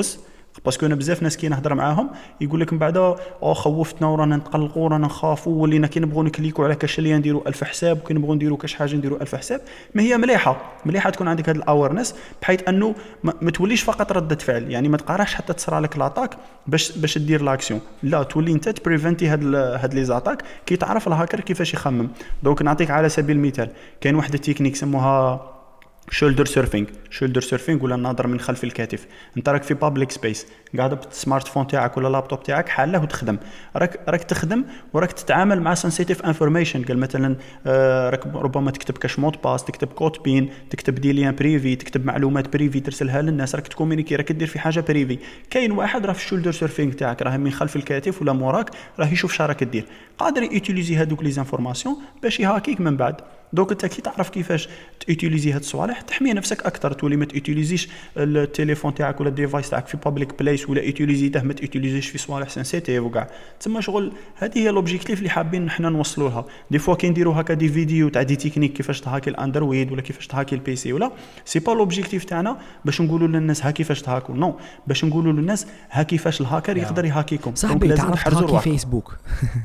باسكو انا بزاف ناس كي نهضر معاهم يقول لك من بعد او خوفتنا ورانا نتقلقوا ورانا نخافوا ولينا كي نبغوا نكليكوا على كاش اللي نديروا ألف حساب وكي نبغوا نديروا كاش حاجه نديروا ألف حساب. ما هي مليحه مليحه تكون عندك هذا الاويرنس بحيث انه ما, ما توليش فقط رده فعل، يعني ما تقراش حتى تصرى لك لاطاك باش باش دير لاكسيون، لا تولي انت تبريفنتي هاد هاد لي زاتاك كي تعرف الهاكر كيفاش يخمم. دونك نعطيك على سبيل المثال كاين واحده تكنيك سموها شولدر سيرفينغ. شولدر سيرفينغ ولا النظر من خلف الكتف. انت راك في بابليك سبيس قاعد بالسمارت فون تاعك ولا لابتوب تاعك حاله وتخدم، راك راك تخدم وراك تتعامل مع سنسيتيف انفورميشن. قال مثلا آه راك ربما تكتب كاش مود باس، تكتب كود بين، تكتب دي لين بريفي، تكتب معلومات بريفي ترسلها للناس، راك تكومونيكي، راك دير في حاجه بريفي. كاين واحد راه في الشولدر سيرفينغ تاعك راه من خلف الكتف ولا موراك راه يشوف شراك دير، قادر يوتيليزي هذوك لي زانفورماسيون باش يهاكيك من بعد. دوك انت كي تعرف كيفاش تيوتيليزي هاد الصوالح تحمي نفسك اكثر، تولي ما تيوتيليزيش التليفون تاعك ولا الديفايس تاعك في بابليك بليس ولا يوتيليزيته ما تيوتيليزيش في صوالح سنسيتيف وكاع. تسمى شغل هذه هي لوبجيكتيف اللي حابين نحنا نوصلوا لها. دي فوا كي نديروا هكا دي فيديو تاع دي تكنيك كيفاش تهاكي الاندرويد ولا كيفاش تهاكي البي سي ولا سي با لوبجيكتيف تاعنا باش نقولوا للناس ها كيفاش تهاكوا، نو باش نقولوا للناس ها كيفاش الهاكر يقدر يهاكيكم. صاحبي تعرف تهاكي فيسبوك؟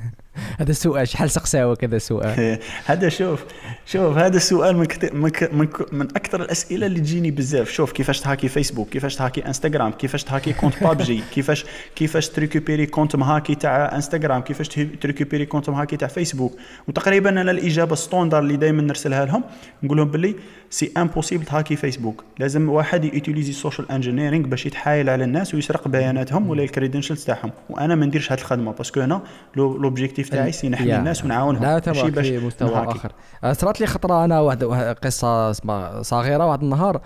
هذا السؤال شحال سقساوه كذا السؤال. هذا شوف شوف هذا السؤال من كتير من, من, من اكثر الاسئله اللي تجيني بزاف. شوف كيفاش تهاكي فيسبوك، كيفاش تهاكي انستغرام، كيفاش تهاكي كونت بابجي، كيفاش كيفاش تريكوبيري كونت مهاكي تاع انستغرام، كيفاش تريكوبيري كونت مهاكي تاع فيسبوك. وتقريبا انا الاجابه ستاندر اللي دائما نرسلها لهم نقول لهم باللي سي امبوسيبل تهاكي فيسبوك. لازم واحد يوتيليزي السوشيال انجينيرينغ باش يتحايل على الناس ويسرق بياناتهم ولا الكريدنشلز تاعهم. وانا ما نديرش هذه الخدمه باسكو انا لوبجيكتيف تاعي سي نحمي الناس ونعاونهم ماشي باش مستوى نهاكي. اخر صرات لي خطره انا واحد قصه صغيره. واحد النهار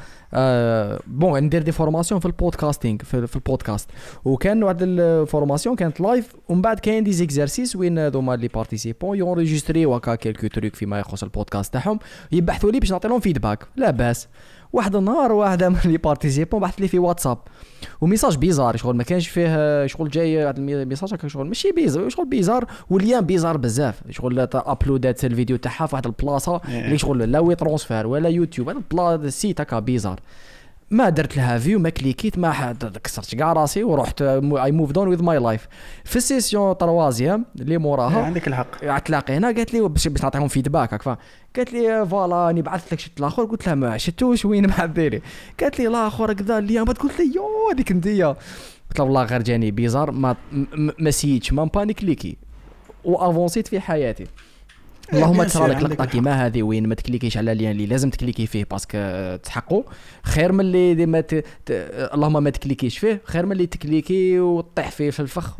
أه بون ندير دي فورماسيون في البودكاستينغ في, في البودكاست، وكان واحد الفورماسيون كانت لايف ومن بعد كاين دي زيكزارسيس وين هذوما لي بارتيسيبون يونجستري وكا كيلكو تروك فيما يخص البودكاست تاعهم يبحثوا لي باش نعطي لهم فيدباك. لا باس. واحد النهار واحد من لي بارتيسيبون بعث لي في واتساب وميساج بيزار شغل ما كانش فيه شغل جاي هذا الميساج هكا شغل ماشي بيزار شغل بيزار والليان بيزار بزاف شغل ابلودات الفيديو تاعها في واحد البلاصه اللي شغل لا وي ترانسفير ولا يوتيوب هذا البلا سيت هكا بيزار. ما درت لها فيو ما كليكيت ما حد كسرت كاع راسي ورحت اي موف دون وذ ماي لايف. في السيسيون تروازيام اللي موراها عندك الحق تلاقينا قالت لي باش باش نعطيهم فيدباك هكا قالت لي فوالا راني بعثت لك شفت الاخر قلت لها ما شفتوش وين ما ديري. قالت لي الاخر كذا اليوم قلت لي يو هذيك نديه قلت لها والله غير جاني بيزار ما ما سيتش ما بانيك كليكي وافونسيت في حياتي. اللهم تصرى لك لقطه كيما هذه وين ما تكليكيش على اللين اللي لازم تكليكي فيه باسكو تحقوا خير من اللي ديما ت... ت... اللهم ما تكليكيش فيه خير من اللي تكليكي وتطيح فيه في الفخ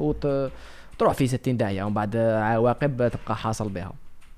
وتروح فيه ستين داعيه ومن بعد عواقب تبقى حاصل بها.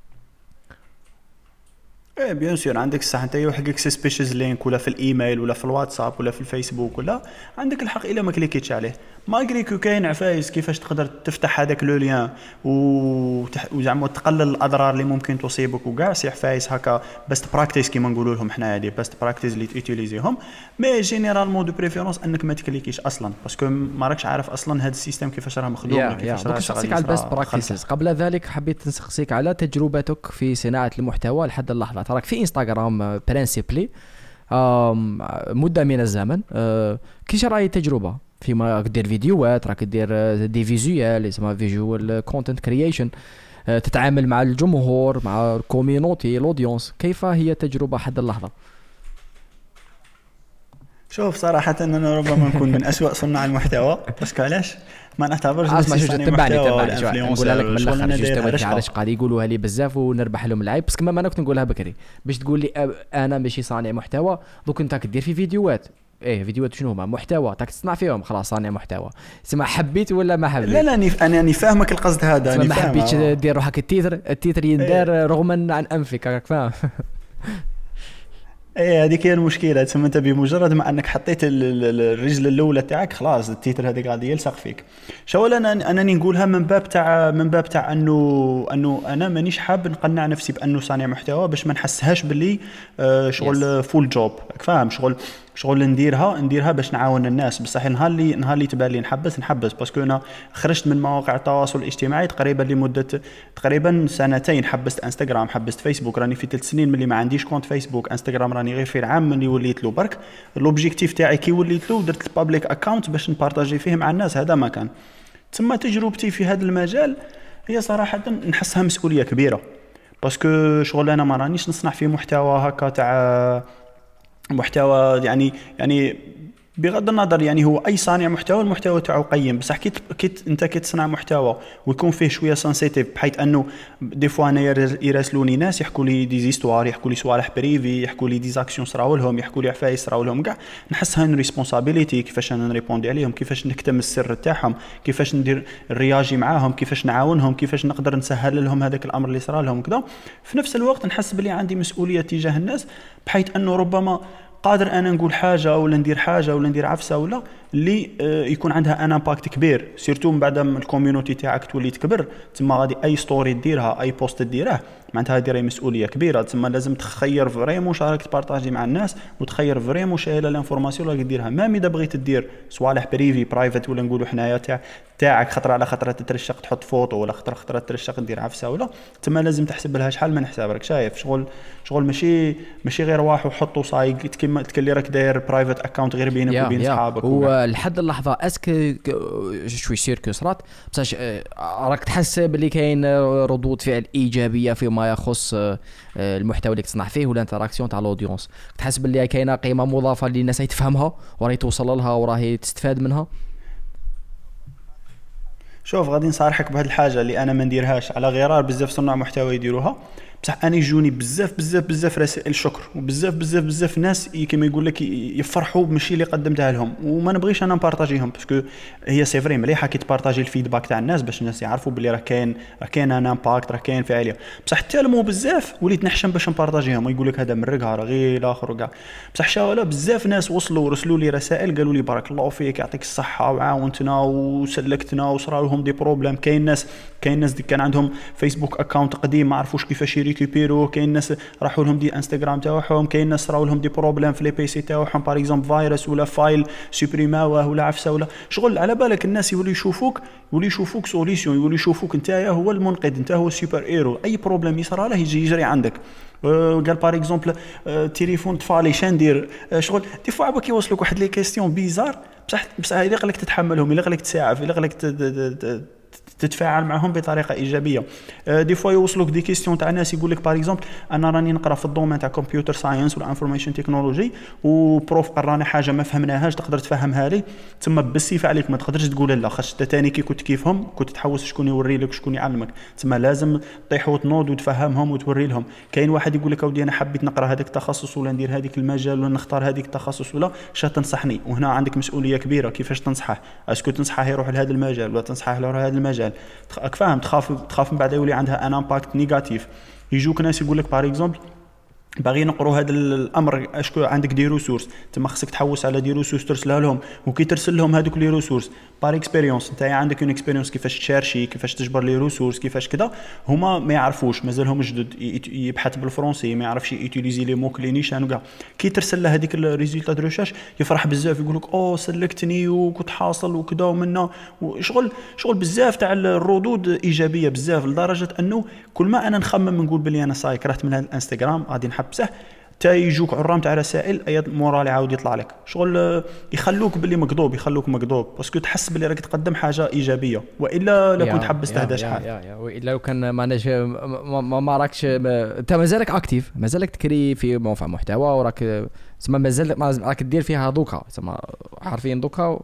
ايه بيان سور عندك الصح انت يوحقك سسبيشيس لينك ولا في الايميل ولا في الواتساب ولا في الفيسبوك ولا عندك الحق الا ما كليكيتش عليه. ما كريكو كاين عفايس كيفاش تقدر تفتح هذاك لو لين وزعما تقلل الاضرار اللي ممكن تصيبك وكاع سي عفايس هكا بس براكتيس كيما نقولوا لهم حنا هذه بس براكتيس اللي تيوتيليزيهم. مي جينيرالمون دو بريفيرونس انك ما تكليكيش اصلا باسكو ما راكش عارف اصلا هذا السيستم كيفاش راه مخدوم ولا كيفاش راه شغال. على البيست براكتيسز. قبل ذلك حبيت نسقسيك على تجربتك في صناعه المحتوى لحد اللحظه. تراك في انستغرام برينسيبلي مده من الزمن كيش راهي التجربه فيما دير فيديوهات راك دير دي فيزوال اسمها فيجوال كونتنت كرييشن تتعامل مع الجمهور مع الكوميونيتي الاودينس كيف هي التجربه حد اللحظه؟ شوف صراحه انا ربما نكون من أسوأ صناع المحتوى بس علاش ما نعتبرش نفسي صانع محتوى نقول لك من الاخر جوست علاش قاعد يقولوها لي بزاف ونربح لهم العيب بس كما ما انا كنت نقولها بكري باش تقول لي انا ماشي صانع محتوى دوك انت كدير في فيديوهات ايه فيديوهات شنو هما محتوى تاك تصنع فيهم خلاص صانع محتوى. سما حبيت ولا ما حبيت؟ لا لا انا راني فاهمك القصد هذا. انا ما حبيتش دير روحك التيتر التيتر يندار إيه. رغما عن انفك راك فاهم. ايه هذيك هي المشكله. تسمى انت بمجرد ما انك حطيت الرجل الاولى تاعك خلاص التيتر هذاك غادي يلصق فيك. شو انا انني نقولها من باب تاع من باب تاع انه انه انا مانيش حاب نقنع نفسي بانه صانع محتوى باش ما نحسهاش باللي آه شغل yes. فول جوب فاهم شغل شغل نديرها نديرها باش نعاون الناس. بصح نهار اللي نهار اللي تبان لي نحبس نحبس باسكو انا خرجت من مواقع التواصل الاجتماعي تقريبا لمده تقريبا سنتين. حبست انستغرام، حبست فيسبوك، راني في ثلاث سنين ملي ما عنديش كونت فيسبوك. انستغرام راني غير في العام ملي وليت له برك. لوبجيكتيف تاعي كي وليت له درت البابليك اكاونت باش نبارطاجي فيه مع الناس. هذا ما كان ثم تجربتي في هذا المجال هي صراحه نحسها مسؤوليه كبيره باسكو شغل انا ما رانيش نصنع في محتوى هكا تاع محتوى يعني يعني بغض النظر يعني هو اي صانع محتوى المحتوى تاعو قيم. بصح كي كي انت كي تصنع محتوى ويكون فيه شويه سنسيتيف بحيث انه دي فوا انا يراسلوني ناس يحكوا لي دي زيستوار، يحكوا لي صوالح بريفي، يحكوا لي دي زاكسيون صراو لهم، يحكوا لي عفايس صراو لهم كاع. نحسها ان ريسبونسابيلتي كيفاش انا نريبوندي عليهم، كيفاش نكتم السر تاعهم، كيفاش ندير الرياجي معاهم، كيفاش نعاونهم، كيفاش نقدر نسهل لهم هذاك الامر اللي صرا لهم كذا. في نفس الوقت نحس بلي عندي مسؤوليه تجاه الناس بحيث انه ربما قادر انا نقول حاجه ولا ندير حاجه ولا ندير عفسه ولا اللي يكون عندها ان امباكت كبير سيرتو من بعد ما الكوميونيتي تاعك تولي تكبر. تما غادي اي ستوري ديرها اي بوست ديره معناتها هذه راهي مسؤوليه كبيره. تما لازم تخير فريمون شارك تبارطاجي مع الناس وتخير فريمون شايله الانفورماسيون اللي ديرها. ما اذا بغيت دير صوالح بريفي برايفت ولا نقولوا حنايا تاع تاعك خطره على خطره تترشق تحط فوتو ولا خطره خطره تترشق دير عفسه ولا تما لازم تحسب لها شحال من حساب. راك شايف شغل شغل ماشي ماشي غير واحد وحطوا صايق كيما تكلي راك داير برايفت اكاونت غير بينك وبين صحابك. ولحد اللحظه اسك شوي سيركو صرات بصح راك تحس بلي كاين ردود فعل ايجابيه فيما يخص المحتوى اللي تصنع فيه ولا انتراكسيون تاع الاودينس؟ تحس بلي كاينه قيمه مضافه اللي الناس تفهمها وراهي توصل لها وراهي تستفاد منها؟ شوف غادي نصارحك بهذه الحاجه اللي انا ما نديرهاش على غرار بزاف صناع محتوى يديروها. بصح انا يجوني بزاف بزاف بزاف رسائل شكر وبزاف بزاف بزاف ناس كيما يقول لك يفرحوا بمشي اللي قدمتها لهم وما نبغيش انا نبارطاجيهم باسكو هي سي فري مليحه كي تبارطاجي الفيدباك تاع الناس باش الناس يعرفوا بلي راه كاين راه كاين انا امباكت راه كاين فعاليه. بصح تالمو بزاف وليت نحشم باش نبارطاجيهم ويقول لك هذا مرقها راه غير الاخر وكاع. بصح شاولا بزاف ناس وصلوا ورسلوا لي رسائل قالوا لي بارك الله فيك يعطيك الصحه وعاونتنا وسلكتنا وصرا لهم دي بروبليم. كاين ناس كاين ناس كان عندهم فيسبوك اكاونت قديم ما عرفوش كيفاش يريكوبيرو. كاين ناس راحوا لهم دي انستغرام تاعهم. كاين ناس راهو لهم دي بروبليم في لي بي سي تاعهم باغ اكزومبل فيروس ولا فايل سوبريماوه ولا عفسه ولا شغل. على بالك الناس يولي يشوفوك يولي يشوفوك سوليسيون يولي يشوفوك نتايا هو المنقذ انت هو السوبر هيرو. اي بروبليم يصرى له يجي يجري عندك. قال باغ اكزومبل تليفون طفالي شندير شغل دي فوا عباك يوصلوك واحد لي كيستيون بيزار بصح بصح الا قالك تتحملهم الا قالك تساعف الا قالك تتفاعل معهم بطريقه ايجابيه. دي فوا يوصلوك دي كيستيون تاع ناس يقول لك باغ اكزومبل انا راني نقرا في الدومين تاع كمبيوتر ساينس ولا انفورميشن تكنولوجي وبروف قرانا حاجه ما فهمناهاش تقدر تفهمها لي. تما بالسيف عليك ما تقدرش تقول لا خاص انت ثاني كي كنت كيفهم كنت تحوس شكون يوري لك شكون يعلمك. تما لازم تطيح وتنوض وتفهمهم وتوري لهم. كاين واحد يقول لك اودي انا حبيت نقرا هذاك التخصص ولا ندير هذيك المجال ولا نختار هذيك التخصص ولا شا تنصحني. وهنا عندك مسؤوليه كبيره كيفاش تنصحه. اسكو تنصحه يروح لهذا المجال ولا تنصحه يروح لهذا المجال؟ فاهم تخاف تخاف من بعد يولي عندها ان امباكت نيجاتيف. يجوك ناس يقول لك باغ اكزومبل باغي نقروا هذا الامر اشكو عندك دي ريسورس تما خصك تحوس على دي ريسورس ترسلها لهم. وكي ترسل لهم هذوك لي ريسورس بار اكسبيريونس انت عندك اون اكسبيريونس كيفاش تشارشي كيفاش تجبر لي ريسورس كيفاش كذا. هما ما يعرفوش مازالهم جدد يبحث بالفرنسي ما يعرفش يوتيليزي لي مو كلي نيشان وكاع. كي ترسل له هذيك الريزولتا دو ريشيرش يفرح بزاف يقول لك او سلكتني وكنت حاصل وكذا ومنا وشغل شغل بزاف تاع الردود ايجابيه بزاف لدرجه انه كل ما انا نخمم نقول بلي انا صاي كرهت من هذا الانستغرام غادي نحبسه تا يجوك عرام تاع رسائل اي مورال يعاود يطلع لك شغل يخلوك باللي مقضوب يخلوك مقضوب باسكو تحس باللي راك تقدم حاجه ايجابيه. والا لو كنت حبست هذا شحال والا لو كان ماناش ما, ما راكش انت مازالك اكتيف مازالك تكري في موقع محتوى وراك تسمى مازال راك دير فيها دوكا تسمى حرفيا دوكا.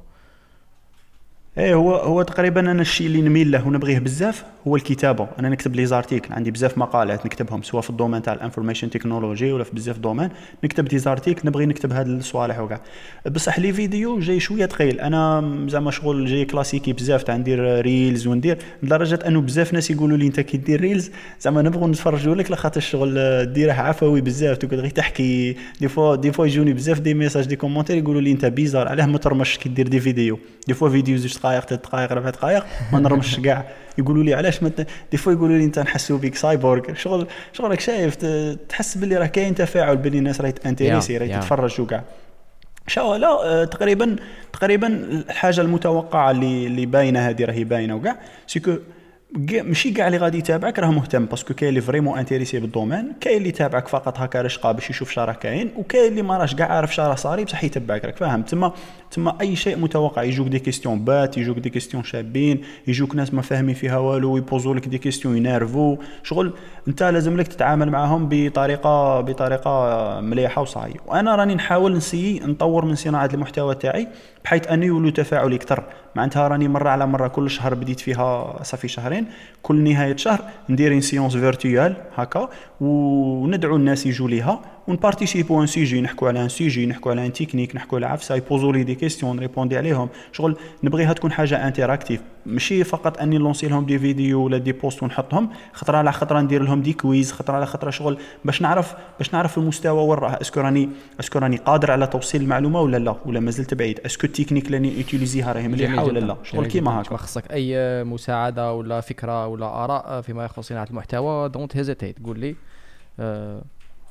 ايه هو هو تقريبا انا الشيء اللي نميل له ونبغيه بزاف هو الكتابه. انا نكتب لي زارتيكل عندي بزاف مقالات نكتبهم سواء في الدومين تاع الانفورميشن تكنولوجي ولا في بزاف دومين نكتب دي زارتيكل نبغي نكتب هاد الصوالح وكاع. بصح لي فيديو جاي شويه ثقيل. انا زعما شغل جاي كلاسيكي بزاف تاع ندير ريلز وندير لدرجه انه بزاف ناس يقولوا لي انت كي دير ريلز زعما نبغوا نتفرجوا لك لخاطر الشغل ديره عفوي بزاف تقعد غير تحكي. دي فوا دي فوا يجوني بزاف دي ميساج دي كومونتير يقولوا لي انت بيزار علاه ما ترمش كي دير دي فيديو. دي فوا فيديو زوج دقائق ثلاث دقائق ربع دقائق ما نرمش كاع. يقولوا لي علاش ما دي فوا يقولوا لي انت نحسوا بك سايبورغ شغل شغلك شايف تحس باللي راه كاين تفاعل بين الناس راهي تانتيريسي راهي تتفرج وكاع. شو لا تقريبا تقريبا الحاجه المتوقعه اللي اللي باينه هذه راهي باينه وكاع سيكو ماشي كاع اللي غادي يتابعك راه مهتم باسكو كاين اللي فريمون انتريسي بالدومين كاين اللي يتابعك فقط هكا رشقه باش يشوف شرا كاين وكاين اللي ما راش كاع عارف شرا صاري بصح يتبعك راك فاهم. تما تما اي شيء متوقع يجوك دي كيستيون بات يجوك دي كيستيون شابين يجوك ناس ما فاهمين فيها والو يبوزوا لك دي كيستيون ينرفو شغل انت لازم لك تتعامل معهم بطريقه بطريقه مليحه وصاي. وانا راني نحاول نسيي نطور من صناعه المحتوى تاعي بحيث انه يولو تفاعلي اكثر. معناتها راني مره على مره كل شهر بديت فيها صافي شهرين كل نهايه شهر ندير سيونس فيرتوال هكا وندعو الناس يجوا ليها ونبارتيسيبو ان سيجي نحكوا على ان سيجي نحكوا على ان تكنيك نحكوا على عفسه يبوزوا لي دي كيستيون ريبوندي عليهم شغل نبغيها تكون حاجه انتراكتيف ماشي فقط اني لونسي لهم دي فيديو ولا دي بوست ونحطهم خطره على خطره ندير لهم دي كويز خطره على خطره شغل باش نعرف باش نعرف المستوى وين راه اسكو راني اسكو راني قادر على توصيل المعلومه ولا لا ولا مازلت بعيد اسكو التكنيك اللي نيوتيليزيها راهي مليحه ولا لا شغل كيما هكا. خصك اي مساعده ولا فكره ولا اراء فيما يخص صناعه المحتوى دونت هيزيتيت قول لي. أه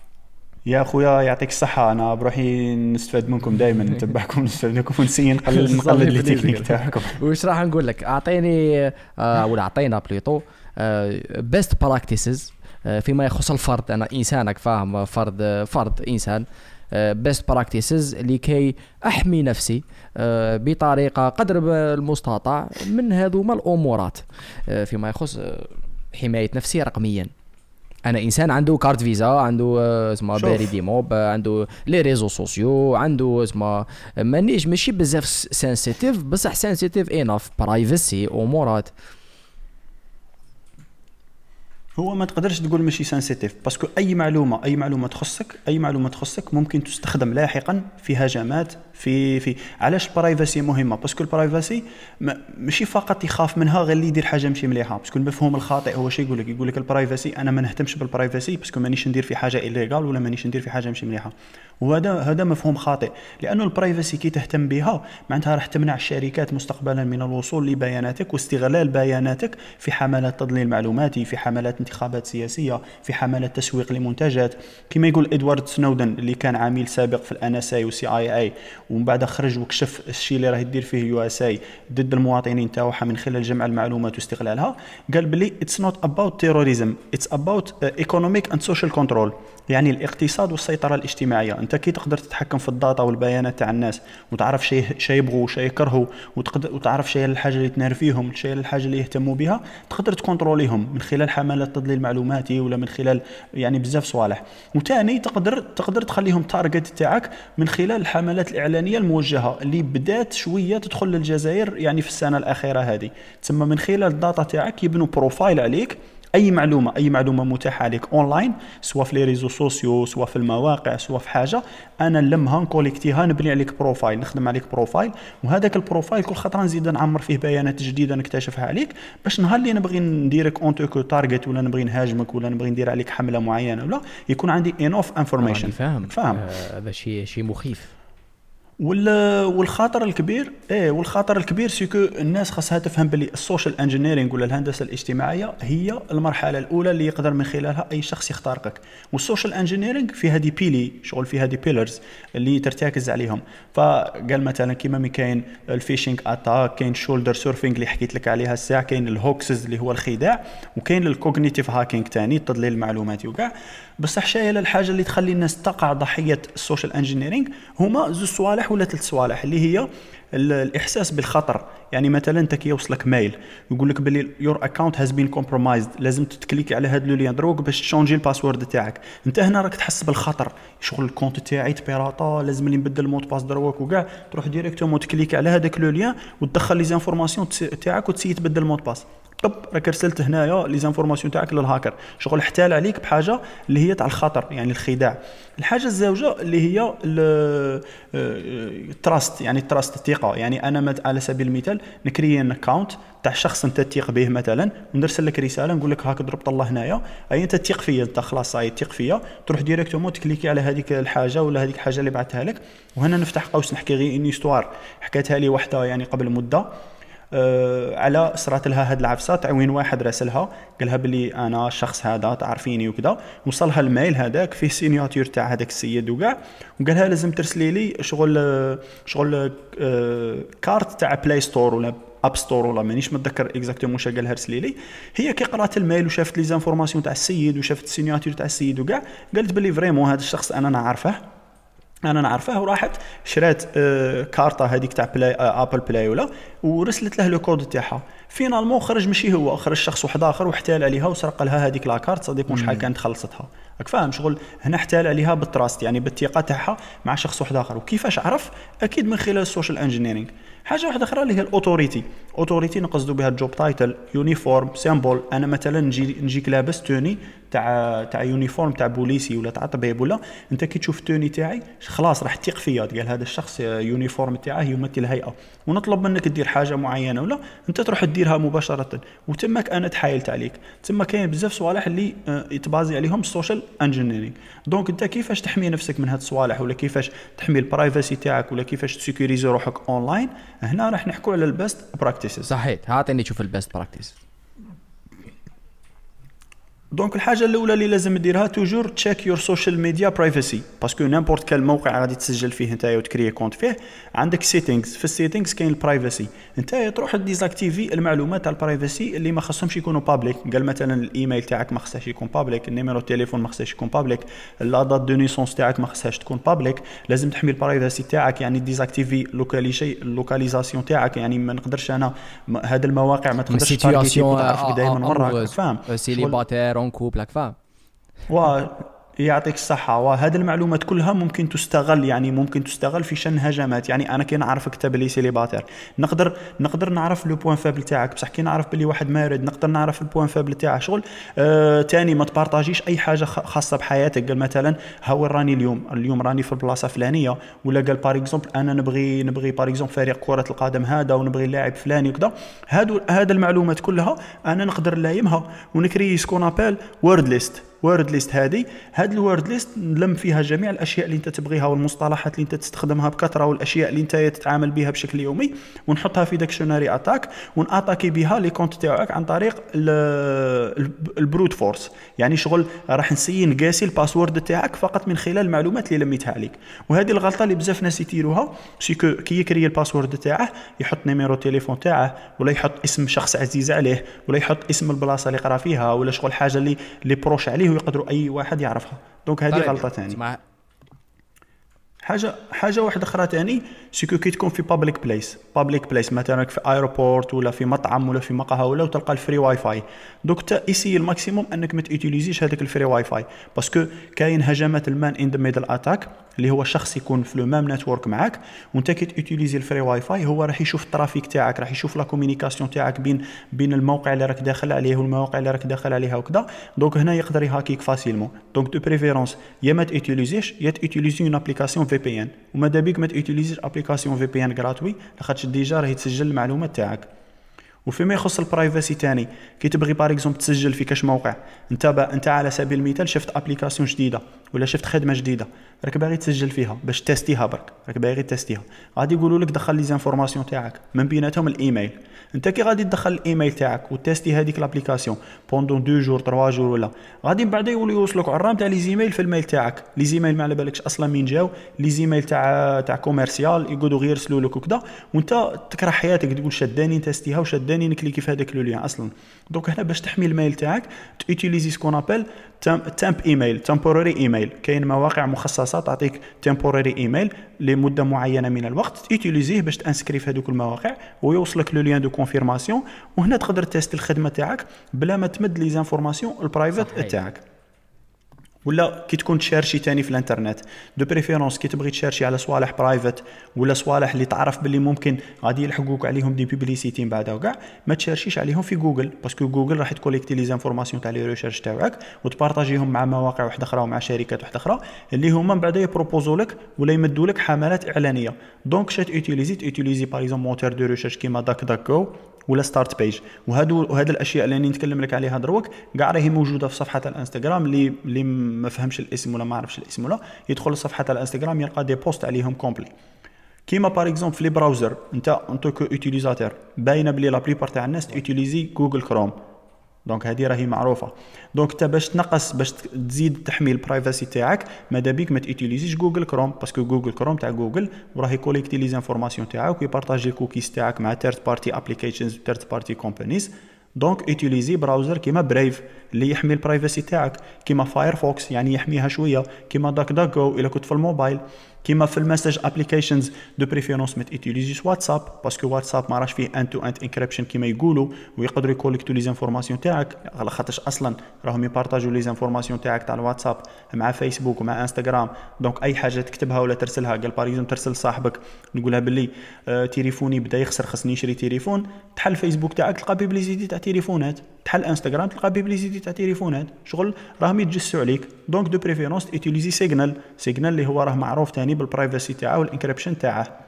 يا خويا يعطيك الصحه انا بروحي نستفاد منكم دائما نتبعكم نستفاد منكم ونسي نقلل نقلد التكنيك تاعكم. واش راح نقول لك اعطيني آه ولا اعطينا بليطو بيست براكتيسز فيما يخص الفرد انا انسانك فاهم فرد فرد انسان بيست براكتيسز لكي احمي نفسي بطريقه قدر المستطاع من هذوما الامورات فيما يخص حمايه نفسي رقميا. انا انسان عنده كارت فيزا عنده اسمه باريدي موب عنده لي ريزو سوسيو عنده اسمه مانيش ماشي بزاف سنسيتيف بصح سنسيتيف اناف برايفسي امورات. هو ما تقدرش تقول ماشي سنسيتيف باسكو اي معلومه اي معلومه تخصك اي معلومه تخصك ممكن تستخدم لاحقا في هجمات في في علاش البرايفسي مهمه باسكو البرايفسي ماشي فقط يخاف منها غير اللي يدير حاجه ماشي مليحه باسكو المفهوم الخاطئ هو شي يقول لك يقول لك البرايفسي انا ما نهتمش بالبرايفسي باسكو مانيش ندير في حاجه إليغال ولا مانيش ندير في حاجه ماشي مليحه وهذا هذا مفهوم خاطئ لانه البرايفسي كي تهتم بها معناتها راح تمنع الشركات مستقبلا من الوصول لبياناتك واستغلال بياناتك في حملات تضليل معلوماتي في حملات انتخابات سياسيه في حملات تسويق لمنتجات كما يقول ادوارد سنودن اللي كان عميل سابق في الان اس اي والسي اي اي ومن بعد خرج وكشف الشيء اللي راه يدير فيه يو اس اي ضد المواطنين تاعها من خلال جمع المعلومات واستغلالها قال بلي اتس نوت اباوت تيروريزم اتس اباوت ايكونوميك اند سوشيال كنترول يعني الاقتصاد والسيطره الاجتماعيه. انت كي تقدر تتحكم في الداتا والبيانات تاع الناس وتعرف شيء شيء يبغوا وشيء يكرهوا وتقدر وتعرف شيء الحاجه اللي تنرفيهم شيء الحاجه اللي يهتموا بها تقدر تكنتروليهم من خلال حملات تضليل معلوماتي ولا من خلال يعني بزاف صوالح. وثاني تقدر تقدر تخليهم تارجت تاعك من خلال الحملات الاعلانيه الموجهه اللي بدات شويه تدخل للجزائر يعني في السنه الاخيره هذه تسمى من خلال الداتا تاعك يبنوا بروفايل عليك اي معلومه اي معلومه متاحه عليك اونلاين سواء في لي ريزو سوسيو سواء في المواقع سواء في حاجه انا نلمها نكوليكتيها نبني عليك بروفايل نخدم عليك بروفايل وهذاك البروفايل كل خطره نزيد نعمر فيه بيانات جديده نكتشفها عليك باش نهار اللي نبغي نديرك اونتو تارجت ولا نبغي نهاجمك ولا نبغي ندير عليك حمله معينه ولا يكون عندي انوف انفورميشن. فاهم فاهم هذا شيء شيء مخيف. والخطر الكبير ايه والخطر الكبير سيكو الناس خاصها تفهم بلي السوشيال انجينيرينغ ولا الهندسه الاجتماعيه هي المرحله الاولى اللي يقدر من خلالها اي شخص يخترقك. والسوشيال انجينيرينغ فيها دي بيلي شغل فيها دي بيلرز اللي ترتكز عليهم. فقال مثلا كيما مي كاين الفيشينغ اتاك كاين شولدر سيرفينغ اللي حكيت لك عليها الساعه كاين الهوكسز اللي هو الخداع وكاين الكوغنيتيف هاكينغ ثاني التضليل المعلوماتي وكاع. بصح شايله الحاجه اللي تخلي الناس تقع ضحيه السوشيال انجينيرينغ هما زوج صوالح ولا ثلاث صوالح اللي هي الاحساس بالخطر. يعني مثلا انت كي يوصلك ميل يقول لك بلي يور اكونت هاز بين كومبرومايزد لازم تكليك على هذا لو لين دروك باش تشونجي الباسورد تاعك. انت هنا راك تحس بالخطر شغل الكونت تاعي تبيراطا لازم لي نبدل المود باس دروك وكاع تروح ديريكتومون تكليك على هذاك لو لين وتدخل لي زانفورماسيون تاعك وتسيي تبدل المود باس طب راك رسلت هنايا لي زانفورماسيون تاعك للهاكر شغل احتال عليك بحاجه اللي هي تاع الخطر يعني الخداع. الحاجه الزوجه اللي هي التراست يعني التراست الثقه. يعني انا على سبيل المثال نكري ان اكونت تاع شخص انت تثق به مثلا ونرسل لك رساله نقول لك هاك ضربت الله هنايا اي انت تثق فيا انت خلاص صاي تثق فيا تروح ديريكتومون تكليكي على هذيك الحاجه ولا هذيك الحاجه اللي بعثها لك. وهنا نفتح قوس نحكي غير اني ستوار حكيتها لي وحده يعني قبل مده أه على صرات لها هاد العفسه تاع وين واحد راسلها قالها بلي انا الشخص هذا تعرفيني وكذا، وصلها الميل هذاك فيه سيناتور تاع هذاك السيد وكاع، وقالها لازم ترسلي لي شغل شغل أه كارت تاع بلاي ستور ولا اب ستور ولا مانيش متذكر اكزاكتومون واش قالها رسلي لي. هي كي قرات الميل وشافت لي زانفورماسيون تاع السيد وشافت السيناتور تاع السيد وكاع، قالت بلي فريمون هذا الشخص انا نعرفه انا نعرفه وراحت شرات آه كارطه هذيك تاع بلاي آه ابل بلاي ولا، ورسلت له لو كود تاعها. فينالمون خرج ماشي هو، خرج شخص واحد اخر واحتال عليها وسرق لها هذيك لا كارت، صديق شحال كانت خلصتها. راك فاهم شغل هنا احتال عليها بالتراست يعني بالثقه تاعها مع شخص واحد اخر. وكيفاش عرف؟ اكيد من خلال السوشيال انجينيرينغ. حاجه واحده اخرى اللي هي الاوتوريتي. اوتوريتي نقصدوا بها الجوب تايتل، يونيفورم، سيمبل. انا مثلا نجي نجيك لابس توني تاع تاع يونيفورم تاع بوليسي ولا تاع طبيب ولا، انت كي تشوف التوني تاعي خلاص راح تثق فيا، تقال هذا الشخص يونيفورم تاعه يمثل هيئه، ونطلب منك دير حاجه معينه ولا انت تروح تديرها مباشره، وتمك انا تحايلت عليك. تما كاين بزاف صوالح اللي يتبازي عليهم السوشيال انجينيرينغ. دونك انت كيفاش تحمي نفسك من هاد الصوالح، ولا كيفاش تحمي البرايفسي تاعك، ولا كيفاش تسيكوريزي روحك اونلاين، هنا راح نحكوا على البيست براكتيسز. صحيح، عطيني تشوف البيست براكتيس. دونك الحاجه الاولى اللي لازم ديرها توجور تشيك يور سوشيال ميديا برايفسي، باسكو نيمبورت كال موقع غادي تسجل فيه نتايا وتكري كونت فيه، عندك سيتينغز. في السيتينغز كاين البرايفسي، نتايا تروح ديزاكتيفي المعلومات تاع البرايفسي اللي ما خصهمش يكونوا بابليك. قال مثلا الايميل تاعك ما خصهاش يكون بابليك، النيميرو التليفون ما خصهاش يكون بابليك، لا دات دو نيسونس تاعك ما خصهاش تكون بابليك. لازم تحمي البرايفسي تاعك، يعني ديزاكتيفي لوكاليشي اللوكاليزاسيون تاعك، يعني ما نقدرش انا هذه المواقع ما تقدرش تعرفك دائما مره، فاهم؟ سيليباتير اون كوبل فاهم. و يعطيك الصحة. وهذه المعلومات كلها ممكن تستغل، يعني ممكن تستغل في شن هجمات. يعني أنا كي نعرفك أنت بلي سيليباتير، نقدر نقدر نعرف لو بوين فابل تاعك، بصح كي نعرف بلي واحد مارد نقدر نعرف البوين فابل تاعه. شغل آه تاني ما تبارطاجيش أي حاجة خاصة بحياتك. قال مثلا هاو راني اليوم اليوم راني في البلاصة فلانية، ولا قال بار اكزومبل أنا نبغي نبغي بار اكزومبل فريق كرة القدم هذا ونبغي لاعب فلاني وكذا. هادو هذا المعلومات كلها أنا نقدر نلايمها ونكري سكون ابل وورد ليست. وورد ليست هذه هاد الوورد ليست نلم فيها جميع الاشياء اللي انت تبغيها والمصطلحات اللي انت تستخدمها بكثره والاشياء اللي انت تتعامل بها بشكل يومي، ونحطها في ديكشنري اتاك وناتاكي بها لي كونت تاعك عن طريق البروت فورس. يعني شغل راح نسيي نقاسي الباسورد تاعك فقط من خلال المعلومات اللي لميتها عليك. وهذه الغلطه اللي بزاف ناس يديروها، سيكو كي يكري الباسورد تاعه يحط نيميرو تليفون تاعه، ولا يحط اسم شخص عزيز عليه، ولا يحط اسم البلاصه اللي قرا فيها، ولا شغل حاجه اللي اللي بروش عليه ويقدروا اي واحد يعرفها. دونك هذه غلطه ثانيه. حاجه حاجه واحده اخرى ثاني، سيكو كي تكون في بابليك بليس بابليك بليس مثلا في ايروبورت ولا في مطعم ولا في مقهى ولا وتلقى الفري واي فاي، دوك تا ايسي الماكسيموم انك ما تيوتيليزيش هذاك الفري واي فاي، باسكو كاين هجمات المان ان ذا ميدل اتاك اللي هو شخص يكون في لو ميم نتورك معاك، وانت كي تيوتيليزي الفري واي فاي هو راح يشوف الترافيك تاعك، راح يشوف لا كومونيكاسيون تاعك بين بين الموقع اللي راك داخل عليه والمواقع اللي راك داخل عليها وكذا. دونك هنا يقدر يهاكيك فاسيلمون. دونك دو بريفيرونس يا ما تيوتيليزيش يا تيوتيليزي اون ابليكاسيون في بي ان، وماذا بيك ما تيوتيليزيش ابليكاسيون في بي ان غراتوي لاخاطش ديجا راهي تسجل المعلومات تاعك. وفيما يخص البرايفسي تاني، كي تبغي بار اكزومبل تسجل في كاش موقع، انت انت على سبيل المثال شفت ابليكاسيون جديده ولا شفت خدمه جديده راك باغي تسجل فيها باش تيستيها، برك راك باغي تيستيها، غادي يقولوا لك دخل لي زانفورماسيون تاعك من بيناتهم الايميل. انت كي غادي تدخل الايميل تاعك وتيستي هذيك الابليكاسيون بوندون دو جور ثلاثة جور ولا غادي من بعد يولي يوصلك عرام تاع لي زيميل في الميل تاعك، لي زيميل ما على بالكش اصلا مين جاو، لي زيميل تاع تاع كوميرسيال يقعدوا غير يرسلوا لك وكذا، وانت تكره حياتك تقول شداني نتيستيها وشداني نكليكي في هذاك لو لين اصلا. دونك هنا باش تحمي الميل تاعك تيوتيليزي سكون ابل تامب ايميل، تمبوراري ايميل. كاين مواقع مخصصه تعطيك تمبوراري ايميل لمده معينه من الوقت، تيوتيليزيه باش تانسكري في هذوك المواقع ويوصلك لو لين دو كونفيرماسيون، وهنا تقدر تيست الخدمه تاعك بلا ما تمد لي زانفورماسيون البرايفت تاعك. ولا كي تكون تشارشي تاني في الانترنت دو بريفيرونس، كي تبغي تشارشي على صوالح برايفت ولا صوالح اللي تعرف باللي ممكن غادي يلحقوك عليهم دي بوبليسيتي من بعدها وكاع، ما تشارشيش عليهم في جوجل، باسكو جوجل راح تكوليكتي لي زانفورماسيون تاع لي ريشيرش تاعك وتبارطاجيهم مع مواقع واحده اخرى ومع شركات واحده اخرى اللي هما من بعد يبروبوزوا لك ولا يمدوا لك حملات اعلانيه. دونك شات اوتيليزي اوتيليزي باغ اكزومبل موتور دو ريشيرش كيما داك داك جو ولا ستارت بيج، وهادو وهاد الاشياء اللي راني نتكلم لك عليها دروك كاع راهي موجوده في صفحه الانستغرام. اللي اللي ما فهمش الاسم ولا ما عرفش الاسم ولا يدخل لصفحه الانستغرام يلقى دي بوست عليهم كومبلي. كيما باغ اكزومبل في لي براوزر انت انتو كو يوتيليزاتور باينه بلي لا بليبار تاع الناس تيوتيليزي جوجل كروم، دونك هذه راهي معروفه. دونك انت باش تنقص باش تزيد تحمي البرايفاسي تاعك ماذا بيك ما تيوتيليزيش جوجل كروم، باسكو جوجل كروم تاع جوجل وراهي كوليكتي لي انفورماسيون تاعك ويبارطاجي الكوكيز تاعك مع ثيرد بارتي ابليكيشنز ثيرد بارتي كومبانيز. دونك يوتيليزي براوزر كيما برايف اللي يحمي البرايفاسي تاعك، كيما فايرفوكس يعني يحميها شويه، كيما داك داك جو الا كنت في الموبايل، كيما في المسج ابليكيشنز دو بريفيرونس ما تيوتيليزيش واتساب باسكو واتساب ما راش فيه ان تو اند انكريبشن كيما يقولوا ويقدروا يكوليكتوا لي انفورماسيون تاعك، على خاطرش اصلا راهم يبارطاجوا لي انفورماسيون تاعك تاع الواتساب مع فيسبوك ومع انستغرام. دونك اي حاجه تكتبها ولا ترسلها، قال باريزون ترسل صاحبك نقولها باللي آه تليفوني بدا يخسر خصني نشري تليفون، تحل فيسبوك تاعك تلقى بيبليزيتي تاع تليفونات، تحل انستغرام تلقى بيبليزيتي تاع تليفونات، شغل راهم يتجسوا عليك. دونك دو بريفيرونس يوتيليزي سيجنال، سيجنال اللي هو راه معروف ثاني بالبرايفاسي تاعه والانكريبشن تاعه.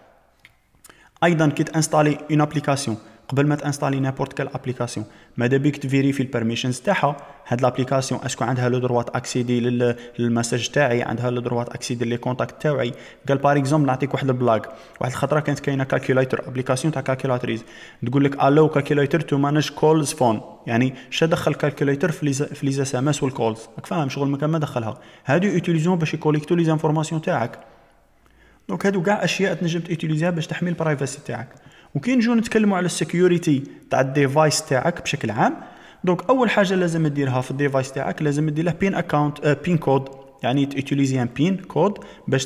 ايضا كي تانستالي اون ابليكاسيون قبل ما تانستالي نابورت كال ابليكاسيون ماذا بيك تفيريفي البيرميشنز تاعها، هاد لابليكاسيون اسكو عندها لو دروات اكسيدي للمساج تاعي، عندها لو دروات اكسيدي لي كونتاكت تاعي. قال باغ اكزومبل نعطيك واحد البلاك، واحد الخطره كانت كاينه كالكوليتر ابليكاسيون تاع كالكولاتريز تقول لك الو كالكوليتر تو مانج كولز فون، يعني شا دخل كالكوليتر في لي في لي اس ام اس والكولز، راك فاهم شغل ما كان ما دخلها، هادو يوتيليزون باش يكوليكتو لي انفورماسيون تاعك. دونك هادو كاع اشياء تنجم تيوتيليزيها باش تحمي البرايفاسي تاعك. وكي نجو نتكلموا على السيكيوريتي تاع الديفايس تاعك بشكل عام، دونك اول حاجه لازم ديرها في الديفايس تاعك لازم دير له بين اكاونت آه بين كود، يعني تيوتيليزي ان بين كود باش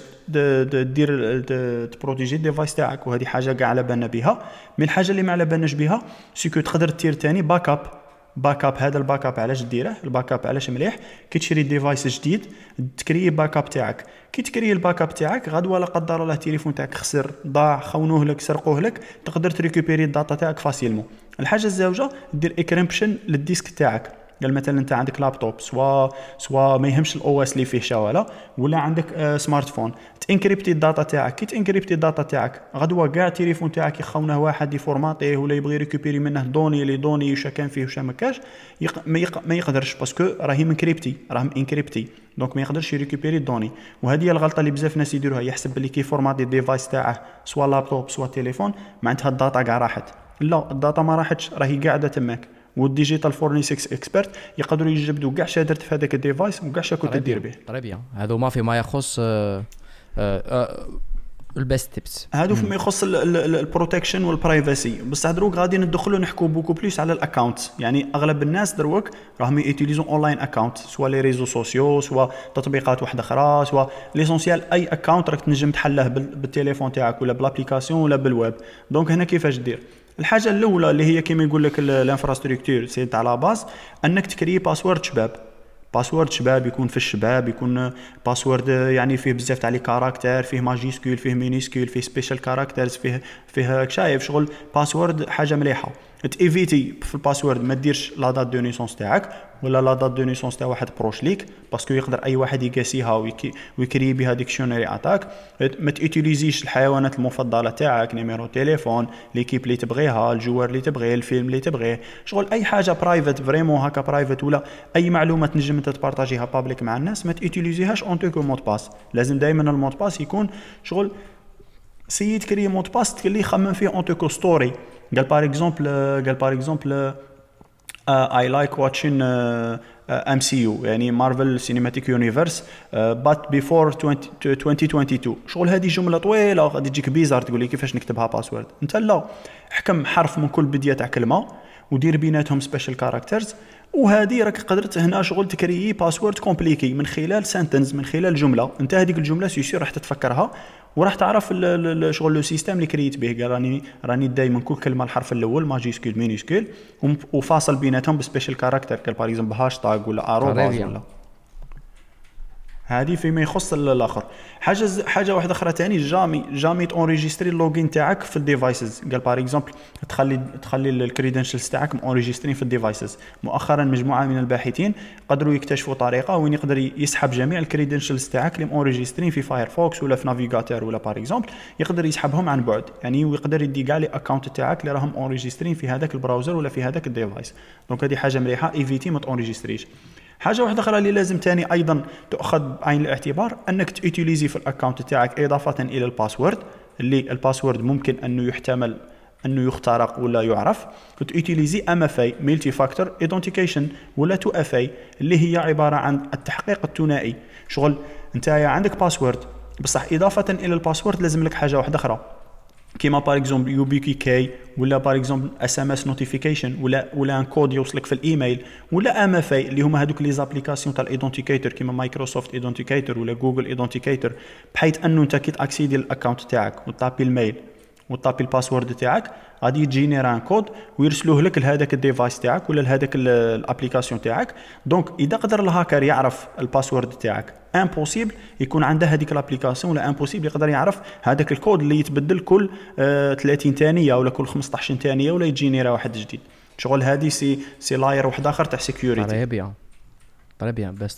دير تبروتيجي الديفايس تاعك، وهذه حاجه كاع على بالنا بها. من الحاجه اللي ما على بالناش بها سيكو تقدر دير ثاني باك اب. باك اب هذا الباك اب علاش ديره؟ الباك اب علاش مليح؟ كي تشري ديفايس جديد تكري باك اب تاعك، كي تكري الباك اب تاعك غدوه لا قدر الله التليفون تاعك خسر ضاع خونوه لك سرقوه لك تقدر تريكوبيري الداتا تاعك فاسيلمون. الحاجه الزوجه دير انكريبشن للديسك تاعك، قال مثلا انت عندك لابتوب سوا سوا ما يهمش الاو اس اللي فيه شواله ولا عندك آه سمارت فون، تانكريبتي الداتا تاعك، كي تانكريبتي الداتا تاعك غدوه كاع التليفون تاعك يخونه واحد يفورماتيه ولا يبغي ريكوبيري منه دوني لي دوني واش كان فيه واش ما كاش يق... ما, يق... ما يقدرش باسكو راهي منكريبتي راهم انكريبتي، دونك ما يقدرش يريكوبيري الدوني. وهذه هي الغلطه اللي بزاف ناس يديروها، يحسب بلي كي فورماتي الديفايس تاعه سوا لابتوب سوا تليفون معناتها الداتا كاع راحت، لا الداتا ما راحتش راهي قاعده تماك. والديجيتال فورنيسكس اكسبرت يقدروا يجبدوا كاع شا درت في هذاك الديفايس وكاع شا كنت دير به. طري بيان هذو ما فيما يخص البيست تيبس، هادو فيما يخص البروتكشن والبرايفاسي. بس دروك غادي ندخلوا نحكوا بوكو بليس على الاكونت، يعني اغلب الناس دروك راهم يوتيليزون اونلاين اكونت سوا لي ريزو سوسيو سوا تطبيقات واحده اخرى سوا ليسونسيال اي اكونت راك تنجم تحله بالتليفون تاعك ولا بالابليكاسيون ولا بالويب. دونك هنا كيفاش دير؟ الحاجه الاولى اللي هي كيما يقول لك الانفراستركتور سي تاع لا باز انك تكري باسورد شباب، باسورد شباب يكون في الشباب، يكون باسورد يعني فيه بزاف تاع لي كاركتير، فيه ماجيسكول فيه مينيسكول فيه سبيشال كاركترز فيه فيه شايف شغل باسورد حاجه مليحه. تيفيتي في الباسورد ما ديرش لا دات دو نيسونس تاعك ولا لا دات دو نيسونس تاع واحد بروش ليك باسكو يقدر اي واحد يقاسيها ويكري بها ديكشنري اتاك. ما تيوتيليزيش الحيوانات المفضله تاعك، نيميرو تليفون، ليكيب اللي تبغيها، الجوار اللي تبغيه، الفيلم اللي تبغيه، شغل اي حاجه برايفت فريمون هكا برايفت ولا اي معلومه تنجم انت تبارطاجيها بابليك مع الناس ما تيوتيليزيهاش اون توكو مود باس. لازم دائما المود باس يكون شغل سيد كري مود باس اللي يخمم فيه اون توكو ستوري. قال بار اكزومبل قال بار اكزومبل اي لايك واتشين ام سي يو يعني مارفل سينماتيك يونيفرس بات بيفور twenty twenty-two. شغل هذه جمله طويله غادي تجيك بيزار تقول لي كيفاش نكتبها باسورد. انت لا حكم حرف من كل بدايه تاع كلمه ودير بيناتهم سبيشال كاركترز، وهذه راك قدرت هنا شغل تكريي باسورد كومبليكي من خلال سنتنس من خلال جمله. انت هذيك الجمله سيسير راح تتفكرها وراح تعرف شغل لو سيستم اللي كريت به. قال راني راني دائما كل كلمه الحرف الاول ماجيسكول مينيسكول وفاصل بيناتهم بسبيشال كاركتر قال باغ اكزومبل هاشتاغ ولا اروباز ولا هذه فيما يخص الاخر. حاجه حاجه واحده اخرى ثاني جامي جامي تونريجستري اللوجين تاعك في الديفايسز. قال باغ اكزومبل تخلي تخلي الكريدنشلز تاعك اونريجسترين في الديفايسز. مؤخرا مجموعه من الباحثين قدروا يكتشفوا طريقه وين يقدر يسحب جميع الكريدنشلز تاعك اللي اونريجسترين في فايرفوكس ولا في نافيغاتور ولا باغ اكزومبل يقدر يسحبهم عن بعد، يعني ويقدر يدي كاع لي اكونت تاعك اللي راهم اونريجسترين في هذاك البراوزر ولا في هذاك الديفايس. دونك هذه حاجه مليحه ايفيتي ما تونريجستريش. حاجه واحده اخرى اللي لازم تاني ايضا تاخذ بعين الاعتبار انك تيوتيليزي في الاكونت تاعك اضافه الى الباسورد اللي الباسورد ممكن انه يحتمل انه يخترق ولا يعرف، وتيتيليزي ام اف اي ملتي فاكتور ايدنتيكيشن ولا تو اف اي اللي هي عباره عن التحقيق الثنائي. شغل انت عندك باسورد بصح اضافه الى الباسورد لازم لك حاجه واحده اخرى كيما بار اكزومبل يو بي كي كي ولا بار اكزومبل اس ام اس نوتيفيكيشن ولا ولا ان كود يوصلك في الايميل ولا ام اف اي اللي هما هذوك لي زابليكاسيون تاع الايدنتيكيتور كيما مايكروسوفت ايدنتيكيتور ولا جوجل ايدنتيكيتور، بحيث انه انت كي تاكسيدي الاكونت تاعك وتطابي الميل وتطابي الباسورد تاعك غادي يجينيرا ان كود ويرسلوه لك لهذاك الديفايس تاعك ولا لهذاك الابليكاسيون تاعك. دونك اذا قدر الهاكر يعرف الباسورد تاعك امبوسيبل يكون عنده هذيك الابليكاسيون، ولا امبوسيبل يقدر يعرف هذاك الكود اللي يتبدل كل آه ثلاثين ثانيه ولا كل خمسطاش ثانيه ولا يجينيرا واحد جديد. شغل هذه سي سي لاير واحد اخر تاع سيكيوريتي. طري بيان طري بيان بس.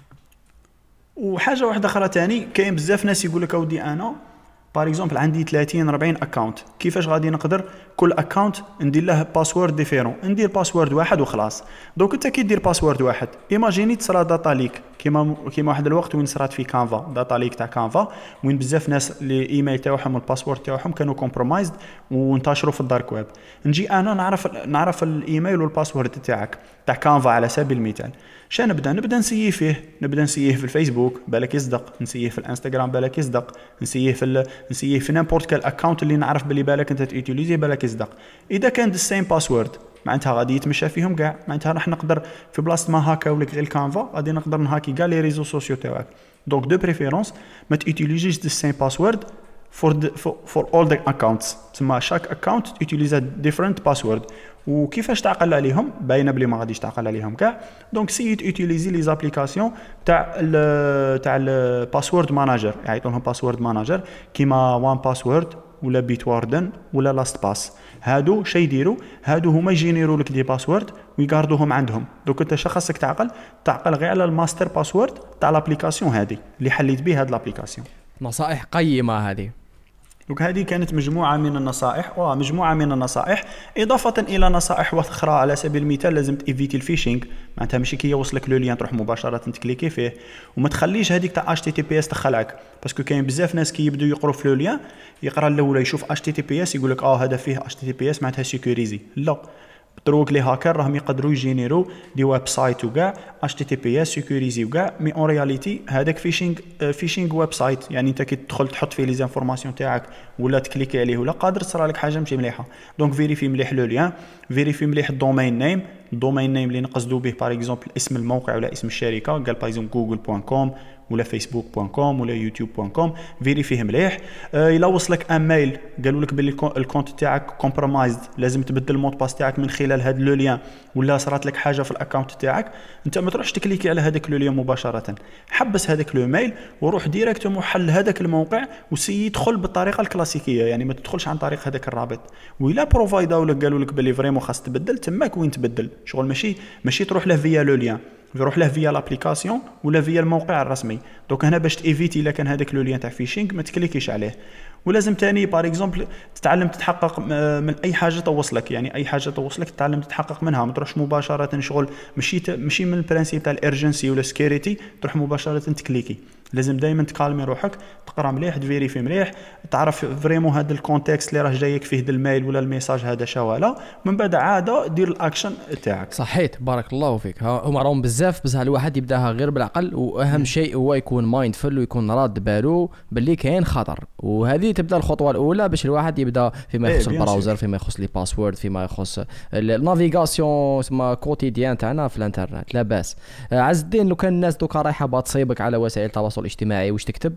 وحاجه واحده اخرى ثاني، كاين بزاف ناس يقول لك اودي انا بار اكزومبل عندي ثلاثين أربعين اكاونت، كيفاش غادي نقدر كل اكاونت ندير له باسورد ديفيرون؟ ندير باسورد واحد وخلاص. دونك انت كي دير باسورد واحد ايماجيني تصرا داتا ليك كيما كيما واحد الوقت وين صرات في كانفا داتا ليك تاع كانفا، وين بزاف ناس لي ايميل تاعهم والباسورد تاعهم كانوا كومبرومايزد وانتشروا في الدارك ويب. نجي انا نعرف نعرف الايميل والباسورد تاعك تاع كانفا على سبيل المثال، شا نبدا نبدا نسييه فيه نبدا نسييه في الفيسبوك بالك يصدق، نسييه في الانستغرام بالك يصدق، نسييه في ال... نسييه في نيمبورت كال اكونت اللي نعرف بلي بالك انت تيوتيليزي بالك يصدق. اذا كان السيم باسورد معناتها غادي يتمشى فيهم كاع، معناتها راح نقدر في بلاصه ما هاكاو لك غير الكانفا غادي نقدر نهاكي كاع لي ريزو سوسيو تاعك. دونك دو بريفيرونس ما تيوتيليزيش السيم باسورد for the, for, for all the accounts. تسمى شاك اكونت يوتيليزا ديفرنت باسورد. وكيفاش تعقل عليهم؟ باينه بلي ما غاديش تعقل عليهم كاع. دونك سي يوتيليزي لي زابليكاسيون تاع ال تاع الباسورد ماناجر، يعيطوا لهم باسورد ماناجر كيما وان باسورد ولا بيت واردن ولا لاست باس. هادو شي يديروا؟ هادو هما يجينيروا لك دي باسورد ويقاردوهم عندهم. دوك انت شخصك تعقل تعقل غير على الماستر باسورد تاع الابليكاسيون هذه اللي حليت به هاد الابليكاسيون. نصائح قيمه هذه. دوك هذه كانت مجموعة من النصائح ومجموعة من النصائح إضافة إلى نصائح أخرى. على سبيل المثال لازم تيفيتي الفيشينغ، معناتها ماشي كي يوصلك لو لين تروح مباشرة تكليكي فيه، وما تخليش هذيك تاع اتش تي تي بي اس تخلعك، باسكو كاين بزاف ناس كي يبدو يقروا في لو لين يقرا الاول يشوف اتش تي تي بي اس يقول لك اه هذا فيه اتش تي تي بي اس معناتها سيكوريزي. لا، دروك لي هاكر راهم يقدروا يجينيرو دي ويب سايت وكاع اتش تي تي بي اس سيكوريزي وكاع، مي اون رياليتي هذاك فيشينغ فيشينغ ويب سايت. يعني انت كي تدخل تحط فيه لي زانفورماسيون تاعك ولا تكليكي عليه ولا قادر تصرى لك حاجه ماشي مليحه. دونك فيريفي مليح لو لين، فيريفي مليح الدومين نيم. الدومين نيم اللي نقصدوا به بار اكزومبل اسم الموقع ولا اسم الشركه، قال باغ اكزومبل جوجل دوت كوم ولا فيسبوك دوت كوم ولا يوتيوب دوت كوم، فيريفيه مليح. آه الا وصلك ان ميل قالوا لك باللي الكونت تاعك كومبرومايزد لازم تبدل المود باس تاعك من خلال هذا لو لين، ولا صرات لك حاجه في الاكونت تاعك، انت ما تروحش تكليكي على هذاك لو لين مباشره، حبس هذاك لو ميل وروح ديريكتومون حل هذاك الموقع وسي يدخل بالطريقه الكلاسيكيه، يعني ما تدخلش عن طريق هذاك الرابط. وإلا بروفايداو لك قالوا لك باللي فريمون خاص تبدل، تماك وين تبدل. شغل ماشي ماشي تروح له فيا لو لين، يروح له فيا لابليكاسيون ولا فيا الموقع الرسمي. دوك هنا باش تيفيتي الا كان هذاك لو لين تاع فيشينغ ما تكليكيش عليه. ولازم تاني بار اكزومبل تتعلم تتحقق من اي حاجه توصلك، يعني اي حاجه توصلك تتعلم تتحقق منها، ما تروحش مباشره. شغل ماشي ماشي من البرانسيب تاع الارجنسي ولا سكيورتي تروح مباشره تكليكي. لازم دائما تكالمي روحك، تقرا مليح، تفيريفي مليح، تعرف فريمون هذا الكونتكست اللي راه جايك فيه الميل ولا الميساج هذا شوالا، من بعد عاده دير الاكشن تاعك. صحيت، بارك الله فيك. هما راهم بزاف بصح الواحد يبداها غير بالعقل، واهم شيء هو يكون مايندفول ويكون راد بالو باللي كاين خطر. وهذه تبدا الخطوه الاولى باش الواحد يبدا فيما يخص إيه البراوزر، فيما يخص لي باسورد، فيما يخص النافيغاسيون سما كوتيديان تاعنا في الانترنت. لا باس. عز الدين، لو كان الناس دوكا رايحه باتصيبك على وسائل التواصل الاجتماعي واش تكتب؟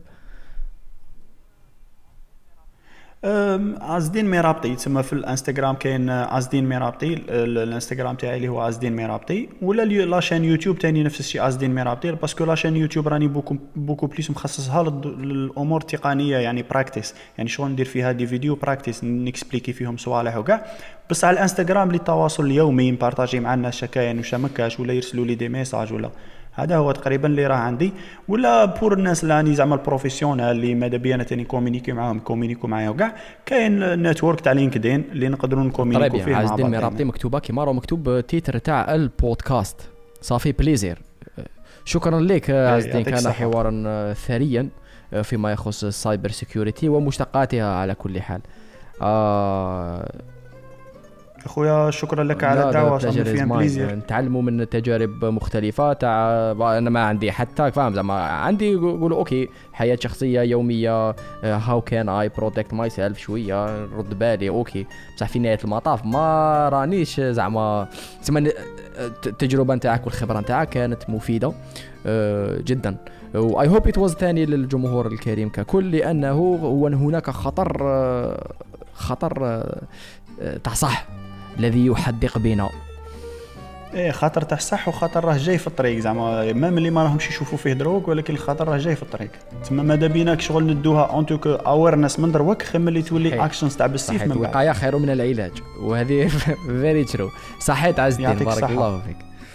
عزدين ميرابطي، تسمى في الانستغرام كاين عزدين ميرابطي، الانستغرام تاعي اللي هو عزدين ميرابطي، ولا لاشين يوتيوب تاني نفس الشيء عزدين ميرابطي، باسكو لاشين يوتيوب راني بوكو بوكو بليس مخصصها للامور التقنيه، يعني براكتيس، يعني شغل ندير فيها دي فيديو براكتيس نكسبليكي فيهم صوالح وكاع. بس على الانستغرام للتواصل اليومي نبارطاجي مع الناس شكاين وش مكاش، ولا يرسلوا لي دي ميساج، ولا هذا هو تقريبا اللي راه عندي. ولا بور الناس اللي راني زعما البروفيسيونال اللي ماذا بيا انا تاني كومونيكي معاهم كومونيكو معايا وكاع، كاين نتورك تاع لينكدين اللي نقدروا نكومونيكو فيه مع بعض. رابطي مكتوبه كيما راه مكتوب تيتر تاع البودكاست. صافي بليزير. شكرا لك عزدين، كان حوارا ثريا. فيما يخص السايبر سيكيورتي ومشتقاتها على كل حال. آه اخويا شكرا لك على الدعوه، صار فيها بليزير نتعلموا من تجارب مختلفه. تاع انا ما عندي حتى فاهم زعما عندي يقولوا اوكي حياه شخصيه يوميه هاو كان اي بروتكت ماي سيلف شويه نرد بالي اوكي، بصح في نهايه المطاف ما رانيش زعما تسمى التجربه نتاعك والخبره نتاعك كانت مفيده جدا. واي هوب ات واز ثاني للجمهور الكريم ككل، لانه هو هناك خطر خطر تاع صح الذي يحدق بنا. ايه خطر تاع صح وخطر راه جاي في الطريق زعما ما ملي ما راهمش يشوفوا فيه دروك، ولكن الخطر راه جاي في الطريق. تما ماذا بيناك شغل ندوها ان توك اويرنس من دروك خير ملي تولي اكشنز تاع بالسيف من بعد. الوقايه خير من العلاج، وهذه فيري ترو. صحيت عز الدين بارك الله فيك.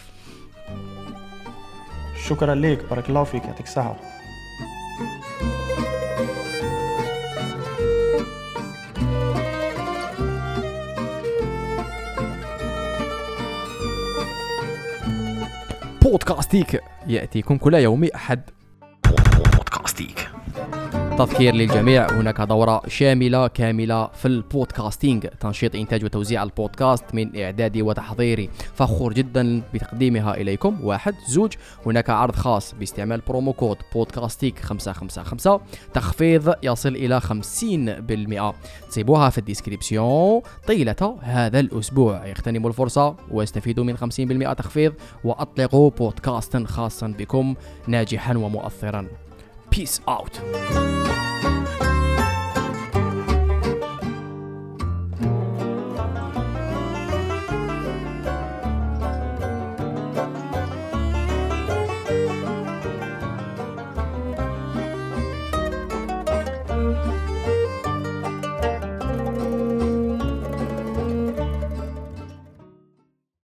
شكرا ليك بارك الله فيك يعطيك الصحه. بودكاستيك يأتيكم كل يوم أحد. بودكاستيك تذكير للجميع، هناك دورة شاملة كاملة في البودكاستينج، تنشيط إنتاج وتوزيع البودكاست من إعدادي وتحضيري. فخور جدا بتقديمها إليكم. واحد زوج، هناك عرض خاص باستعمال برومو كود بودكاستيك خمسة خمسة خمسة، تخفيض يصل إلى خمسين بالمئة. تسيبوها في الديسكريبسيون طيلة هذا الأسبوع. اغتنموا الفرصة واستفيدوا من خمسين بالمئة تخفيض، وأطلقوا بودكاست خاصا بكم ناجحا ومؤثرا. Peace out.